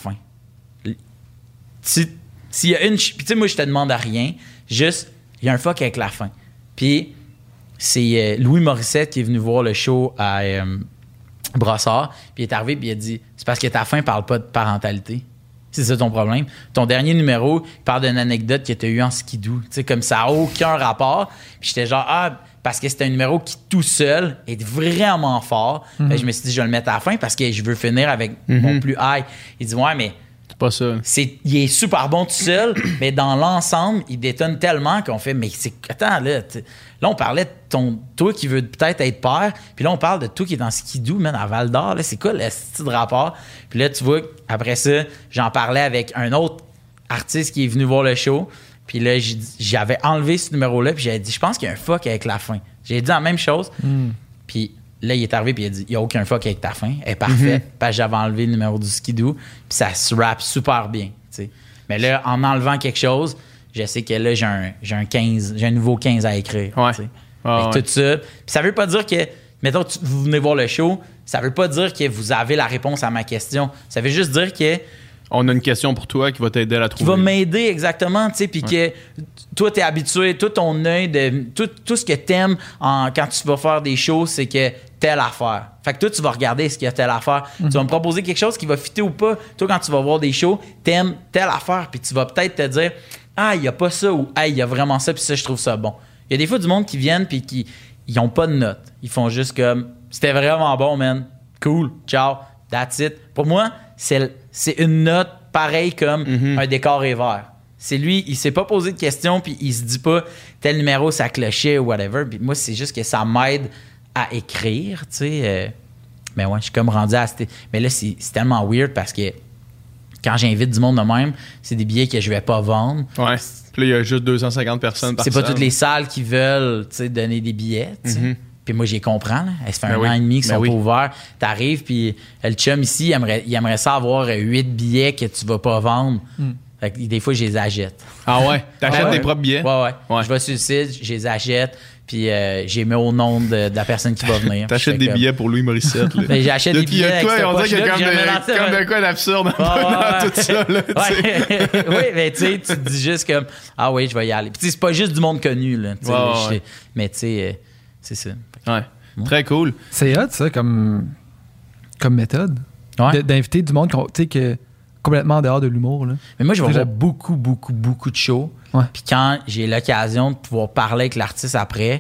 Si- S'il y a une. ch- Puis, tu sais, moi, je te demande à rien. Juste, il y a un fuck avec la fin. Puis, c'est euh, Louis Morissette qui est venu voir le show à euh, Brossard. Puis, il est arrivé, puis il a dit c'est parce que ta fin parle pas de parentalité. C'est ça ton problème. Ton dernier numéro, il parle d'une anecdote que tu as eue en skidoo. Tu sais, comme ça n'a aucun rapport. Puis, j'étais genre, ah, parce que c'est un numéro qui, tout seul, est vraiment fort. Fait que je me suis dit, je vais le mettre à la fin parce que je veux finir avec mon plus high. Il dit, ouais, mais. C'est pas ça. C'est, il est super bon tout seul, mais dans l'ensemble, il détonne tellement qu'on fait, mais c'est, attends, là, t- là, on parlait de ton, toi qui veux peut-être être père, puis là, on parle de toi qui est dans skidoo, man, à Val d'Or, là, c'est quoi le style de rapport? Puis là, tu vois, après ça, j'en parlais avec un autre artiste qui est venu voir le show, puis là, j'ai dit- j'avais enlevé ce numéro-là, puis j'avais dit, je pense qu'il y a un fuck avec la fin. J'ai dit la même chose, puis là, il est arrivé puis il a dit « Il n'y a aucun fuck avec ta fin. Elle est parfaite. Parce que j'avais enlevé le numéro du skidoo. Puis ça se rappe super bien. T'sais. Mais là, en enlevant quelque chose, je sais que là, j'ai un, j'ai un quinze, j'ai un nouveau quinze à écrire. Ouais. t'sais. Ouais, Fait que ouais. tout ça. Puis ça veut pas dire que, mettons, tu- vous venez voir le show, ça veut pas dire que vous avez la réponse à ma question. Ça veut juste dire que On a une question pour toi qui va t'aider à la qui trouver. va m'aider exactement, tu sais, puis que toi, t'es habitué, tout ton œil, de tout, tout ce que t'aimes en, quand tu vas faire des shows, c'est que telle affaire. Fait que toi, tu vas regarder ce qu'il y a telle affaire. Tu vas me proposer quelque chose qui va fitter ou pas. Toi, quand tu vas voir des shows, t'aimes telle affaire, puis tu vas peut-être te dire « Ah, il y a pas ça » ou « Ah, il y a vraiment ça, puis ça, je trouve ça bon ». Il y a des fois du monde qui viennent, puis qui ils ont pas de notes. Ils font juste comme « C'était vraiment bon, man. Cool. Ciao. That's it. » Pour moi, c'est, c'est une note pareille comme un décor est vert. C'est lui, il s'est pas posé de questions, puis il se dit pas tel numéro ça clochait ou whatever. Puis moi, c'est juste que ça m'aide à écrire, tu sais. Euh, mais ouais, je suis comme rendu à... cette- Mais là, c'est, c'est tellement weird parce que quand j'invite du monde de même, c'est des billets que je vais pas vendre. Ouais. Puis là, il y a juste deux cent cinquante personnes par C'est pas salle. toutes les salles qui veulent, tu sais, donner des billets, tu sais. Mhm. Puis moi, j'y comprends. Là. Ça fait Ben un oui. an et demi qu'ils Ben sont oui. pas ouverts. T'arrives, puis le chum ici, il aimerait, il aimerait ça avoir huit billets que tu vas pas vendre. Fait que des fois, je les achète. Ah ouais? T'achètes Ouais, tes ouais. propres billets? Ouais, ouais. Ouais. Je vais sur le site, je les achète, puis euh, j'ai mis au nom de, de la personne qui va venir. T'achètes Je des fais comme- billets pour Louis Morissette. Là. Ben, j'achète des Depuis, il y a billets de quoi, avec cette on dirait qu'il y a poche-là, comme, puis je mets de, dans- comme de quoi d'absurde Ouais, ouais, dans ouais. tout ça. Là, tu sais. Ouais. Oui, mais tu sais, tu te dis juste comme ah oui, je vais y aller. Puis tu sais, c'est pas juste du monde connu là. tu sais, Ouais, là, ouais, je- ouais. Mais tu sais, euh, c'est ça. Ouais. Très cool. C'est hot, ça, comme, comme méthode. Ouais. De- D'inviter du monde qu'on- tu sais, que complètement en dehors de l'humour. Là. Mais moi, je vais Déjà- voir beaucoup, beaucoup, beaucoup de shows. Ouais. Puis quand j'ai l'occasion de pouvoir parler avec l'artiste après,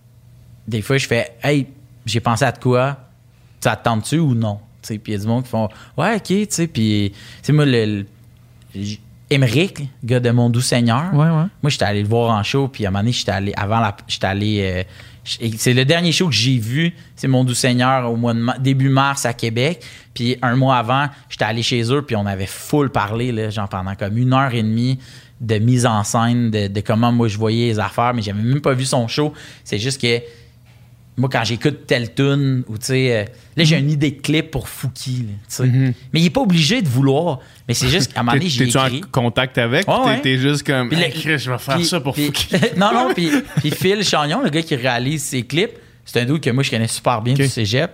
des fois, je fais hey, j'ai pensé à de quoi? Ça te tente-tu ou non? Tu sais, puis il y a du monde qui font ouais, ok, tu sais. Puis, tu sais, moi, le, le- j- Émeric, gars de Mon Doux Seigneur. Ouais, ouais. Moi, j'étais allé le voir en show, puis à un moment donné, j'étais allé, avant la, j'étais allé, euh, c'est le dernier show que j'ai vu, c'est Mon Doux Seigneur au mois de ma- début mars à Québec. Puis un mois avant, j'étais allé chez eux, puis on avait full parlé, là, genre pendant comme une heure et demie de mise en scène, de, de comment moi je voyais les affaires, mais j'avais même pas vu son show. C'est juste que moi, quand j'écoute telle tune, ou tu sais, euh, là, j'ai une idée de clip pour Fouki, là, tu sais. Mm-hmm. Mais il est pas obligé de vouloir. Mais c'est juste qu'à un moment donné, j'ai écrit. T'es-tu en contact avec? Oh, t'es, ouais. t'es juste comme, Puis hey, le- Chris, je vais faire puis- ça pour puis- Fouki. non, non, puis, puis Phil Chagnon, le gars qui réalise ses clips, c'est un dude que moi, je connais super bien Okay. du cégep.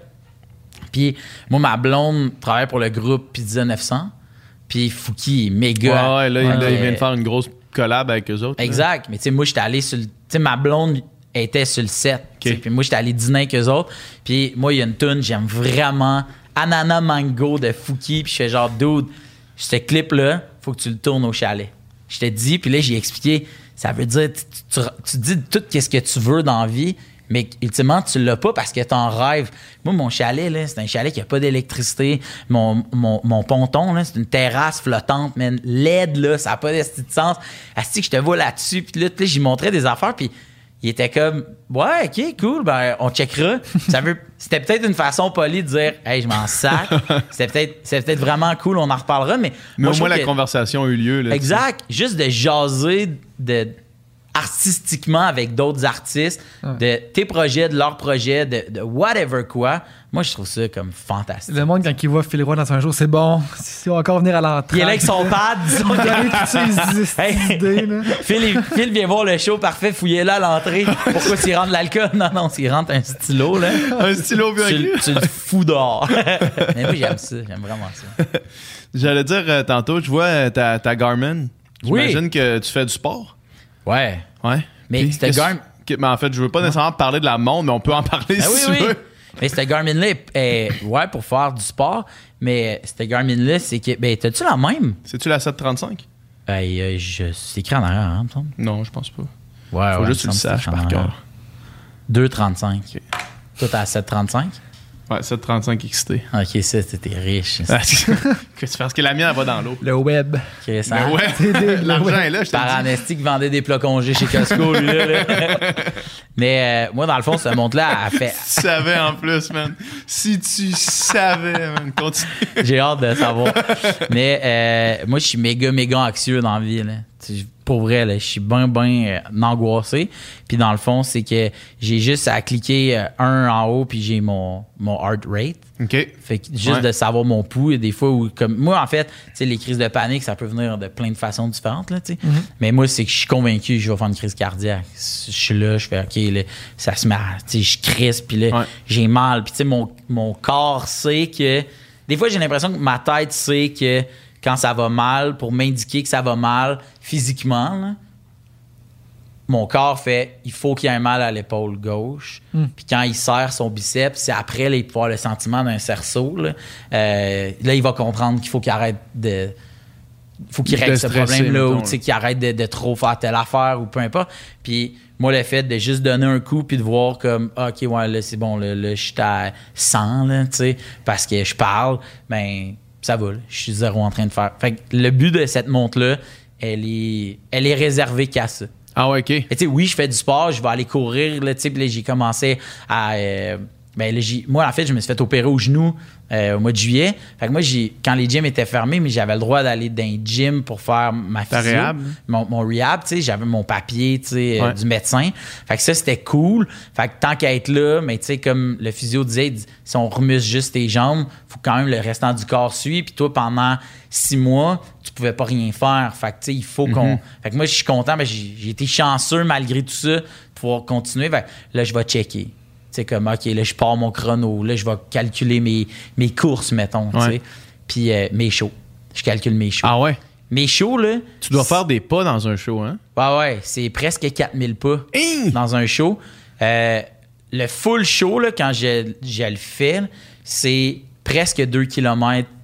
Puis moi, ma blonde travaille pour le groupe Pizza neuf cents. Puis Fouki est méga. Ouais, ouais, là, il- là, Ouais. il vient de faire une grosse collab avec eux autres. là. Exact. Mais tu sais, moi, j'étais allé sur le. Tu sais, ma blonde était sur le set. tu sais, Ok. Puis moi, j'étais allé dîner avec eux autres. Puis moi, il y a une tune, j'aime vraiment Anana Mango de Fouki. Puis je fais genre, dude, ce clip-là, faut que tu le tournes au chalet. Je te dis, puis là, j'ai expliqué, ça veut dire, tu, tu, tu dis tout ce que tu veux dans la vie, mais ultimement, tu l'as pas parce que t'en rêves. Moi, mon chalet, là, c'est un chalet qui a pas d'électricité. Mon, mon, mon ponton, là, c'est une terrasse flottante, man. L E D, là, ça a pas de sens. Asti que je te vois là-dessus. Puis là, tu sais, j'y montrais des affaires, puis il était comme, ouais, OK, cool, ben, on checkera. Ça veut, c'était peut-être une façon polie de dire, hey, je m'en sac. C'était peut-être, c'était peut-être vraiment cool, on en reparlera, mais. Mais moi, au je moins, trouve la que- conversation a eu lieu. Là, Exact. Juste de jaser de, artistiquement avec d'autres artistes, Ouais. de tes projets, de leurs projets, de, de whatever quoi. Moi, je trouve ça comme fantastique. Le monde, quand il voit Phil Roy dans un jour, c'est bon. Si on va encore venir à l'entrée. Il est là avec son pad, disons. Il a toutes ces Hey. idées, là. Phil, il- Phil vient voir le show, parfait, fouillez là à l'entrée. Pourquoi s'il rentre de l'alcool? Non, non, s'il rentre un stylo, là, Un stylo bien tu, écrit. le- tu le fous dehors. Mais moi, j'aime ça, j'aime vraiment ça. J'allais dire euh, tantôt, je vois euh, ta, ta Garmin. Oui. J'imagine que tu fais du sport. Ouais. Ouais. Mais Puis, cette qu'est-ce- Garmin- que- mais en fait, je veux pas nécessairement parler de la montre, mais on peut en parler Ben si oui, tu oui. veux. Mais cette Garmin-là est, est- ouais, pour faire du sport, mais cette Garmin-là, c'est que. Ben, t'as-tu la même? C'est-tu la sept trente-cinq? Ben, euh, je, c'est écrit en arrière, hein, me semble. Non, je pense pas. Ouais, Faut ouais, juste que tu me le semble saches c'est écrit en par arrière. cœur. deux trente-cinq. Ok. Toi, t'as la sept trente-cinq? Ouais, sept trente-cinq X T. Ok, ça, t'es riche. Ah, que tu parce que la mienne, elle va dans l'eau. Le web. Chris, Mais hein? ouais, l'argent est là, je te Par le dis. Anesti qui vendait des plats congés chez Costco, lui, là. là. Mais euh, moi, dans le fond, cette montre-là, elle fait. Tu savais en plus, man. Si tu savais, man. Continue. J'ai hâte de savoir. Mais euh, moi, je suis méga, méga anxieux dans la vie. Là. Tu sais, pour vrai, là, je suis bien, bien euh, angoissé. Puis dans le fond, c'est que j'ai juste à cliquer euh, un en haut, puis j'ai mon, mon heart rate. OK. Fait que juste Ouais. de savoir mon pouls, il y a des fois où, comme moi, en fait, tu sais, les crises de panique, ça peut venir de plein de façons différentes, là, tu sais. Mais moi, c'est que je suis convaincu que je vais faire une crise cardiaque. Je suis là, je fais, OK, là, ça se met à, tu sais, je crispe, puis là, Ouais. j'ai mal. Puis, tu sais, mon, mon corps sait que. Des fois, j'ai l'impression que ma tête sait que quand ça va mal, pour m'indiquer que ça va mal physiquement, là, mon corps fait, il faut qu'il y ait un mal à l'épaule gauche. Puis quand il serre son biceps, c'est après, là, il peut avoir le sentiment d'un cerceau. Là, Euh, là il va comprendre qu'il faut qu'il arrête de. faut qu'il De règle ce stresser, problème-là, mettons, ou tu sais, qu'il arrête de, de trop faire telle affaire, ou peu importe. Puis moi, le fait de juste donner un coup, puis de voir comme, ah, OK, ouais, là, c'est bon, là, là je suis à cent, là, tu sais, parce que je parle, ben, ça va, là, je suis zéro en train de faire. Fait que le but de cette montre-là, elle est, elle est réservée qu'à ça. Ah ouais, OK. Mais tu sais, oui, je fais du sport, je vais aller courir, là, tu sais, puis là, j'ai commencé à... euh, ben, là, j'ai- moi, en fait, je me suis fait opérer au genou euh, au mois de juillet. Fait que moi, j'ai, quand les gyms étaient fermés, mais j'avais le droit d'aller dans un gym pour faire ma Ta physio. réhab. Mon, mon rehab, tu sais, j'avais mon papier, tu sais, euh, Ouais. du médecin. Fait que ça, c'était cool. Fait que tant qu'à être là, mais tu sais, comme le physio disait, il dit, si on remuscle juste tes jambes, faut quand même le restant du corps suit. Puis toi, pendant six mois, tu pouvais pas rien faire. Fait que tu sais, il faut qu'on... Mm-hmm. Fait que moi, je suis content, mais j'ai, j'ai été chanceux malgré tout ça de pouvoir continuer. Fait que là, je vais checker. Tu sais, comme, OK, là, je pars mon chrono. Là, je vais calculer mes, mes courses, mettons, tu Ouais. sais. Puis euh, mes shows. Je calcule mes shows. Ah ouais. Mes shows, là... Tu dois faire des pas dans un show, hein? Ouais, ouais, c'est presque quatre mille pas Hey! dans un show. Euh, le full show, là, quand je, je le fais, là, c'est presque deux kilomètres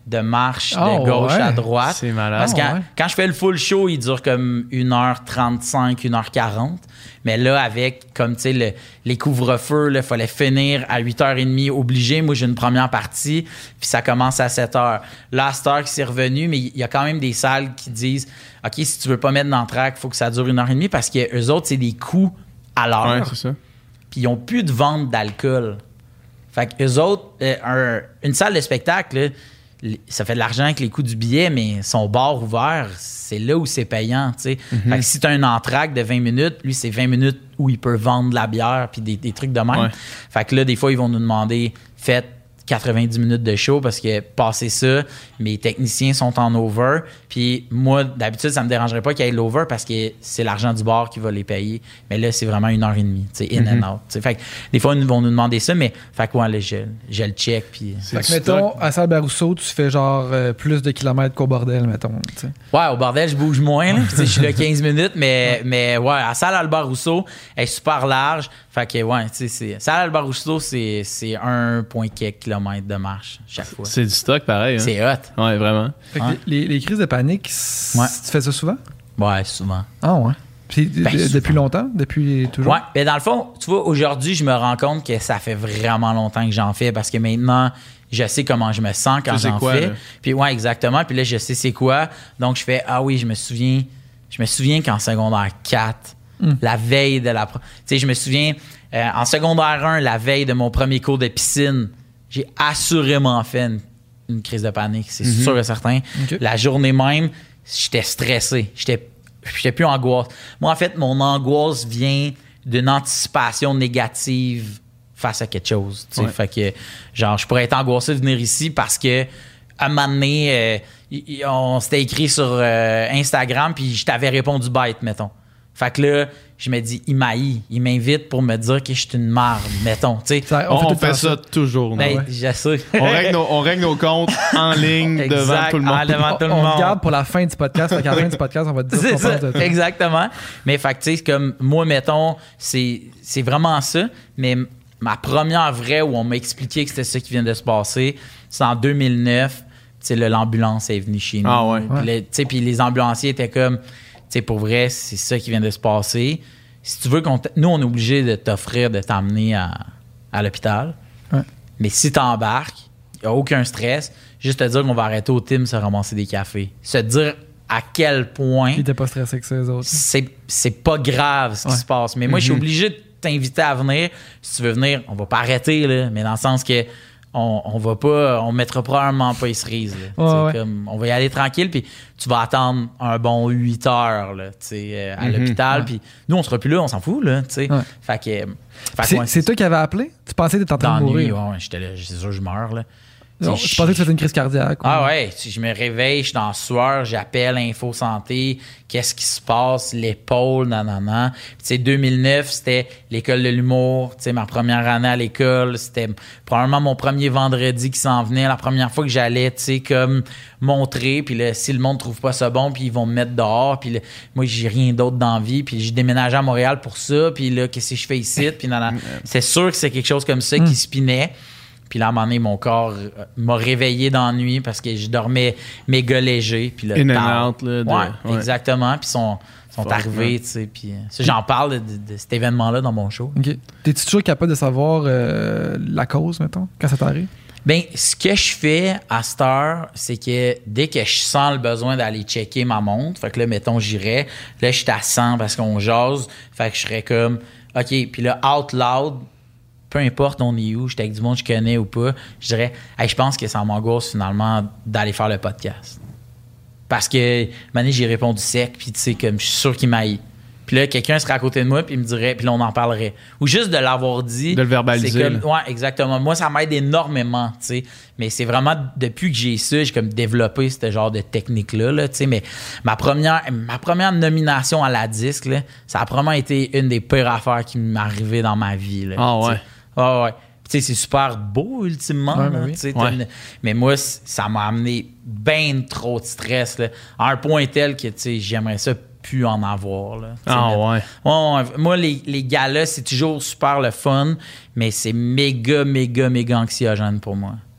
de marche Oh, de gauche ouais. à droite. C'est malade. Parce que Oh, quand, ouais. quand je fais le full show, il dure comme une heure trente-cinq, une heure quarante. Mais là, avec, comme, tu sais, le, les couvre-feux, il fallait finir à huit heures trente obligé. Moi, j'ai une première partie, puis ça commence à sept heures. Là, à cette heure qui c'est revenu, mais il y a quand même des salles qui disent, OK, si tu veux pas mettre dans le track, il faut que ça dure une heure et demie parce que eux autres, c'est des coûts à l'heure. Ouais, c'est ça. Puis ils ont plus de vente d'alcool. Fait que eux autres, euh, un- une salle de spectacle, là, l- ça fait de l'argent avec les coûts du billet, mais son bar ouvert, c'est là où c'est payant, tu sais. Mm-hmm. Fait que si t'as un entracte de vingt minutes, lui, c'est vingt minutes où il peut vendre de la bière puis des, des trucs de même. Ouais. Fait que là, des fois, ils vont nous demander, faites quatre-vingt-dix minutes de show parce que passé ça, mes techniciens sont en over. Puis moi, d'habitude, ça me dérangerait pas qu'il y ait l'over parce que c'est l'argent du bar qui va les payer. Mais là, c'est vraiment une heure et demie, tu sais, in Mm-hmm. and out. T'sais. Fait que des fois, ils vont nous demander ça, mais fait que ouais, là, je, je le check. Puis... C'est Fait que, du mettons, stock. à Salle-Barousseau, tu fais genre euh, plus de kilomètres qu'au bordel, mettons. tu sais. Ouais, au bordel, je bouge moins. Là. Puis, tu sais, je suis là quinze minutes, mais, mais ouais, à salle Albert Rousseau, elle est super large. Fait que, ouais, tu sais, c'est- salle Albert Rousseau, c'est, c'est un point quelques kilomètres de marche chaque fois. C'est du stock, pareil. Hein? C'est hot. Ouais, vraiment. Fait que Ouais. les, les crises de panique, c- Ouais. tu fais ça souvent? Ouais, souvent. Ah ouais. Puis de- Ben, de- souvent. depuis longtemps? Depuis toujours? Ouais, mais dans le fond, tu vois, aujourd'hui, je me rends compte que ça fait vraiment longtemps que j'en fais parce que maintenant, je sais comment je me sens quand Tu sais j'en quoi, fais. là. Puis ouais, exactement. Puis là, je sais c'est quoi. Donc, je fais, ah oui, je me souviens, je me souviens qu'en secondaire quatre, la veille de la... pro- Tu sais, je me souviens, euh, en secondaire un, la veille de mon premier cours de piscine, j'ai assurément fait une, une crise de panique, c'est sûr et certain. Ok. La journée même, j'étais stressé. J'étais j'étais plus angoisse. Moi, en fait, mon angoisse vient d'une anticipation négative face à quelque chose. tu sais. Ouais. Fait que, genre, je pourrais être angoissé de venir ici parce que, à un moment donné, euh, y- y- on s'était écrit sur euh, Instagram, puis je t'avais répondu bête, mettons. Fait que là, je me dis, il m'haït. Il m'invite pour me dire que je suis une marde, mettons. Tu sais, Ça- On, tout on le fait temps ça toujours. nous. ben, ouais. je sais. On, règle nos, on règle nos comptes en ligne devant Exact, tout le en monde. devant tout le On monde. te garde pour la fin du podcast. Fait qu'à la fin du podcast, on va te dire ce C'est qu'on ça, pense de toi. exactement. Mais fait que, tu sais, c'est comme moi, mettons, c'est, c'est vraiment ça. Mais m- ma première vraie où on m'a expliqué que c'était ça qui vient de se passer, c'est en deux mille neuf. Tu sais, là, l'ambulance est venue chez nous. Ah ouais. Puis là, tu sais, puis les ambulanciers étaient comme, tu sais, pour vrai, c'est ça qui vient de se passer. Si tu veux qu'on... t- Nous, on est obligé de t'offrir de t'emmener à, à l'hôpital. Ouais. Mais si t'embarques, il n'y a aucun stress. Juste te dire qu'on va arrêter au Tim se ramasser des cafés. Se dire à quel point Il était pas stressé que ces autres. c'est, c'est pas grave ce qui Ouais. se passe. Mais moi, je suis obligé de t'inviter à venir. Si tu veux venir, on va pas arrêter, là, mais dans le sens que on, on va pas, on mettra probablement pas les cerises. là. Ouais, Tu sais, ouais. comme, on va y aller tranquille, puis tu vas attendre un bon huit heures là, tu sais, euh, à Mhm. l'hôpital. Ouais. Puis nous, on sera plus là, on s'en fout. Là, tu sais. Ouais. Fait que, fait que, C'est ouais, c'est toi qui avais appelé? Tu pensais que t'étais en train dans de la nuit, mourir? ouais, ouais, j'étais là, c'est sûr que je meurs. Là. Non, Tu sais, tu pensais que tu faisais une crise cardiaque? ou- Ah ouais, si je me réveille, je suis dans le sueur, j'appelle Info Santé, qu'est-ce qui se passe, l'épaule, nanana. Puis tu sais, deux mille neuf, c'était l'école de l'humour, tu sais, ma première année à l'école, c'était probablement mon premier vendredi qui s'en venait, la première fois que j'allais, tu sais, comme montrer, puis là, si le monde trouve pas ça bon, puis ils vont me mettre dehors, puis là, moi, j'ai rien d'autre dans la vie, puis j'ai déménagé à Montréal pour ça, puis là, qu'est-ce que je fais ici, puis nanana. C'est sûr que c'est quelque chose comme ça qui spinait. Puis là, à un moment donné, mon corps euh, m'a réveillé dans la nuit parce que je dormais méga léger. Puis là, In and tard. out, là, de- ouais, ouais. exactement. Puis ils sont, sont Fuck, arrivés, tu sais. Puis euh, ça, j'en parle de, de- de cet événement-là dans mon show. OK. T'es-tu toujours capable de savoir euh, la cause, mettons, quand ça t'arrive? Ben, ce que je fais à cette heure, c'est que dès que je sens le besoin d'aller checker ma montre, fait que là, mettons, j'irais. Là, je suis à cent parce qu'on jase. Fait que je serais comme, OK. Puis là, out loud, peu importe on est où, j'étais avec du monde que je connais ou pas, je dirais, hey, je pense que ça m'angoisse finalement d'aller faire le podcast. Parce que, maintenant, j'ai répondu sec, puis tu sais, comme je suis sûr qu'il m'aille. Puis là, quelqu'un serait à côté de moi, puis il me dirait, puis là, on en parlerait. Ou juste de l'avoir dit. De le verbaliser, c'est comme- là. ouais, exactement. Moi, ça m'aide énormément, tu sais. Mais c'est vraiment depuis que j'ai ça, j'ai comme développé ce genre de technique-là, là, tu sais. Mais ma première, ma première nomination à la disque, là, ça a probablement été une des pires affaires qui m'est arrivée dans ma vie, là. Ah tu sais. ouais. Ouais, ouais. Puis, tu sais, c'est super beau, ultimement. Ouais, là, mais oui. tu sais, Ouais. t'as une- Mais moi, c- ça m'a amené bien trop de stress, là, à un point tel que, tu sais, j'aimerais ça plus en avoir, là. Tu sais, Ah mais- ouais. Ouais, ouais. Moi, les, les galas, c'est toujours super le fun, mais c'est méga, méga, méga anxiogène pour moi.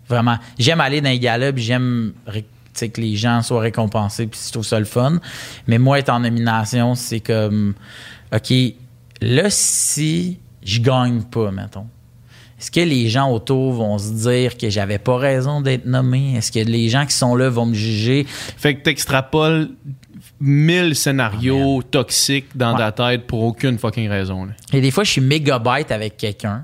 Vraiment. J'aime aller dans les galas, puis j'aime que les gens soient récompensés, puis je trouve ça le fun. Mais moi, être en nomination, c'est comme, OK, là, si je gagne pas, mettons, est-ce que les gens autour vont se dire que j'avais pas raison d'être nommé? Est-ce que les gens qui sont là vont me juger? Fait que t'extrapoles mille scénarios oh, toxiques dans ouais. ta tête pour aucune fucking raison. Là. Et des fois, je suis méga bête avec quelqu'un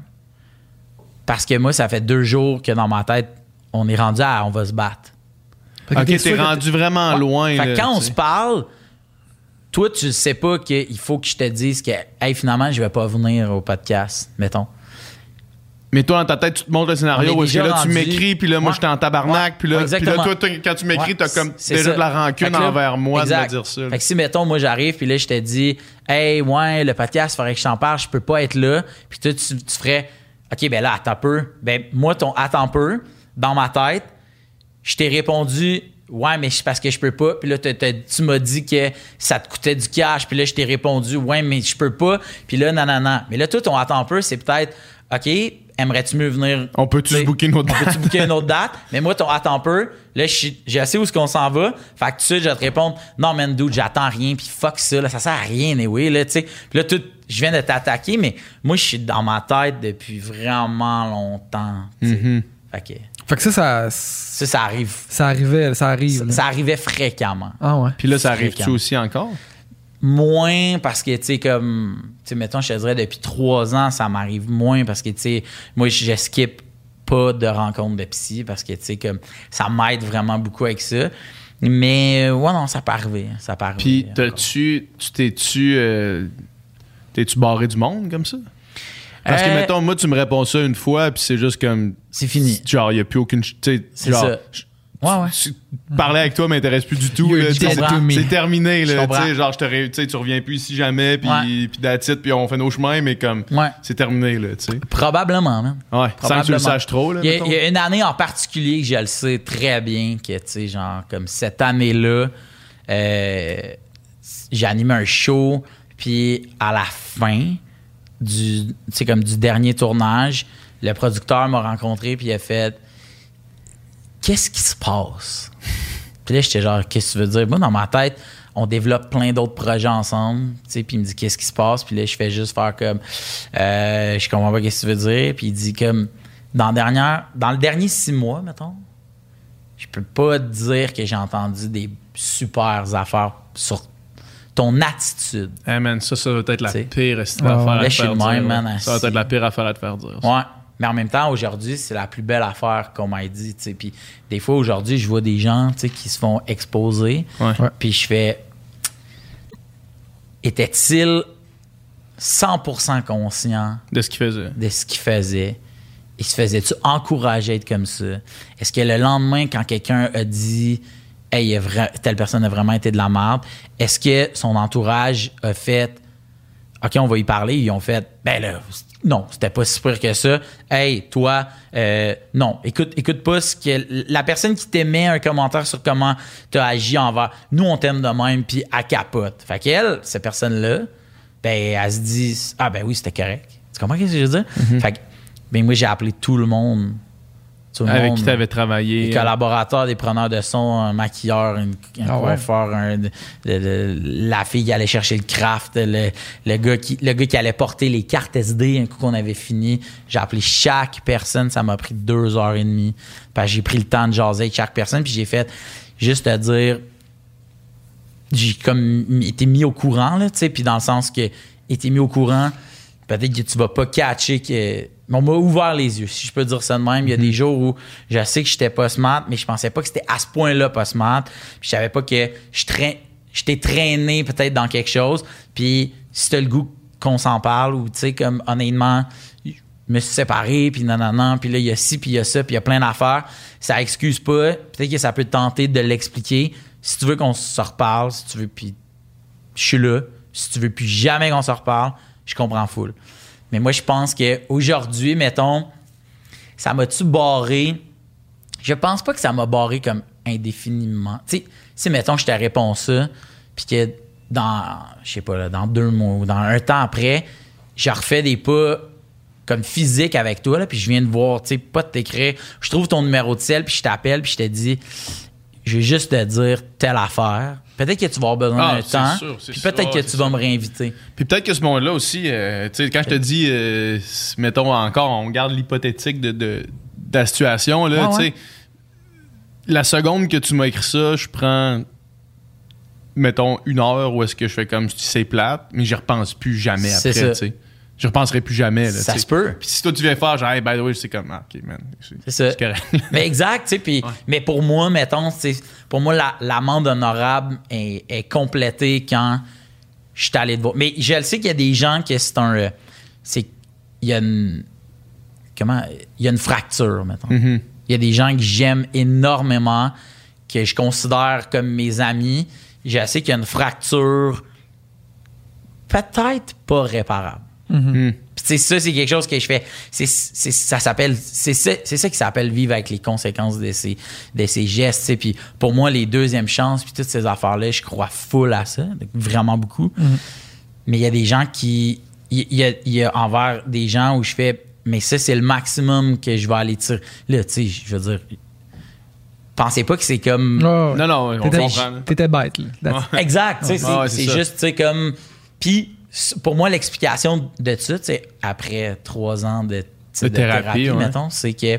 parce que moi, ça fait deux jours que dans ma tête, on est rendu à on va se battre. Ok, t'es rendu vraiment ouais. loin. Fait là, que quand on t'sais. se parle, toi, tu sais pas qu'il faut que je te dise que hey, finalement, je vais pas venir au podcast, mettons. Mais toi, dans ta tête, tu te montres le scénario où est-ce que là, rendu... tu m'écris, puis là, moi, ouais. j'étais en tabarnak, ouais. puis là, ouais, puis là, toi, quand tu m'écris, ouais. t'as comme c'est déjà ça. de la rancune là, envers moi exact. de me dire ça. Là. Fait que si, mettons, moi, j'arrive, puis là, je te dis, hey, ouais, le podcast, il faudrait que je t'en parle, je peux pas être là. Puis toi, tu, tu ferais, OK, ben là, attends un peu. Ben, moi, ton attends un peu, dans ma tête, je t'ai répondu, ouais, mais c'est parce que je peux pas. Puis là, t'as, t'as, tu m'as dit que ça te coûtait du cash. Puis là, je t'ai répondu, ouais, mais je peux pas. Puis là, nanana. Mais là, toi, ton attends un peu, c'est peut-être, OK, aimerais-tu mieux venir. On peut-tu se booker une autre date? On peut-tu booker une autre date? Mais moi, ton attends un peu. Là, je, j'ai assez où est-ce qu'on s'en va. Fait que tout de suite, je vais te répondre, non, man, dude, j'attends rien. Puis fuck ça, là, ça sert à rien, anyway, là, tu sais. Puis là, tout, je viens de t'attaquer, mais moi, je suis dans ma tête depuis vraiment longtemps. Mm-hmm. Fait que. Fait que ça, ça. Ça, ça arrive. Ça arrivait, ça arrive. Ça, là. ça arrivait fréquemment. Ah ouais. Puis là, ça arrive-tu aussi encore? Moins parce que, tu sais, comme, tu sais, mettons, je te dirais, depuis trois ans, ça m'arrive moins parce que, tu sais, moi, je skip pas de rencontres de psy parce que, tu sais, comme, ça m'aide vraiment beaucoup avec ça. Mais, ouais, non, ça peut arriver. Ça peut arriver. Puis, t'as-tu, tu t'es-tu, euh, t'es-tu barré du monde comme ça? Parce que, euh, mettons, moi, tu me réponds ça une fois, puis c'est juste comme. C'est fini. Genre, il n'y a plus aucune. C'est genre, ça. Ouais, ouais. Je, parler avec toi m'intéresse plus du tout. Là, je c'est, comprends. c'est terminé. Là, Je genre, je te ré, tu reviens plus ici jamais, puis ouais. that's it, puis on fait nos chemins, mais comme. Ouais. C'est terminé. Là, t'sais. Probablement, man. Ouais, sans que tu le saches trop. Là, il, y a, il y a une année en particulier que je le sais très bien, que, tu sais, genre, comme cette année-là, euh, j'ai animé un show, puis à la fin du, comme du dernier tournage, le producteur m'a rencontré, puis il a fait « Qu'est-ce qui se passe? » Puis là, j'étais genre « Qu'est-ce que tu veux dire? » Moi, dans ma tête, on développe plein d'autres projets ensemble, tu sais, puis il me dit « Qu'est-ce qui se passe? » Puis là, je fais juste faire comme euh, « Je comprends pas qu'est-ce que tu veux dire. » Puis il dit comme dans, dernière, dans le dernier six mois, mettons, je peux pas te dire que j'ai entendu des super affaires sur ton attitude. Hey man, ça, ça va être la T'sais. pire Oh, affaire à là, te je suis faire le dire. même, man, ça va être la pire affaire à te faire dire. Ça. Ouais. Mais en même temps, aujourd'hui, c'est la plus belle affaire qu'on m'a dit. T'sais. Puis des fois, aujourd'hui, je vois des gens qui se font exposer. Ouais. Ouais. Puis je fais... Était-il cent pour cent conscient De ce qu'il faisait. de ce qu'il faisait? Il se faisait-tu encourager à être comme ça? Est-ce que le lendemain, quand quelqu'un a dit « Hey, il a vra- telle personne a vraiment été de la merde », est-ce que son entourage a fait « OK, on va y parler », ils ont fait « Ben là, non, c'était pas si pire que ça. Hey, toi, euh, non, écoute, écoute pas ce que la personne qui t'émet un commentaire sur comment t'as agi envers. Nous, on t'aime de même, puis elle capote. » Fait qu'elle, cette personne-là, ben, elle se dit « Ah ben oui, c'était correct. » Tu comprends ce que je veux dire? Mm-hmm. Fait que ben moi, j'ai appelé tout le monde. Tout le Avec monde, qui tu avais travaillé. des collaborateurs, des preneurs de son, un maquilleur, une, un Ah coiffeur, un, le, le, la fille qui allait chercher le craft, le, le, gars qui, le gars qui allait porter les cartes S D un coup qu'on avait fini. J'ai appelé chaque personne, ça m'a pris deux heures et demie. Parce que j'ai pris le temps de jaser avec chaque personne, puis j'ai fait juste à dire, j'ai comme été mis au courant, là, tu sais, puis dans le sens que été mis au courant, peut-être que tu vas pas catcher que... On m'a ouvert les yeux, si je peux dire ça de même. Il y a mm-hmm. des jours où je sais que j'étais pas smart, mais je pensais pas que c'était à ce point-là pas smart. Puis je savais pas que je traîn... j'étais traîné peut-être dans quelque chose. Puis si t'as le goût qu'on s'en parle, ou tu sais, comme honnêtement, je me suis séparé, puis non, non, non, puis là, il y a ci, puis il y a ça, puis il y a plein d'affaires. Ça excuse pas. Peut-être que ça peut te tenter de l'expliquer. Si tu veux qu'on se reparle, si tu veux, puis je suis là. Si tu veux plus jamais qu'on se reparle, je comprends full. Mais moi, je pense qu'aujourd'hui, mettons, ça m'a-tu barré? Je pense pas que ça m'a barré comme indéfiniment. Tu sais, si, mettons, je te réponds ça, puis que dans, je sais pas, là, dans deux mois ou dans un temps après, je refais des pas comme physique avec toi, là, puis je viens de voir, tu sais, pas de t'écrire, je trouve ton numéro de cell, puis je t'appelle, puis je te dis, je vais juste te dire telle affaire. Peut-être que tu vas avoir besoin ah, d'un temps, sûr, puis peut-être sûr, que tu sûr. vas me réinviter. Puis peut-être que ce moment-là aussi, euh, tu sais, quand je te dis, euh, mettons encore, on garde l'hypothétique de, de, de la situation, là, ouais, tu sais, ouais. la seconde que tu m'as écrit ça, je prends, mettons, une heure où est-ce que je fais comme si c'est plate, mais j'y repense plus jamais après, tu sais. Je repenserai plus jamais. Là, ça t'sais. se peut. Puis si toi, tu viens faire, genre, hey, by the way, c'est comme, ah, OK, man. C'est, c'est ça. C'est correct. Mais exact, tu sais. Puis, ouais. Mais pour moi, mettons, pour moi, la, l'amende honorable est, est complétée quand je suis allé de voir. Mais je le sais qu'il y a des gens que c'est un. C'est. Il y a une. Comment. Il y a une fracture, mettons. Mm-hmm. Il y a des gens que j'aime énormément, que je considère comme mes amis. Je sais qu'il y a une fracture peut-être pas réparable. Mm-hmm. Puis ça, c'est quelque chose que je fais. C'est, c'est, ça s'appelle, c'est, ça, c'est ça qui s'appelle vivre avec les conséquences de ces, de ces gestes. Puis pour moi, les deuxièmes chances, puis toutes ces affaires-là, je crois full à ça, vraiment beaucoup. Mm-hmm. Mais il y a des gens qui... Il y a, il y a envers des gens où je fais, mais ça, c'est le maximum que je vais aller tirer. Là, tu sais, je veux dire... Pensez pas que c'est comme... Oh, non, non, on t'étais, comprend. T'étais bête, là. Exact, tu sais, c'est, ouais, c'est, c'est juste, tu sais, comme... Puis... Pour moi, l'explication de ça, après trois ans de, de, de thérapie, thérapie ouais. mettons, c'est que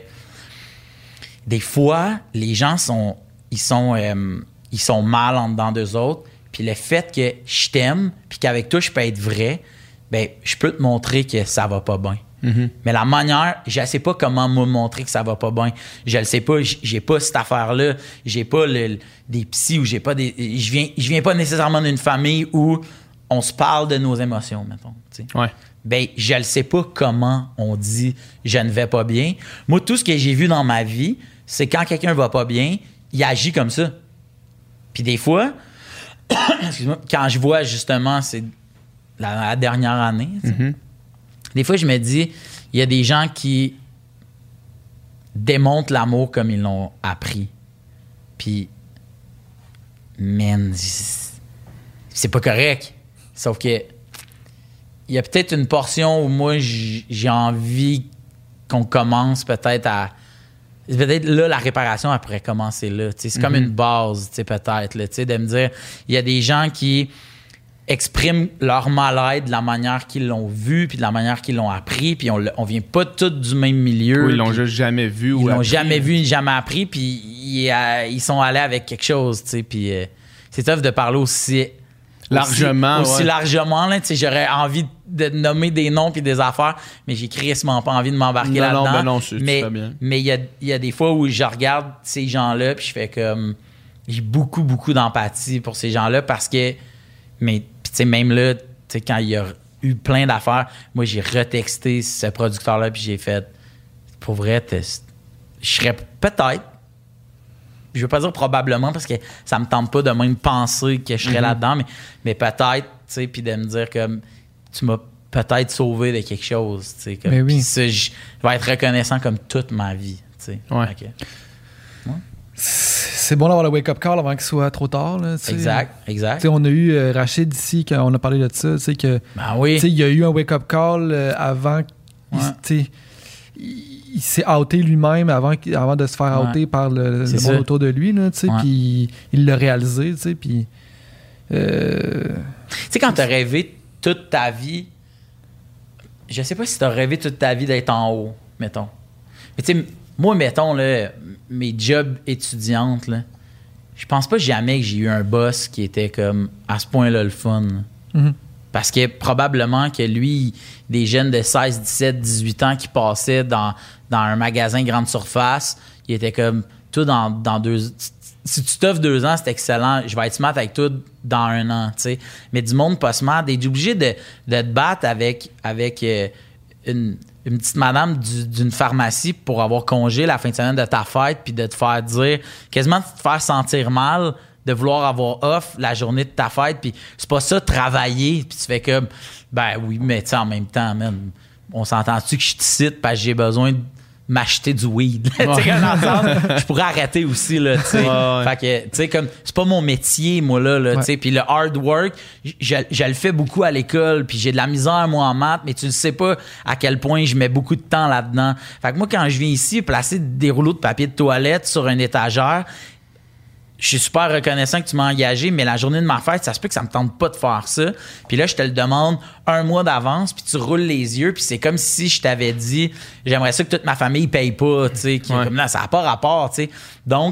des fois, les gens sont, ils sont, euh, ils sont mal en dedans d'eux autres. Puis le fait que je t'aime, puis qu'avec toi, je peux être vrai, ben, je peux te montrer que ça va pas bien. Mm-hmm. Mais la manière, je sais pas comment me montrer que ça va pas bien. Je le sais pas, j'ai pas cette affaire-là. J'ai pas le, des psys ou j'ai pas des. Je viens, je viens pas nécessairement d'une famille où on se parle de nos émotions, mettons. Ouais. Ben, je ne sais pas comment on dit « je ne vais pas bien ». Moi, tout ce que j'ai vu dans ma vie, c'est quand quelqu'un va pas bien, il agit comme ça. Puis des fois, excuse-moi, quand je vois justement, c'est la, la dernière année, mm-hmm. des fois, je me dis, il y a des gens qui démontrent l'amour comme ils l'ont appris. Puis, man, c'est pas correct. Sauf que il y a peut-être une portion où moi, j'ai envie qu'on commence peut-être à... Peut-être là, la réparation, elle pourrait commencer là. T'sais, c'est mm-hmm. comme une base, peut-être, là, de me dire, il y a des gens qui expriment leur mal-être de la manière qu'ils l'ont vu puis de la manière qu'ils l'ont appris, puis on, on vient pas tous du même milieu. Ou ils l'ont juste jamais vu. Ils ou l'ont appris. jamais vu, jamais appris, puis ils, euh, ils sont allés avec quelque chose, puis euh, c'est tough de parler aussi... Largement, Aussi, aussi ouais. largement, là, j'aurais envie de nommer des noms puis des affaires, mais j'ai crissement pas envie de m'embarquer non, là-dedans. Non, ben non, c'est, mais c'est bien. mais il y a, y a des fois où je regarde ces gens-là puis je fais comme... J'ai beaucoup, beaucoup d'empathie pour ces gens-là parce que... Mais, tu sais, même là, tu sais, quand il y a eu plein d'affaires, moi, j'ai retexté ce producteur-là puis j'ai fait... Pour vrai, je serais peut-être... Je veux pas dire probablement parce que ça me tente pas de même penser que je serais mm-hmm. là-dedans, mais, mais peut-être, tu sais, puis de me dire que tu m'as peut-être sauvé de quelque chose, tu sais. Comme, mais oui. Puis ça, je vais être reconnaissant comme toute ma vie, tu sais. Ouais. Okay. Ouais. C'est bon d'avoir le wake-up call avant qu'il soit trop tard, là, t'sais. Exact, exact. T'sais, on a eu euh, Rachid ici, quand on a parlé de ça, tu sais, que... Ben oui. Il y a eu un wake-up call euh, avant... Ouais. Tu sais... Il s'est outé lui-même avant, avant de se faire outer ouais. par le, le monde autour de lui, là, tu sais, ouais. puis il l'a réalisé, tu sais, puis... Euh... Tu sais, quand t'as rêvé toute ta vie, je sais pas si t'as rêvé toute ta vie d'être en haut, mettons. Mais tu sais, moi, mettons, là, mes jobs étudiantes, là, je pense pas jamais que j'ai eu un boss qui était comme à ce point-là le fun. Mm-hmm. Parce que probablement que lui, des jeunes de seize, dix-sept, dix-huit ans qui passaient dans, dans un magasin grande surface, il était comme, toi, dans, dans deux... Si tu t'offres deux ans, c'est excellent. Je vais être smart avec toi dans un an, tu sais. Mais du monde pas smart, d'être obligé de, de te battre avec, avec euh, une, une petite madame du, d'une pharmacie pour avoir congé la fin de semaine de ta fête puis de te faire dire, quasiment de te faire sentir mal de vouloir avoir off la journée de ta fête, puis c'est pas ça, travailler, puis tu fais comme, ben oui, mais tu sais, en même temps, man, on s'entend-tu que je te cite parce que j'ai besoin m'acheter du weed. Ouais. Tu sais, dans le sens, je pourrais arrêter aussi, là, tu sais. Ouais, ouais. Fait que, tu sais, comme, c'est pas mon métier, moi, là, là, ouais. tu sais. Puis le hard work, je, je le fais beaucoup à l'école, puis j'ai de la misère, moi, en maths, mais tu ne sais pas à quel point je mets beaucoup de temps là-dedans. Fait que moi, quand je viens ici, placer des rouleaux de papier de toilette sur une étagère, je suis super reconnaissant que tu m'as engagé, mais la journée de ma fête, ça se peut que ça me tente pas de faire ça. Puis là, je te le demande un mois d'avance, puis tu roules les yeux, puis c'est comme si je t'avais dit, j'aimerais ça que toute ma famille paye pas, tu sais, ouais. comme là, ça n'a pas rapport, tu sais. Donc,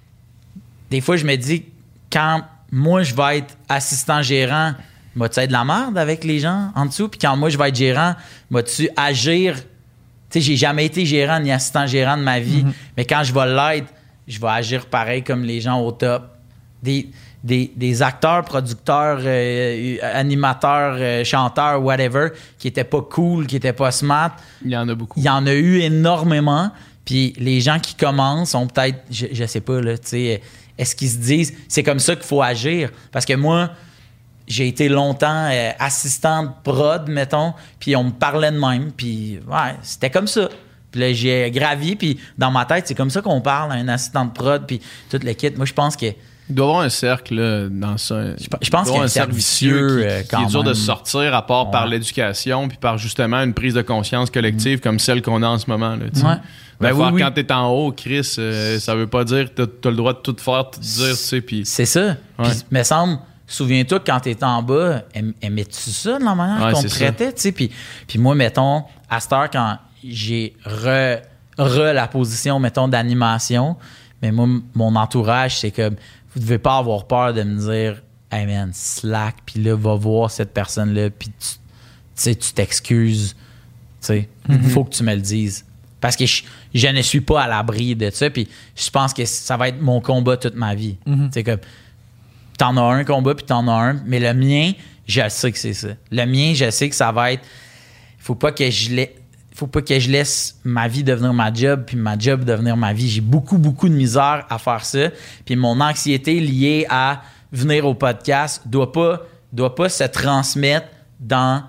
des fois, je me dis, quand moi, je vais être assistant gérant, vas-tu être de la merde avec les gens en dessous? Puis quand moi, je vais être gérant, vas-tu agir? Tu sais, j'ai jamais été gérant ni assistant gérant de ma vie, mm-hmm. mais quand je vais l'être, je vais agir pareil comme les gens au top. Des, des, des acteurs, producteurs, euh, animateurs, euh, chanteurs, whatever, qui étaient pas cool, qui étaient pas smart. Il y en a beaucoup. Il y en a eu énormément. Puis les gens qui commencent ont peut-être, je, je sais pas, là, tu sais, est-ce qu'ils se disent, c'est comme ça qu'il faut agir? Parce que moi, j'ai été longtemps euh, assistant de prod, mettons, puis on me parlait de même, puis ouais, c'était comme ça. Puis là, j'ai gravi, puis dans ma tête, c'est comme ça qu'on parle à un assistant de prod, puis toute l'équipe. Moi, je pense que... Il doit y avoir un cercle là, dans ça. Je, je pense qu'il y a un cercle vicieux qui, qui, qui est dur de sortir, à part ouais. par l'éducation, puis par justement une prise de conscience collective mmh. comme celle qu'on a en ce moment. Là, ouais. Ben oui, oui. Quand t'es en haut, Chris, euh, ça veut pas dire que t'as, t'as le droit de tout faire, tout dire, tu sais. Puis... C'est ça. Ouais. Puis, me semble... Souviens-toi que quand t'étais en bas, aimais-tu ça de la manière ouais, qu'on te traitait? Tu sais? Puis, puis moi, mettons, à cette heure, quand j'ai re, re la position, mettons, d'animation, mais moi, mon entourage, c'est que vous devez pas avoir peur de me dire « Hey man, slack, puis là, va voir cette personne-là, puis tu sais, tu t'excuses. Tu sais, il mm-hmm. faut que tu me le dises. » Parce que je, je ne suis pas à l'abri de ça, puis je pense que ça va être mon combat toute ma vie. Mm-hmm. Tu sais, comme... T'en as un combat, puis t'en as un. Mais le mien, je sais que c'est ça. Le mien, je sais que ça va être... Faut pas que je laisse... Faut pas que je laisse ma vie devenir ma job, puis ma job devenir ma vie. J'ai beaucoup, beaucoup de misère à faire ça. Puis mon anxiété liée à venir au podcast doit pas, doit pas se transmettre dans,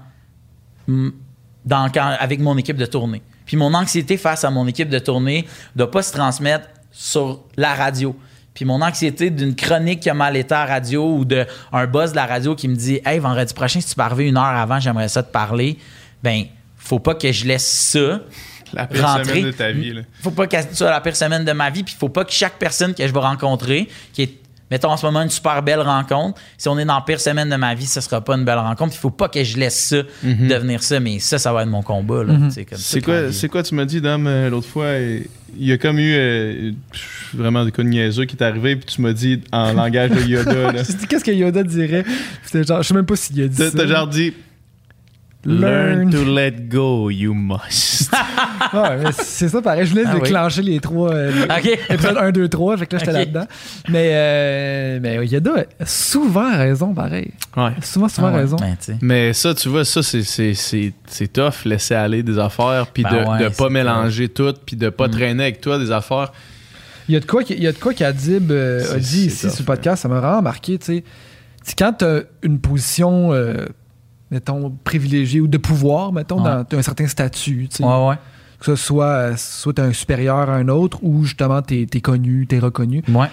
dans, quand, avec mon équipe de tournée. Puis mon anxiété face à mon équipe de tournée doit pas se transmettre sur la radio. Puis mon anxiété d'une chronique qui a mal été à la radio ou d'un boss de la radio qui me dit « Hey, vendredi prochain, si tu peux arriver une heure avant, j'aimerais ça te parler. » Ben, faut pas que je laisse ça la pire rentrer. Semaine de ta vie. Là. Faut pas que ça soit la pire semaine de ma vie. Puis faut pas que chaque personne que je vais rencontrer, qui est, mettons en ce moment, une super belle rencontre, si on est dans la pire semaine de ma vie, ce sera pas une belle rencontre. Il faut pas que je laisse ça mm-hmm. devenir ça. Mais ça, ça va être mon combat. Là. Mm-hmm. Comme c'est, quoi, c'est quoi tu m'as dit, Dom, euh, l'autre fois? Il y a comme eu euh, vraiment des cas de niaiseux qui est arrivé, puis tu m'as dit en langage de Yoda. Là. Qu'est-ce que Yoda dirait? C'était genre, je sais même pas s'il a dit t'as, ça. T'as genre dit... Learn to let go, you must. Ouais, mais c'est ça, pareil. Je voulais ah, déclencher oui. les trois. Euh, okay. Épisode un, deux, trois. Fait que là, j'étais okay. là-dedans. Mais, euh, mais Yoda a souvent raison, pareil. Ouais. Souvent, souvent ah, ouais. raison. Ben, mais ça, tu vois, ça, c'est, c'est, c'est, c'est tough, laisser aller des affaires, puis ben de, ouais, de pas mélanger tout, puis de pas mm. traîner avec toi des affaires. Il y a de quoi, il y a de quoi qu'Adib euh, a dit ici tough, sur le podcast, ouais. ça m'a vraiment marqué, tu sais. Quand t'as une position. Euh, mettons, privilégié ou de pouvoir, mettons, ouais. dans un certain statut, tu sais. Ouais, ouais. Que ce soit, soit t'es un supérieur à un autre ou justement t'es, t'es connu, t'es reconnu. Ouais.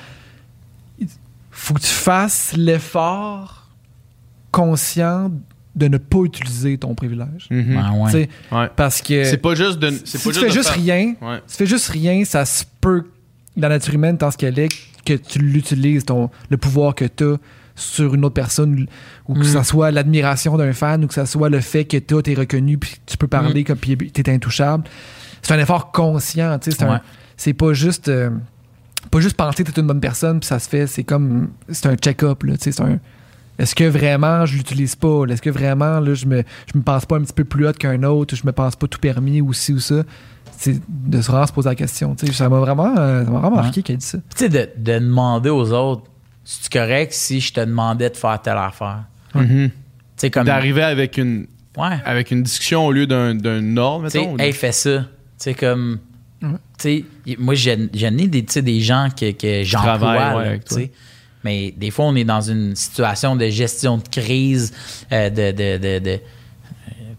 Faut que tu fasses l'effort conscient de ne pas utiliser ton privilège. Mm-hmm. Ah ouais. ouais. Parce que... C'est pas juste de... C'est si pas tu juste fais juste faire... rien, ouais. si tu fais juste rien, ça se peut, dans la nature humaine, dans ce qu'elle est, que tu l'utilises, ton, le pouvoir que t'as sur une autre personne, ou que mm. ça soit l'admiration d'un fan, ou que ça soit le fait que toi, t'es reconnu, puis tu peux parler, mm. comme puis t'es intouchable. C'est un effort conscient, tu sais. C'est, ouais. c'est pas juste... Euh, pas juste penser que t'es une bonne personne, puis ça se fait, c'est comme... C'est un check-up, là, tu sais, c'est un... Est-ce que vraiment je l'utilise pas? Est-ce que vraiment là, je me je me pense pas un petit peu plus hot qu'un autre? Je me pense pas tout permis ou ci ou ça? C'est de se vraiment se poser la question. T'sais. Ça m'a vraiment, euh, ça m'a vraiment marqué ouais. qu'elle dit ça. Tu sais, de, de demander aux autres, c'est correct si je te demandais de faire telle affaire? Mm-hmm. Comme... D'arriver avec une, ouais. avec une discussion au lieu d'un, d'un ordre, mettons. Hey, fais ça. Tu sais, comme... Ouais. Tu sais, moi, j'ai, j'ai des, des gens que, que j'emploie, ouais, tu sais. Mais des fois, on est dans une situation de gestion de crise, euh, de, de, de, de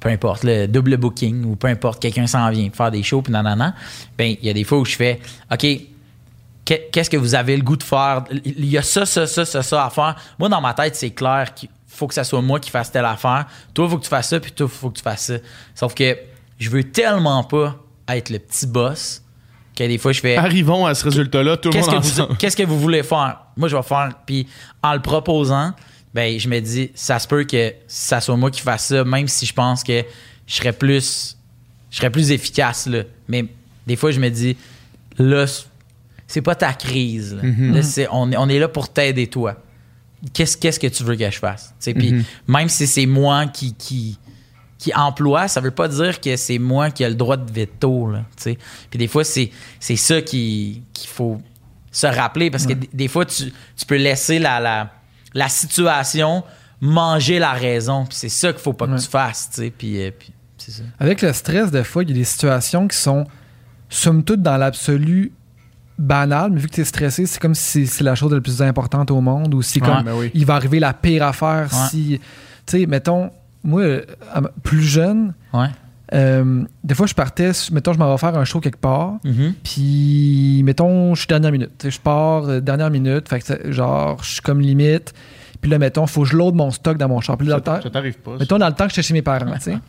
peu importe, le double booking ou peu importe, quelqu'un s'en vient faire des shows, puis nanana, ben il y a des fois où je fais, OK, qu'est-ce que vous avez le goût de faire? Il y a ça, ça, ça, ça, ça à faire. Moi, dans ma tête, c'est clair qu'il faut que ça soit moi qui fasse telle affaire. Toi, il faut que tu fasses ça, puis toi, il faut que tu fasses ça. Sauf que je veux tellement pas être le petit boss que des fois, je fais... Arrivons à ce résultat-là, tout le monde ensemble. Vous, qu'est-ce que vous voulez faire? Moi, je vais faire... Puis en le proposant, ben je me dis, ça se peut que ça soit moi qui fasse ça, même si je pense que je serais plus... Je serais plus efficace, là. Mais des fois, je me dis, là, c'est pas ta crise. Là. Mm-hmm. Là, c'est, on, on est là pour t'aider, toi. Qu'est-ce, qu'est-ce que tu veux que je fasse? Puis mm-hmm. même si c'est moi qui... qui qui emploie, ça veut pas dire que c'est moi qui ai le droit de veto. Là, puis des fois, c'est, c'est ça qui, qu'il faut se rappeler parce ouais. que d- des fois, tu, tu peux laisser la, la, la situation manger la raison. Puis c'est ça qu'il faut pas ouais. que tu fasses. Puis, euh, puis c'est ça. Avec le stress, des fois, il y a des situations qui sont, somme toute, dans l'absolu banales, mais vu que tu es stressé, c'est comme si c'est la chose la plus importante au monde ou c'est comme ouais, ben oui. il va arriver la pire affaire ouais. si... Tu sais, mettons... Moi, plus jeune, ouais. euh, des fois, je partais, mettons, je m'en vais faire un show quelque part, mm-hmm. puis, mettons, je suis dernière minute. Je pars euh, dernière minute, fait que genre, je suis comme limite, puis là, mettons, il faut que je load mon stock dans mon char. Puis là, ça, dans le temps, ça t'arrive pas. Mettons, dans le temps que j'étais chez mes parents, tu sais.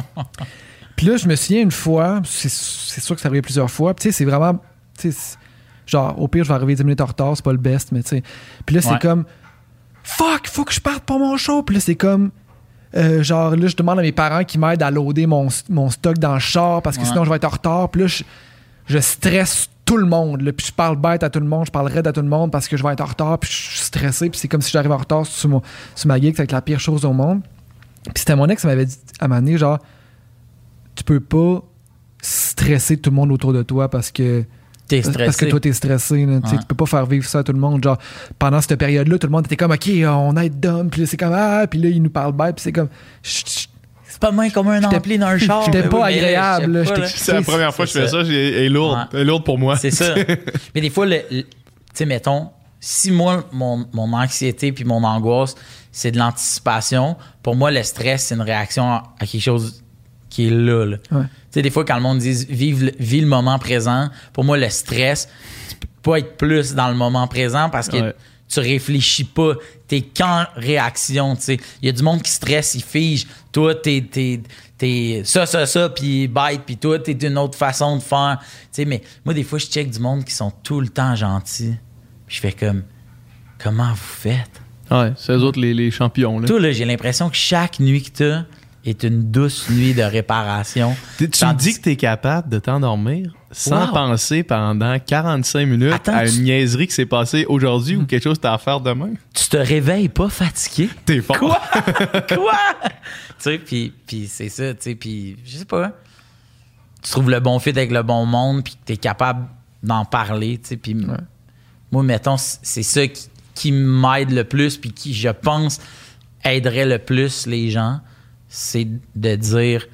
Puis là, je me souviens une fois, c'est, c'est sûr que ça arrive plusieurs fois, puis tu sais, c'est vraiment, tu sais, genre, au pire, je vais arriver dix minutes en retard, c'est pas le best, mais tu sais. Puis là, c'est ouais. comme, fuck, faut que je parte pour mon show. Puis là, c'est comme, Euh, genre là je demande à mes parents qui m'aident à loader mon, mon stock dans le char parce que ouais. sinon je vais être en retard. Puis là je, je stresse tout le monde là. Puis je parle bête à tout le monde, je parle raide à tout le monde parce que je vais être en retard, puis je suis stressé, puis c'est comme si j'arrive en retard sur, mon, sur ma gig, c'est la pire chose au monde. Puis c'était mon ex qui m'avait dit à un moment donné, genre tu peux pas stresser tout le monde autour de toi parce que T'es stressé. Parce que toi, t'es stressé. Là, ouais. Tu peux pas faire vivre ça à tout le monde. Genre, pendant cette période-là, tout le monde était comme, OK, on aide d'hommes. Puis là, c'est comme, ah, puis là, ils nous parlent bête. Puis c'est comme, chut, c'est pas moins comme un ampli dans un char. J'étais pas oui, agréable. Là, pas, là. C'est la première fois que je fais ça. Elle est lourde. Ouais. Elle est lourde pour moi. C'est ça. Mais des fois, le, le, tu sais, mettons, si moi, mon, mon anxiété puis mon angoisse, c'est de l'anticipation, pour moi, le stress, c'est une réaction à quelque chose qui est là. là. Ouais. Tu sais, des fois, quand le monde dit vive le, vis le moment présent, pour moi, le stress, tu peux pas être plus dans le moment présent parce que ouais. tu réfléchis pas. T'es qu'en réaction, tu sais. Il y a du monde qui stresse, il fige. Toi, t'es, t'es, t'es ça, ça, ça, puis bête, puis toi, t'es d'une autre façon de faire. Tu sais, mais moi, des fois, je check du monde qui sont tout le temps gentils. Puis je fais comme, comment vous faites? Ouais, c'est eux autres les, les champions, là. Toi, là, j'ai l'impression que chaque nuit que t'as est une douce nuit de réparation. Tu me dis que tu es capable de t'endormir sans wow. penser pendant quarante-cinq minutes Attends, à une tu... niaiserie qui s'est passée aujourd'hui mmh. ou quelque chose que tu as à faire demain? Tu te réveilles pas fatigué? T'es fort. Quoi? Quoi? Tu sais, puis, puis c'est ça, tu sais, puis je sais pas. Tu trouves le bon fit avec le bon monde puis que tu es capable d'en parler, tu sais, puis ouais. moi, mettons, c'est ça qui, qui m'aide le plus puis qui, je pense, aiderait le plus les gens. C'est de dire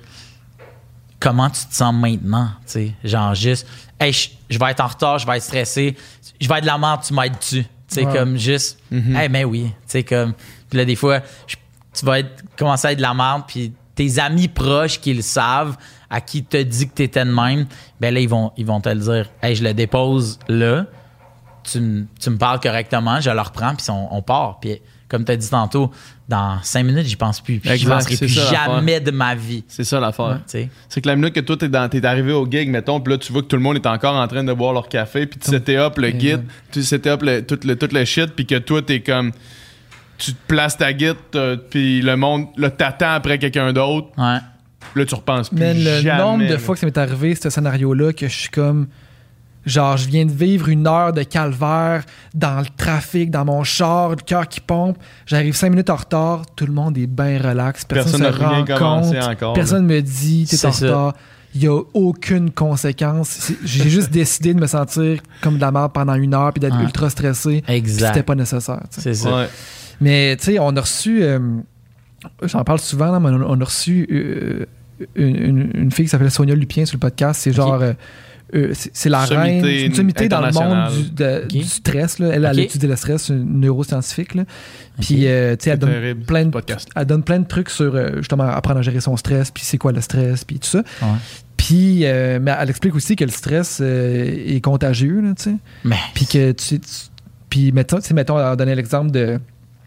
comment tu te sens maintenant, tu sais, genre juste hey, je, je vais être en retard, je vais être stressé, je vais être de la merde, tu m'aides-tu, tu sais, ouais. comme juste mm-hmm. hey, ben oui, tu sais, comme puis là des fois je, tu vas être commencer à être de la merde, puis tes amis proches qui le savent, à qui te dit que t'étais de même, ben là ils vont ils vont te le dire, hey, je le dépose là, tu, m- tu me parles correctement, je le reprends, puis on, on part, puis comme tu as dit tantôt, dans cinq minutes, j'y pense plus. Puis je penserai plus ça, jamais l'affaire. De ma vie. C'est ça l'affaire. Ouais, c'est que la minute que toi, t'es, dans, t'es arrivé au gig, mettons, puis là, tu vois que tout le monde est encore en train de boire leur café, puis tu setais up le guide, tu setais up le, tout, le, tout le shit, puis que toi, t'es comme... Tu te places ta guide, puis le monde là, t'attend après quelqu'un d'autre. Ouais. Là, tu repenses plus Mais le jamais, nombre de là. fois que ça m'est arrivé, ce scénario-là, que je suis comme... Genre, je viens de vivre une heure de calvaire dans le trafic, dans mon char, le cœur qui pompe. J'arrive cinq minutes en retard, tout le monde est bien relax. Personne ne se rend compte. Encore, personne ne me dit t'es en retard. Il n'y a aucune conséquence. C'est, j'ai juste décidé de me sentir comme de la merde pendant une heure puis d'être ouais. ultra stressé. Exact. C'était pas nécessaire. T'sais. C'est ça. Ouais. Mais tu sais, on a reçu... Euh, j'en parle souvent, là, mais on a reçu euh, une, une, une fille qui s'appelle Sonia Lupien sur le podcast. C'est genre... Okay. Euh, Euh, c'est, c'est la sommité, reine, c'est une sommité dans le monde du, de, okay. du stress. Là. Elle, okay. elle étudie le stress, une neuroscientifique. Là. Puis, okay. euh, tu sais, elle, donne plein de, elle donne plein de trucs sur, euh, justement, apprendre à gérer son stress, puis c'est quoi le stress, puis tout ça. Ouais. Puis, euh, mais elle explique aussi que le stress euh, est contagieux, tu sais. Mais... Puis que, tu sais, puis mettons, mettons, elle a donné l'exemple de,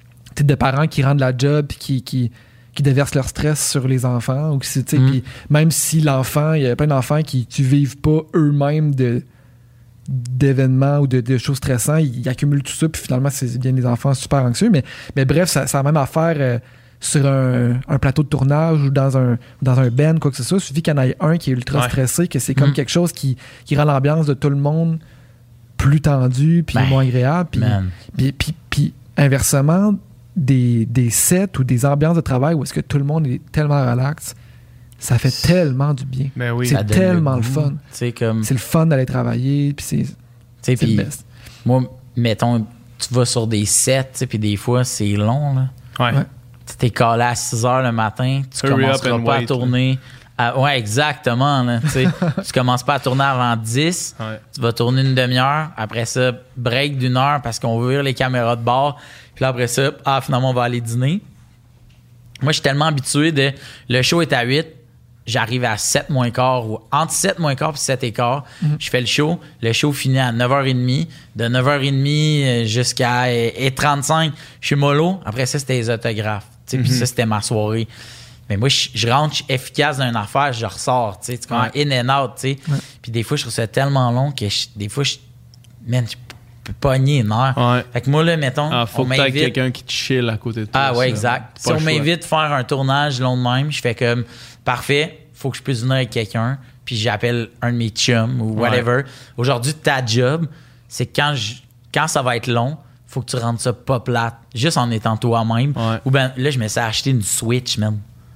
de parents qui rendent la job, puis qui... qui qui déversent leur stress sur les enfants. Ou que c'est, mm. Puis même si l'enfant, il y a plein d'enfants qui ne vivent pas eux-mêmes de, d'événements ou de, de choses stressantes, ils, ils accumulent tout ça, puis finalement, c'est bien des enfants super anxieux. Mais, mais bref, ça, ça a même affaire euh, sur un, un plateau de tournage ou dans un, dans un band, quoi que ce soit. Il suffit qu'il y en ait un qui est ultra ouais. stressé, que c'est comme mm. quelque chose qui, qui rend l'ambiance de tout le monde plus tendue, puis ben, moins agréable. Puis, puis, puis, puis inversement, Des, des sets ou des ambiances de travail où est-ce que tout le monde est tellement relax, ça fait tellement du bien. Ben oui, c'est tellement le, le fun. Comme... C'est le fun d'aller travailler, puis c'est, c'est pis, le best. Moi, mettons, tu vas sur des sets, puis des fois, c'est long. Là. Ouais. ouais. Tu es calé à six heures le matin, tu Hurry commenceras pas wait, à tourner. À, ouais, exactement. Là, tu commences pas à tourner avant dix, ouais. tu vas tourner une demi-heure. Après ça, break d'une heure parce qu'on veut ouvrir les caméras de bord. Puis là, après ça, ah, finalement, on va aller dîner. Moi, je suis tellement habitué de... Le show est à huit, j'arrive à sept moins quart ou entre sept moins quart et sept et quart. Mm-hmm. Je fais le show. Le show finit à neuf heures trente. De neuf heures trente jusqu'à et trente-cinq, je suis mollo. Après ça, c'était les autographes. Mm-hmm. Puis ça, c'était ma soirée. Mais moi, je, je rentre, je suis efficace dans une affaire, je ressors. Tu sais, ouais. in and out. Ouais. Puis des fois, je trouve ça tellement long que je, des fois, je... Man, je peux pogner une heure. Ouais. Fait que moi, là, mettons, ah, faut on que m'invite... t'aies quelqu'un qui te chill à côté de toi. Ah ouais, exact. Si on m'invite faire un tournage long de même, je fais comme, parfait, faut que je puisse venir avec quelqu'un, puis j'appelle un de mes chums ou whatever. Ouais. Aujourd'hui, ta job, c'est quand, je, quand ça va être long, faut que tu rendes ça pas plate, juste en étant toi-même. Ouais. Ou ben là, je me suis acheté une Switch, man.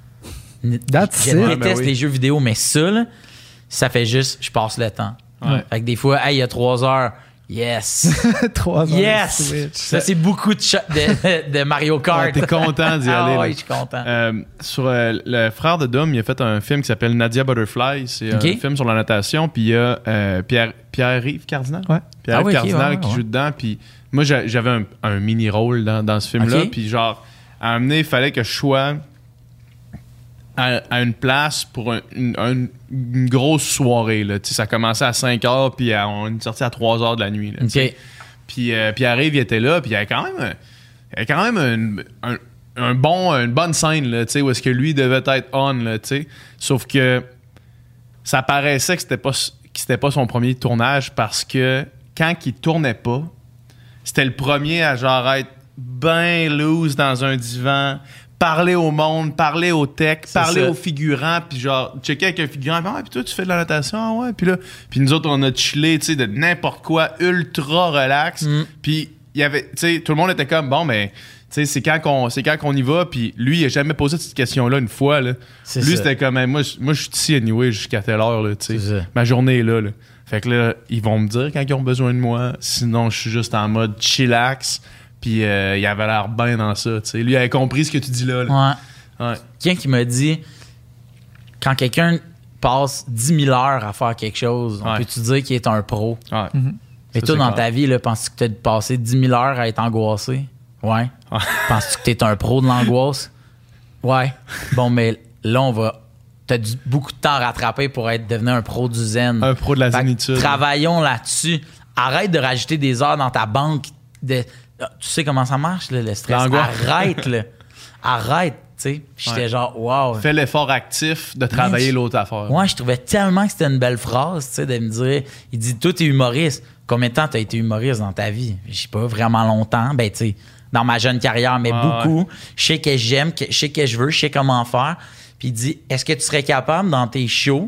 That's je it. déteste ben oui. les jeux vidéo, mais ça, là, ça fait juste, je passe le temps. Ouais. Fait que des fois, hey, il y a trois heures, yes! trois heures yes! Switch. Ça, c'est beaucoup de, de, de Mario Kart. Ouais, t'es content d'y aller. Ah oui, je suis content. Euh, sur euh, le frère de Dom, il a fait un film qui s'appelle Nadia Butterfly. C'est okay. un film sur la natation. Puis il y a euh, Pierre, Pierre-Yves Cardinal. Ouais. Pierre-Yves ah oui, Cardinal okay, ouais, qui ouais. joue dedans. Puis moi, j'avais un, un mini-rôle dans, dans ce film-là. Okay. Puis genre, à un moment donné, il fallait que je sois à, à une place pour un, une, une, une grosse soirée. Là. Ça commençait à cinq heures, puis à, on est sorti à trois heures de la nuit. Là, okay. Puis euh, Pierre-Yves, il était là, puis il y avait quand même, il y avait quand même une, un, un bon, une bonne scène là, où est-ce que lui devait être on. Là, sauf que ça paraissait que c'était pas, que c'était pas son premier tournage parce que quand il tournait pas, c'était le premier à genre être ben loose dans un divan, parler au monde, parler aux tech, c'est parler ça. aux figurants, puis genre, checker avec un figurant, puis ah, puis toi, tu fais de la natation, ah ouais, puis là, puis nous autres, on a chillé, tu sais, de n'importe quoi, ultra relax, mm. puis il y avait, tu sais, tout le monde était comme, bon, ben, tu sais, c'est quand qu'on, c'est quand qu'on y va, puis lui, il a jamais posé cette question-là une fois, là. C'est lui, ça. C'était comme, moi, moi je suis ici, anyway, jusqu'à telle heure, là, tu sais, ma journée est là, là. Fait que là, ils vont me dire quand ils ont besoin de moi, sinon, je suis juste en mode chillax. Puis euh, il avait l'air bien dans ça. T'sais. Lui, il avait compris ce que tu dis là. là. Ouais. ouais. Quelqu'un qui m'a dit, quand quelqu'un passe dix mille heures à faire quelque chose, ouais. on peut-tu dire qu'il est un pro? Ouais. Mm-hmm. Mais ça, toi, dans clair. ta vie, là, penses-tu que tu as passé dix mille heures à être angoissé? Ouais. ouais. Penses-tu que tu es un pro de l'angoisse? Ouais. Bon, mais là, on va... T'as dû beaucoup de temps à rattraper pour être devenu un pro du zen. Un pro de la zénitude. Travaillons là-dessus. Arrête de rajouter des heures dans ta banque de... Tu sais comment ça marche, là, le stress? L'angoisse. Arrête, là. Arrête, tu sais. J'étais ouais. genre, wow. Fais l'effort actif de travailler ouais, l'autre affaire. Ouais, je trouvais tellement que c'était une belle phrase, tu sais, de me dire, il dit, toi, t'es humoriste. Combien de temps t'as été humoriste dans ta vie? Je sais pas, vraiment longtemps. Ben, tu sais, dans ma jeune carrière, mais ouais, beaucoup. Ouais. Je sais que j'aime, que, je sais que je veux, je sais comment faire. Puis il dit, est-ce que tu serais capable, dans tes shows,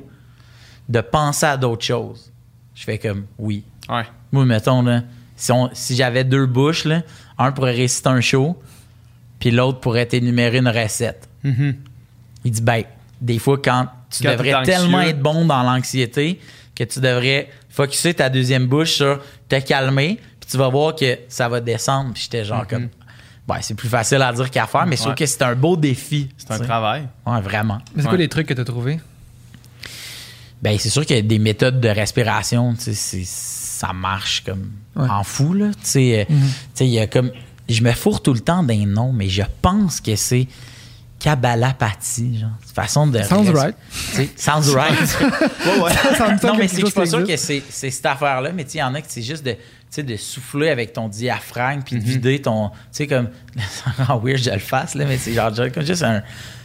de penser à d'autres choses? Je fais comme, oui. Ouais. Moi, mettons, là, Si, on, si j'avais deux bouches, là, un pourrait réciter un show, puis l'autre pourrait t'énumérer une recette. Mm-hmm. Il dit, ben, des fois, quand tu quand devrais tellement être bon dans l'anxiété que tu devrais focusser ta deuxième bouche sur te calmer, puis tu vas voir que ça va descendre. Puis j'étais genre mm-hmm. comme, ben, c'est plus facile à dire qu'à faire, mais ouais. je trouve que c'est un beau défi. C'est un sais. travail. Ouais, vraiment. Mais c'est ouais. quoi les trucs que tu as trouvés? ben c'est sûr qu'il y a des méthodes de respiration, tu sais, c'est, ça marche comme ouais. en fou, là. Tu sais, mm-hmm. il y a comme... Je me fourre tout le temps d'un nom, mais je pense que c'est Kabalapathie, genre. Façon de... Sounds right. Sounds right. ouais, ouais. Non, mais c'est que je suis pas sûr que c'est, c'est cette affaire-là, mais tu sais, il y en a que c'est juste de, de souffler avec ton diaphragme puis mm-hmm. de vider ton... Tu sais, comme... Ça rend weird que je le fasse, là, mais c'est genre comme juste un...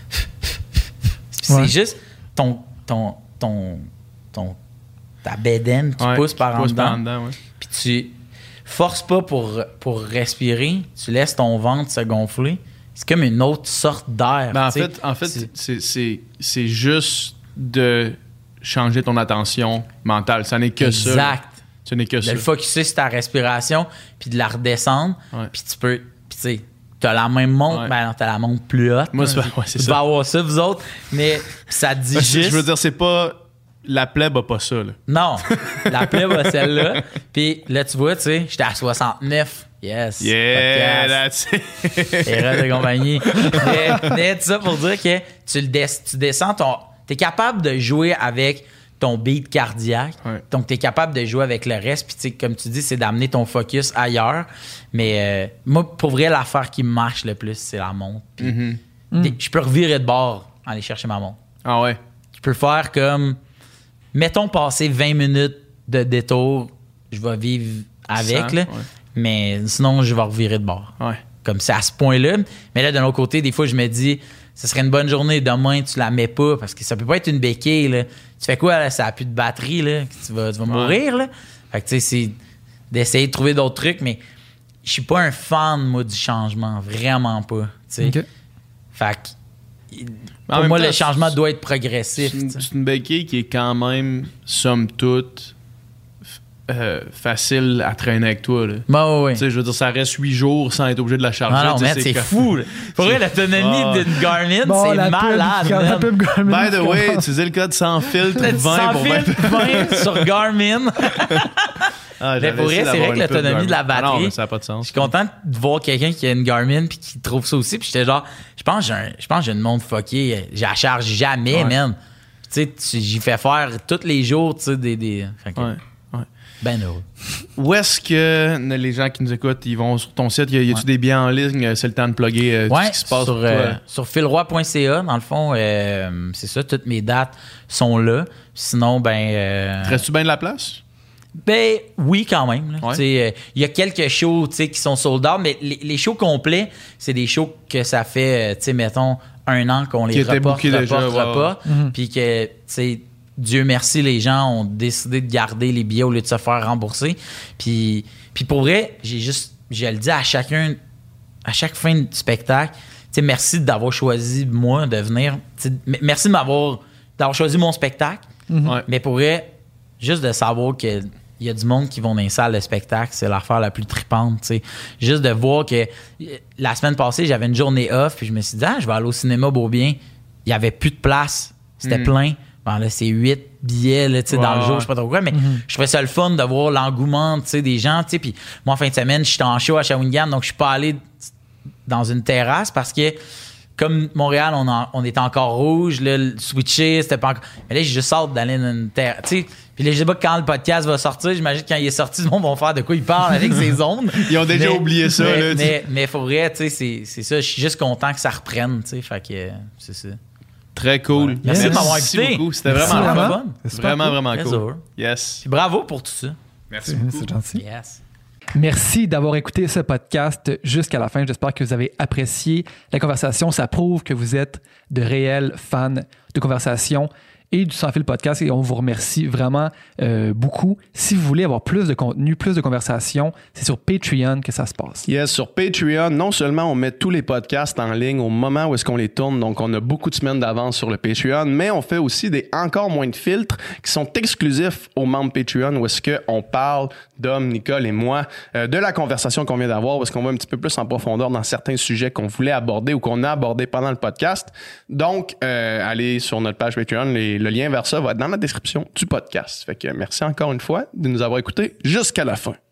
c'est ouais. juste ton... ton, ton, ton ta bédaine qui ouais, pousse par en dedans. dedans ouais. Puis tu forces pas pour, pour respirer, tu laisses ton ventre se gonfler. C'est comme une autre sorte d'air. Ben en fait, en fait c'est... C'est, c'est, c'est juste de changer ton attention mentale. Ça n'est que exact. ça. Exact. Ce n'est que de ça. De le focusser sur ta respiration, puis de la redescendre. Ouais. Puis tu peux... Puis tu sais, t'as la même montre, ouais. ben non, t'as la montre plus haute. Moi, c'est, pas, ouais, c'est tu ça. vas avoir ça, vous autres. Mais ça te dit ben, juste... Je veux dire, c'est pas... La plèbe a pas ça, là. Non, la plèbe a celle-là. Puis là, tu vois, tu sais, j'étais à soixante-neuf. Yes. Yeah, that's it. Erreur de compagnie. mais, mais tout ça pour dire que tu, le des, tu descends ton... T'es capable de jouer avec ton beat cardiaque. Ouais. Donc, t'es capable de jouer avec le reste. Puis, tu sais, comme tu dis, c'est d'amener ton focus ailleurs. Mais euh, moi, pour vrai, l'affaire qui me marche le plus, c'est la montre. Puis, mm-hmm. des, je peux revirer de bord, aller chercher ma montre. Ah ouais? Je peux faire comme... Mettons passer vingt minutes de détour, je vais vivre avec, Ça, là, ouais. mais sinon, je vais revirer de bord. Ouais. Comme c'est à ce point-là. Mais là, de l'autre côté, des fois, je me dis, ce serait une bonne journée, demain, tu la mets pas, parce que ça peut pas être une béquille. Là. Tu fais quoi, là, ça a plus de batterie, là, tu vas, tu vas mourir. Là. Fait que, tu sais, c'est d'essayer de trouver d'autres trucs, mais je suis pas un fan, moi, du changement. Vraiment pas. Okay. Fait que, pour moi, temps, le changement doit être progressif. C'est une, c'est une béquille qui est quand même, somme toute, euh, facile à traîner avec toi. Là. Bah, oui, oui. Je veux dire, ça reste huit jours sans être obligé de la charger. Ah non, man, c'est, c'est comme... fou. Là. Pour vrai, l'autonomie oh. d'une Garmin, bon, c'est malade. Pub, la pub Garmin, by the way, utilisez le code sans filtre vingt sans pour filtre vingt sur Garmin. Ah, mais pour vrai, c'est vrai que l'autonomie de la batterie. Ah non, mais ça n'a pas de sens. Je suis content de voir quelqu'un qui a une Garmin puis qui trouve ça aussi. Puis j'étais genre, je pense que j'ai, un, je pense que j'ai une montre fuckée. Je la charge jamais, ouais. man. Tu sais, j'y fais faire tous les jours, tu sais, des. des... Fait que, ouais, ouais. Ben heureux. Où est-ce que les gens qui nous écoutent, ils vont sur ton site? Y, a, y a-tu ouais. des biens en ligne? C'est le temps de plugger euh, ouais, tout ce qui se passe sur, pour toi? Euh, sur filroy point c a, dans le fond, euh, c'est ça, toutes mes dates sont là. Sinon, ben. Euh, Restes-tu bien de la place? Ben oui, quand même. Il ouais. euh, y a quelques shows qui sont sold out, mais les, les shows complets, c'est des shows que ça fait, euh, mettons, un an qu'on les reporte, reporte, déjà, reporte, wow. Puis que, Dieu merci, les gens ont décidé de garder les billets au lieu de se faire rembourser. Puis, puis pour vrai, j'ai juste, je le dis à chacun, à chaque fin de spectacle, merci d'avoir choisi, moi, de venir. Merci de m'avoir, d'avoir choisi mon spectacle. Mm-hmm. Ouais. Mais pour vrai, juste de savoir que il y a du monde qui vont dans les salles de spectacle, c'est l'affaire la plus tripante, tu sais. Juste de voir que la semaine passée, j'avais une journée off, puis je me suis dit, ah, je vais aller au cinéma Beaubien. Il n'y avait plus de place. C'était mm. plein. Bon, là, c'est huit billets, là, tu sais, wow. dans le jour, je sais pas trop quoi, mais mm-hmm. je trouvais ça le fun de voir l'engouement, tu sais, des gens, tu sais. Puis moi, en fin de semaine, j'étais en show à Shawinigan, donc je suis pas allé dans une terrasse parce que, comme Montréal, on, en, on était encore rouge, là, le switché, c'était pas encore. Mais là, j'ai juste hâte d'aller dans une terrasse, tu sais. Puis là, je sais pas quand le podcast va sortir. J'imagine que quand il est sorti, le monde va faire de quoi il parle avec ses ondes. Ils ont déjà mais, oublié ça. Mais, là, mais, mais faut vrai, tu sais, c'est, c'est ça. Je suis juste content que ça reprenne, tu sais. Fait que c'est ça. Très cool. Ouais. Merci, Merci de m'avoir invité. Merci beaucoup. C'était vraiment, vraiment fun. Vraiment, cool. vraiment cool. Sûr. Yes. Puis bravo pour tout ça. Merci beaucoup. C'est gentil. Yes. Merci d'avoir écouté ce podcast jusqu'à la fin. J'espère que vous avez apprécié la conversation. Ça prouve que vous êtes de réels fans de conversation et du Sans Fil Podcast, et on vous remercie vraiment euh, beaucoup. Si vous voulez avoir plus de contenu, plus de conversations, c'est sur Patreon que ça se passe. Yes, sur Patreon, non seulement on met tous les podcasts en ligne au moment où est-ce qu'on les tourne, donc on a beaucoup de semaines d'avance sur le Patreon, mais on fait aussi des encore moins de filtres qui sont exclusifs aux membres Patreon, où est-ce qu'on parle, Dom, Nicole et moi, euh, de la conversation qu'on vient d'avoir, où est-ce qu'on va un petit peu plus en profondeur dans certains sujets qu'on voulait aborder ou qu'on a abordés pendant le podcast. Donc, euh, allez sur notre page Patreon, les le lien vers ça va être dans la description du podcast. Fait que merci encore une fois de nous avoir écoutés jusqu'à la fin.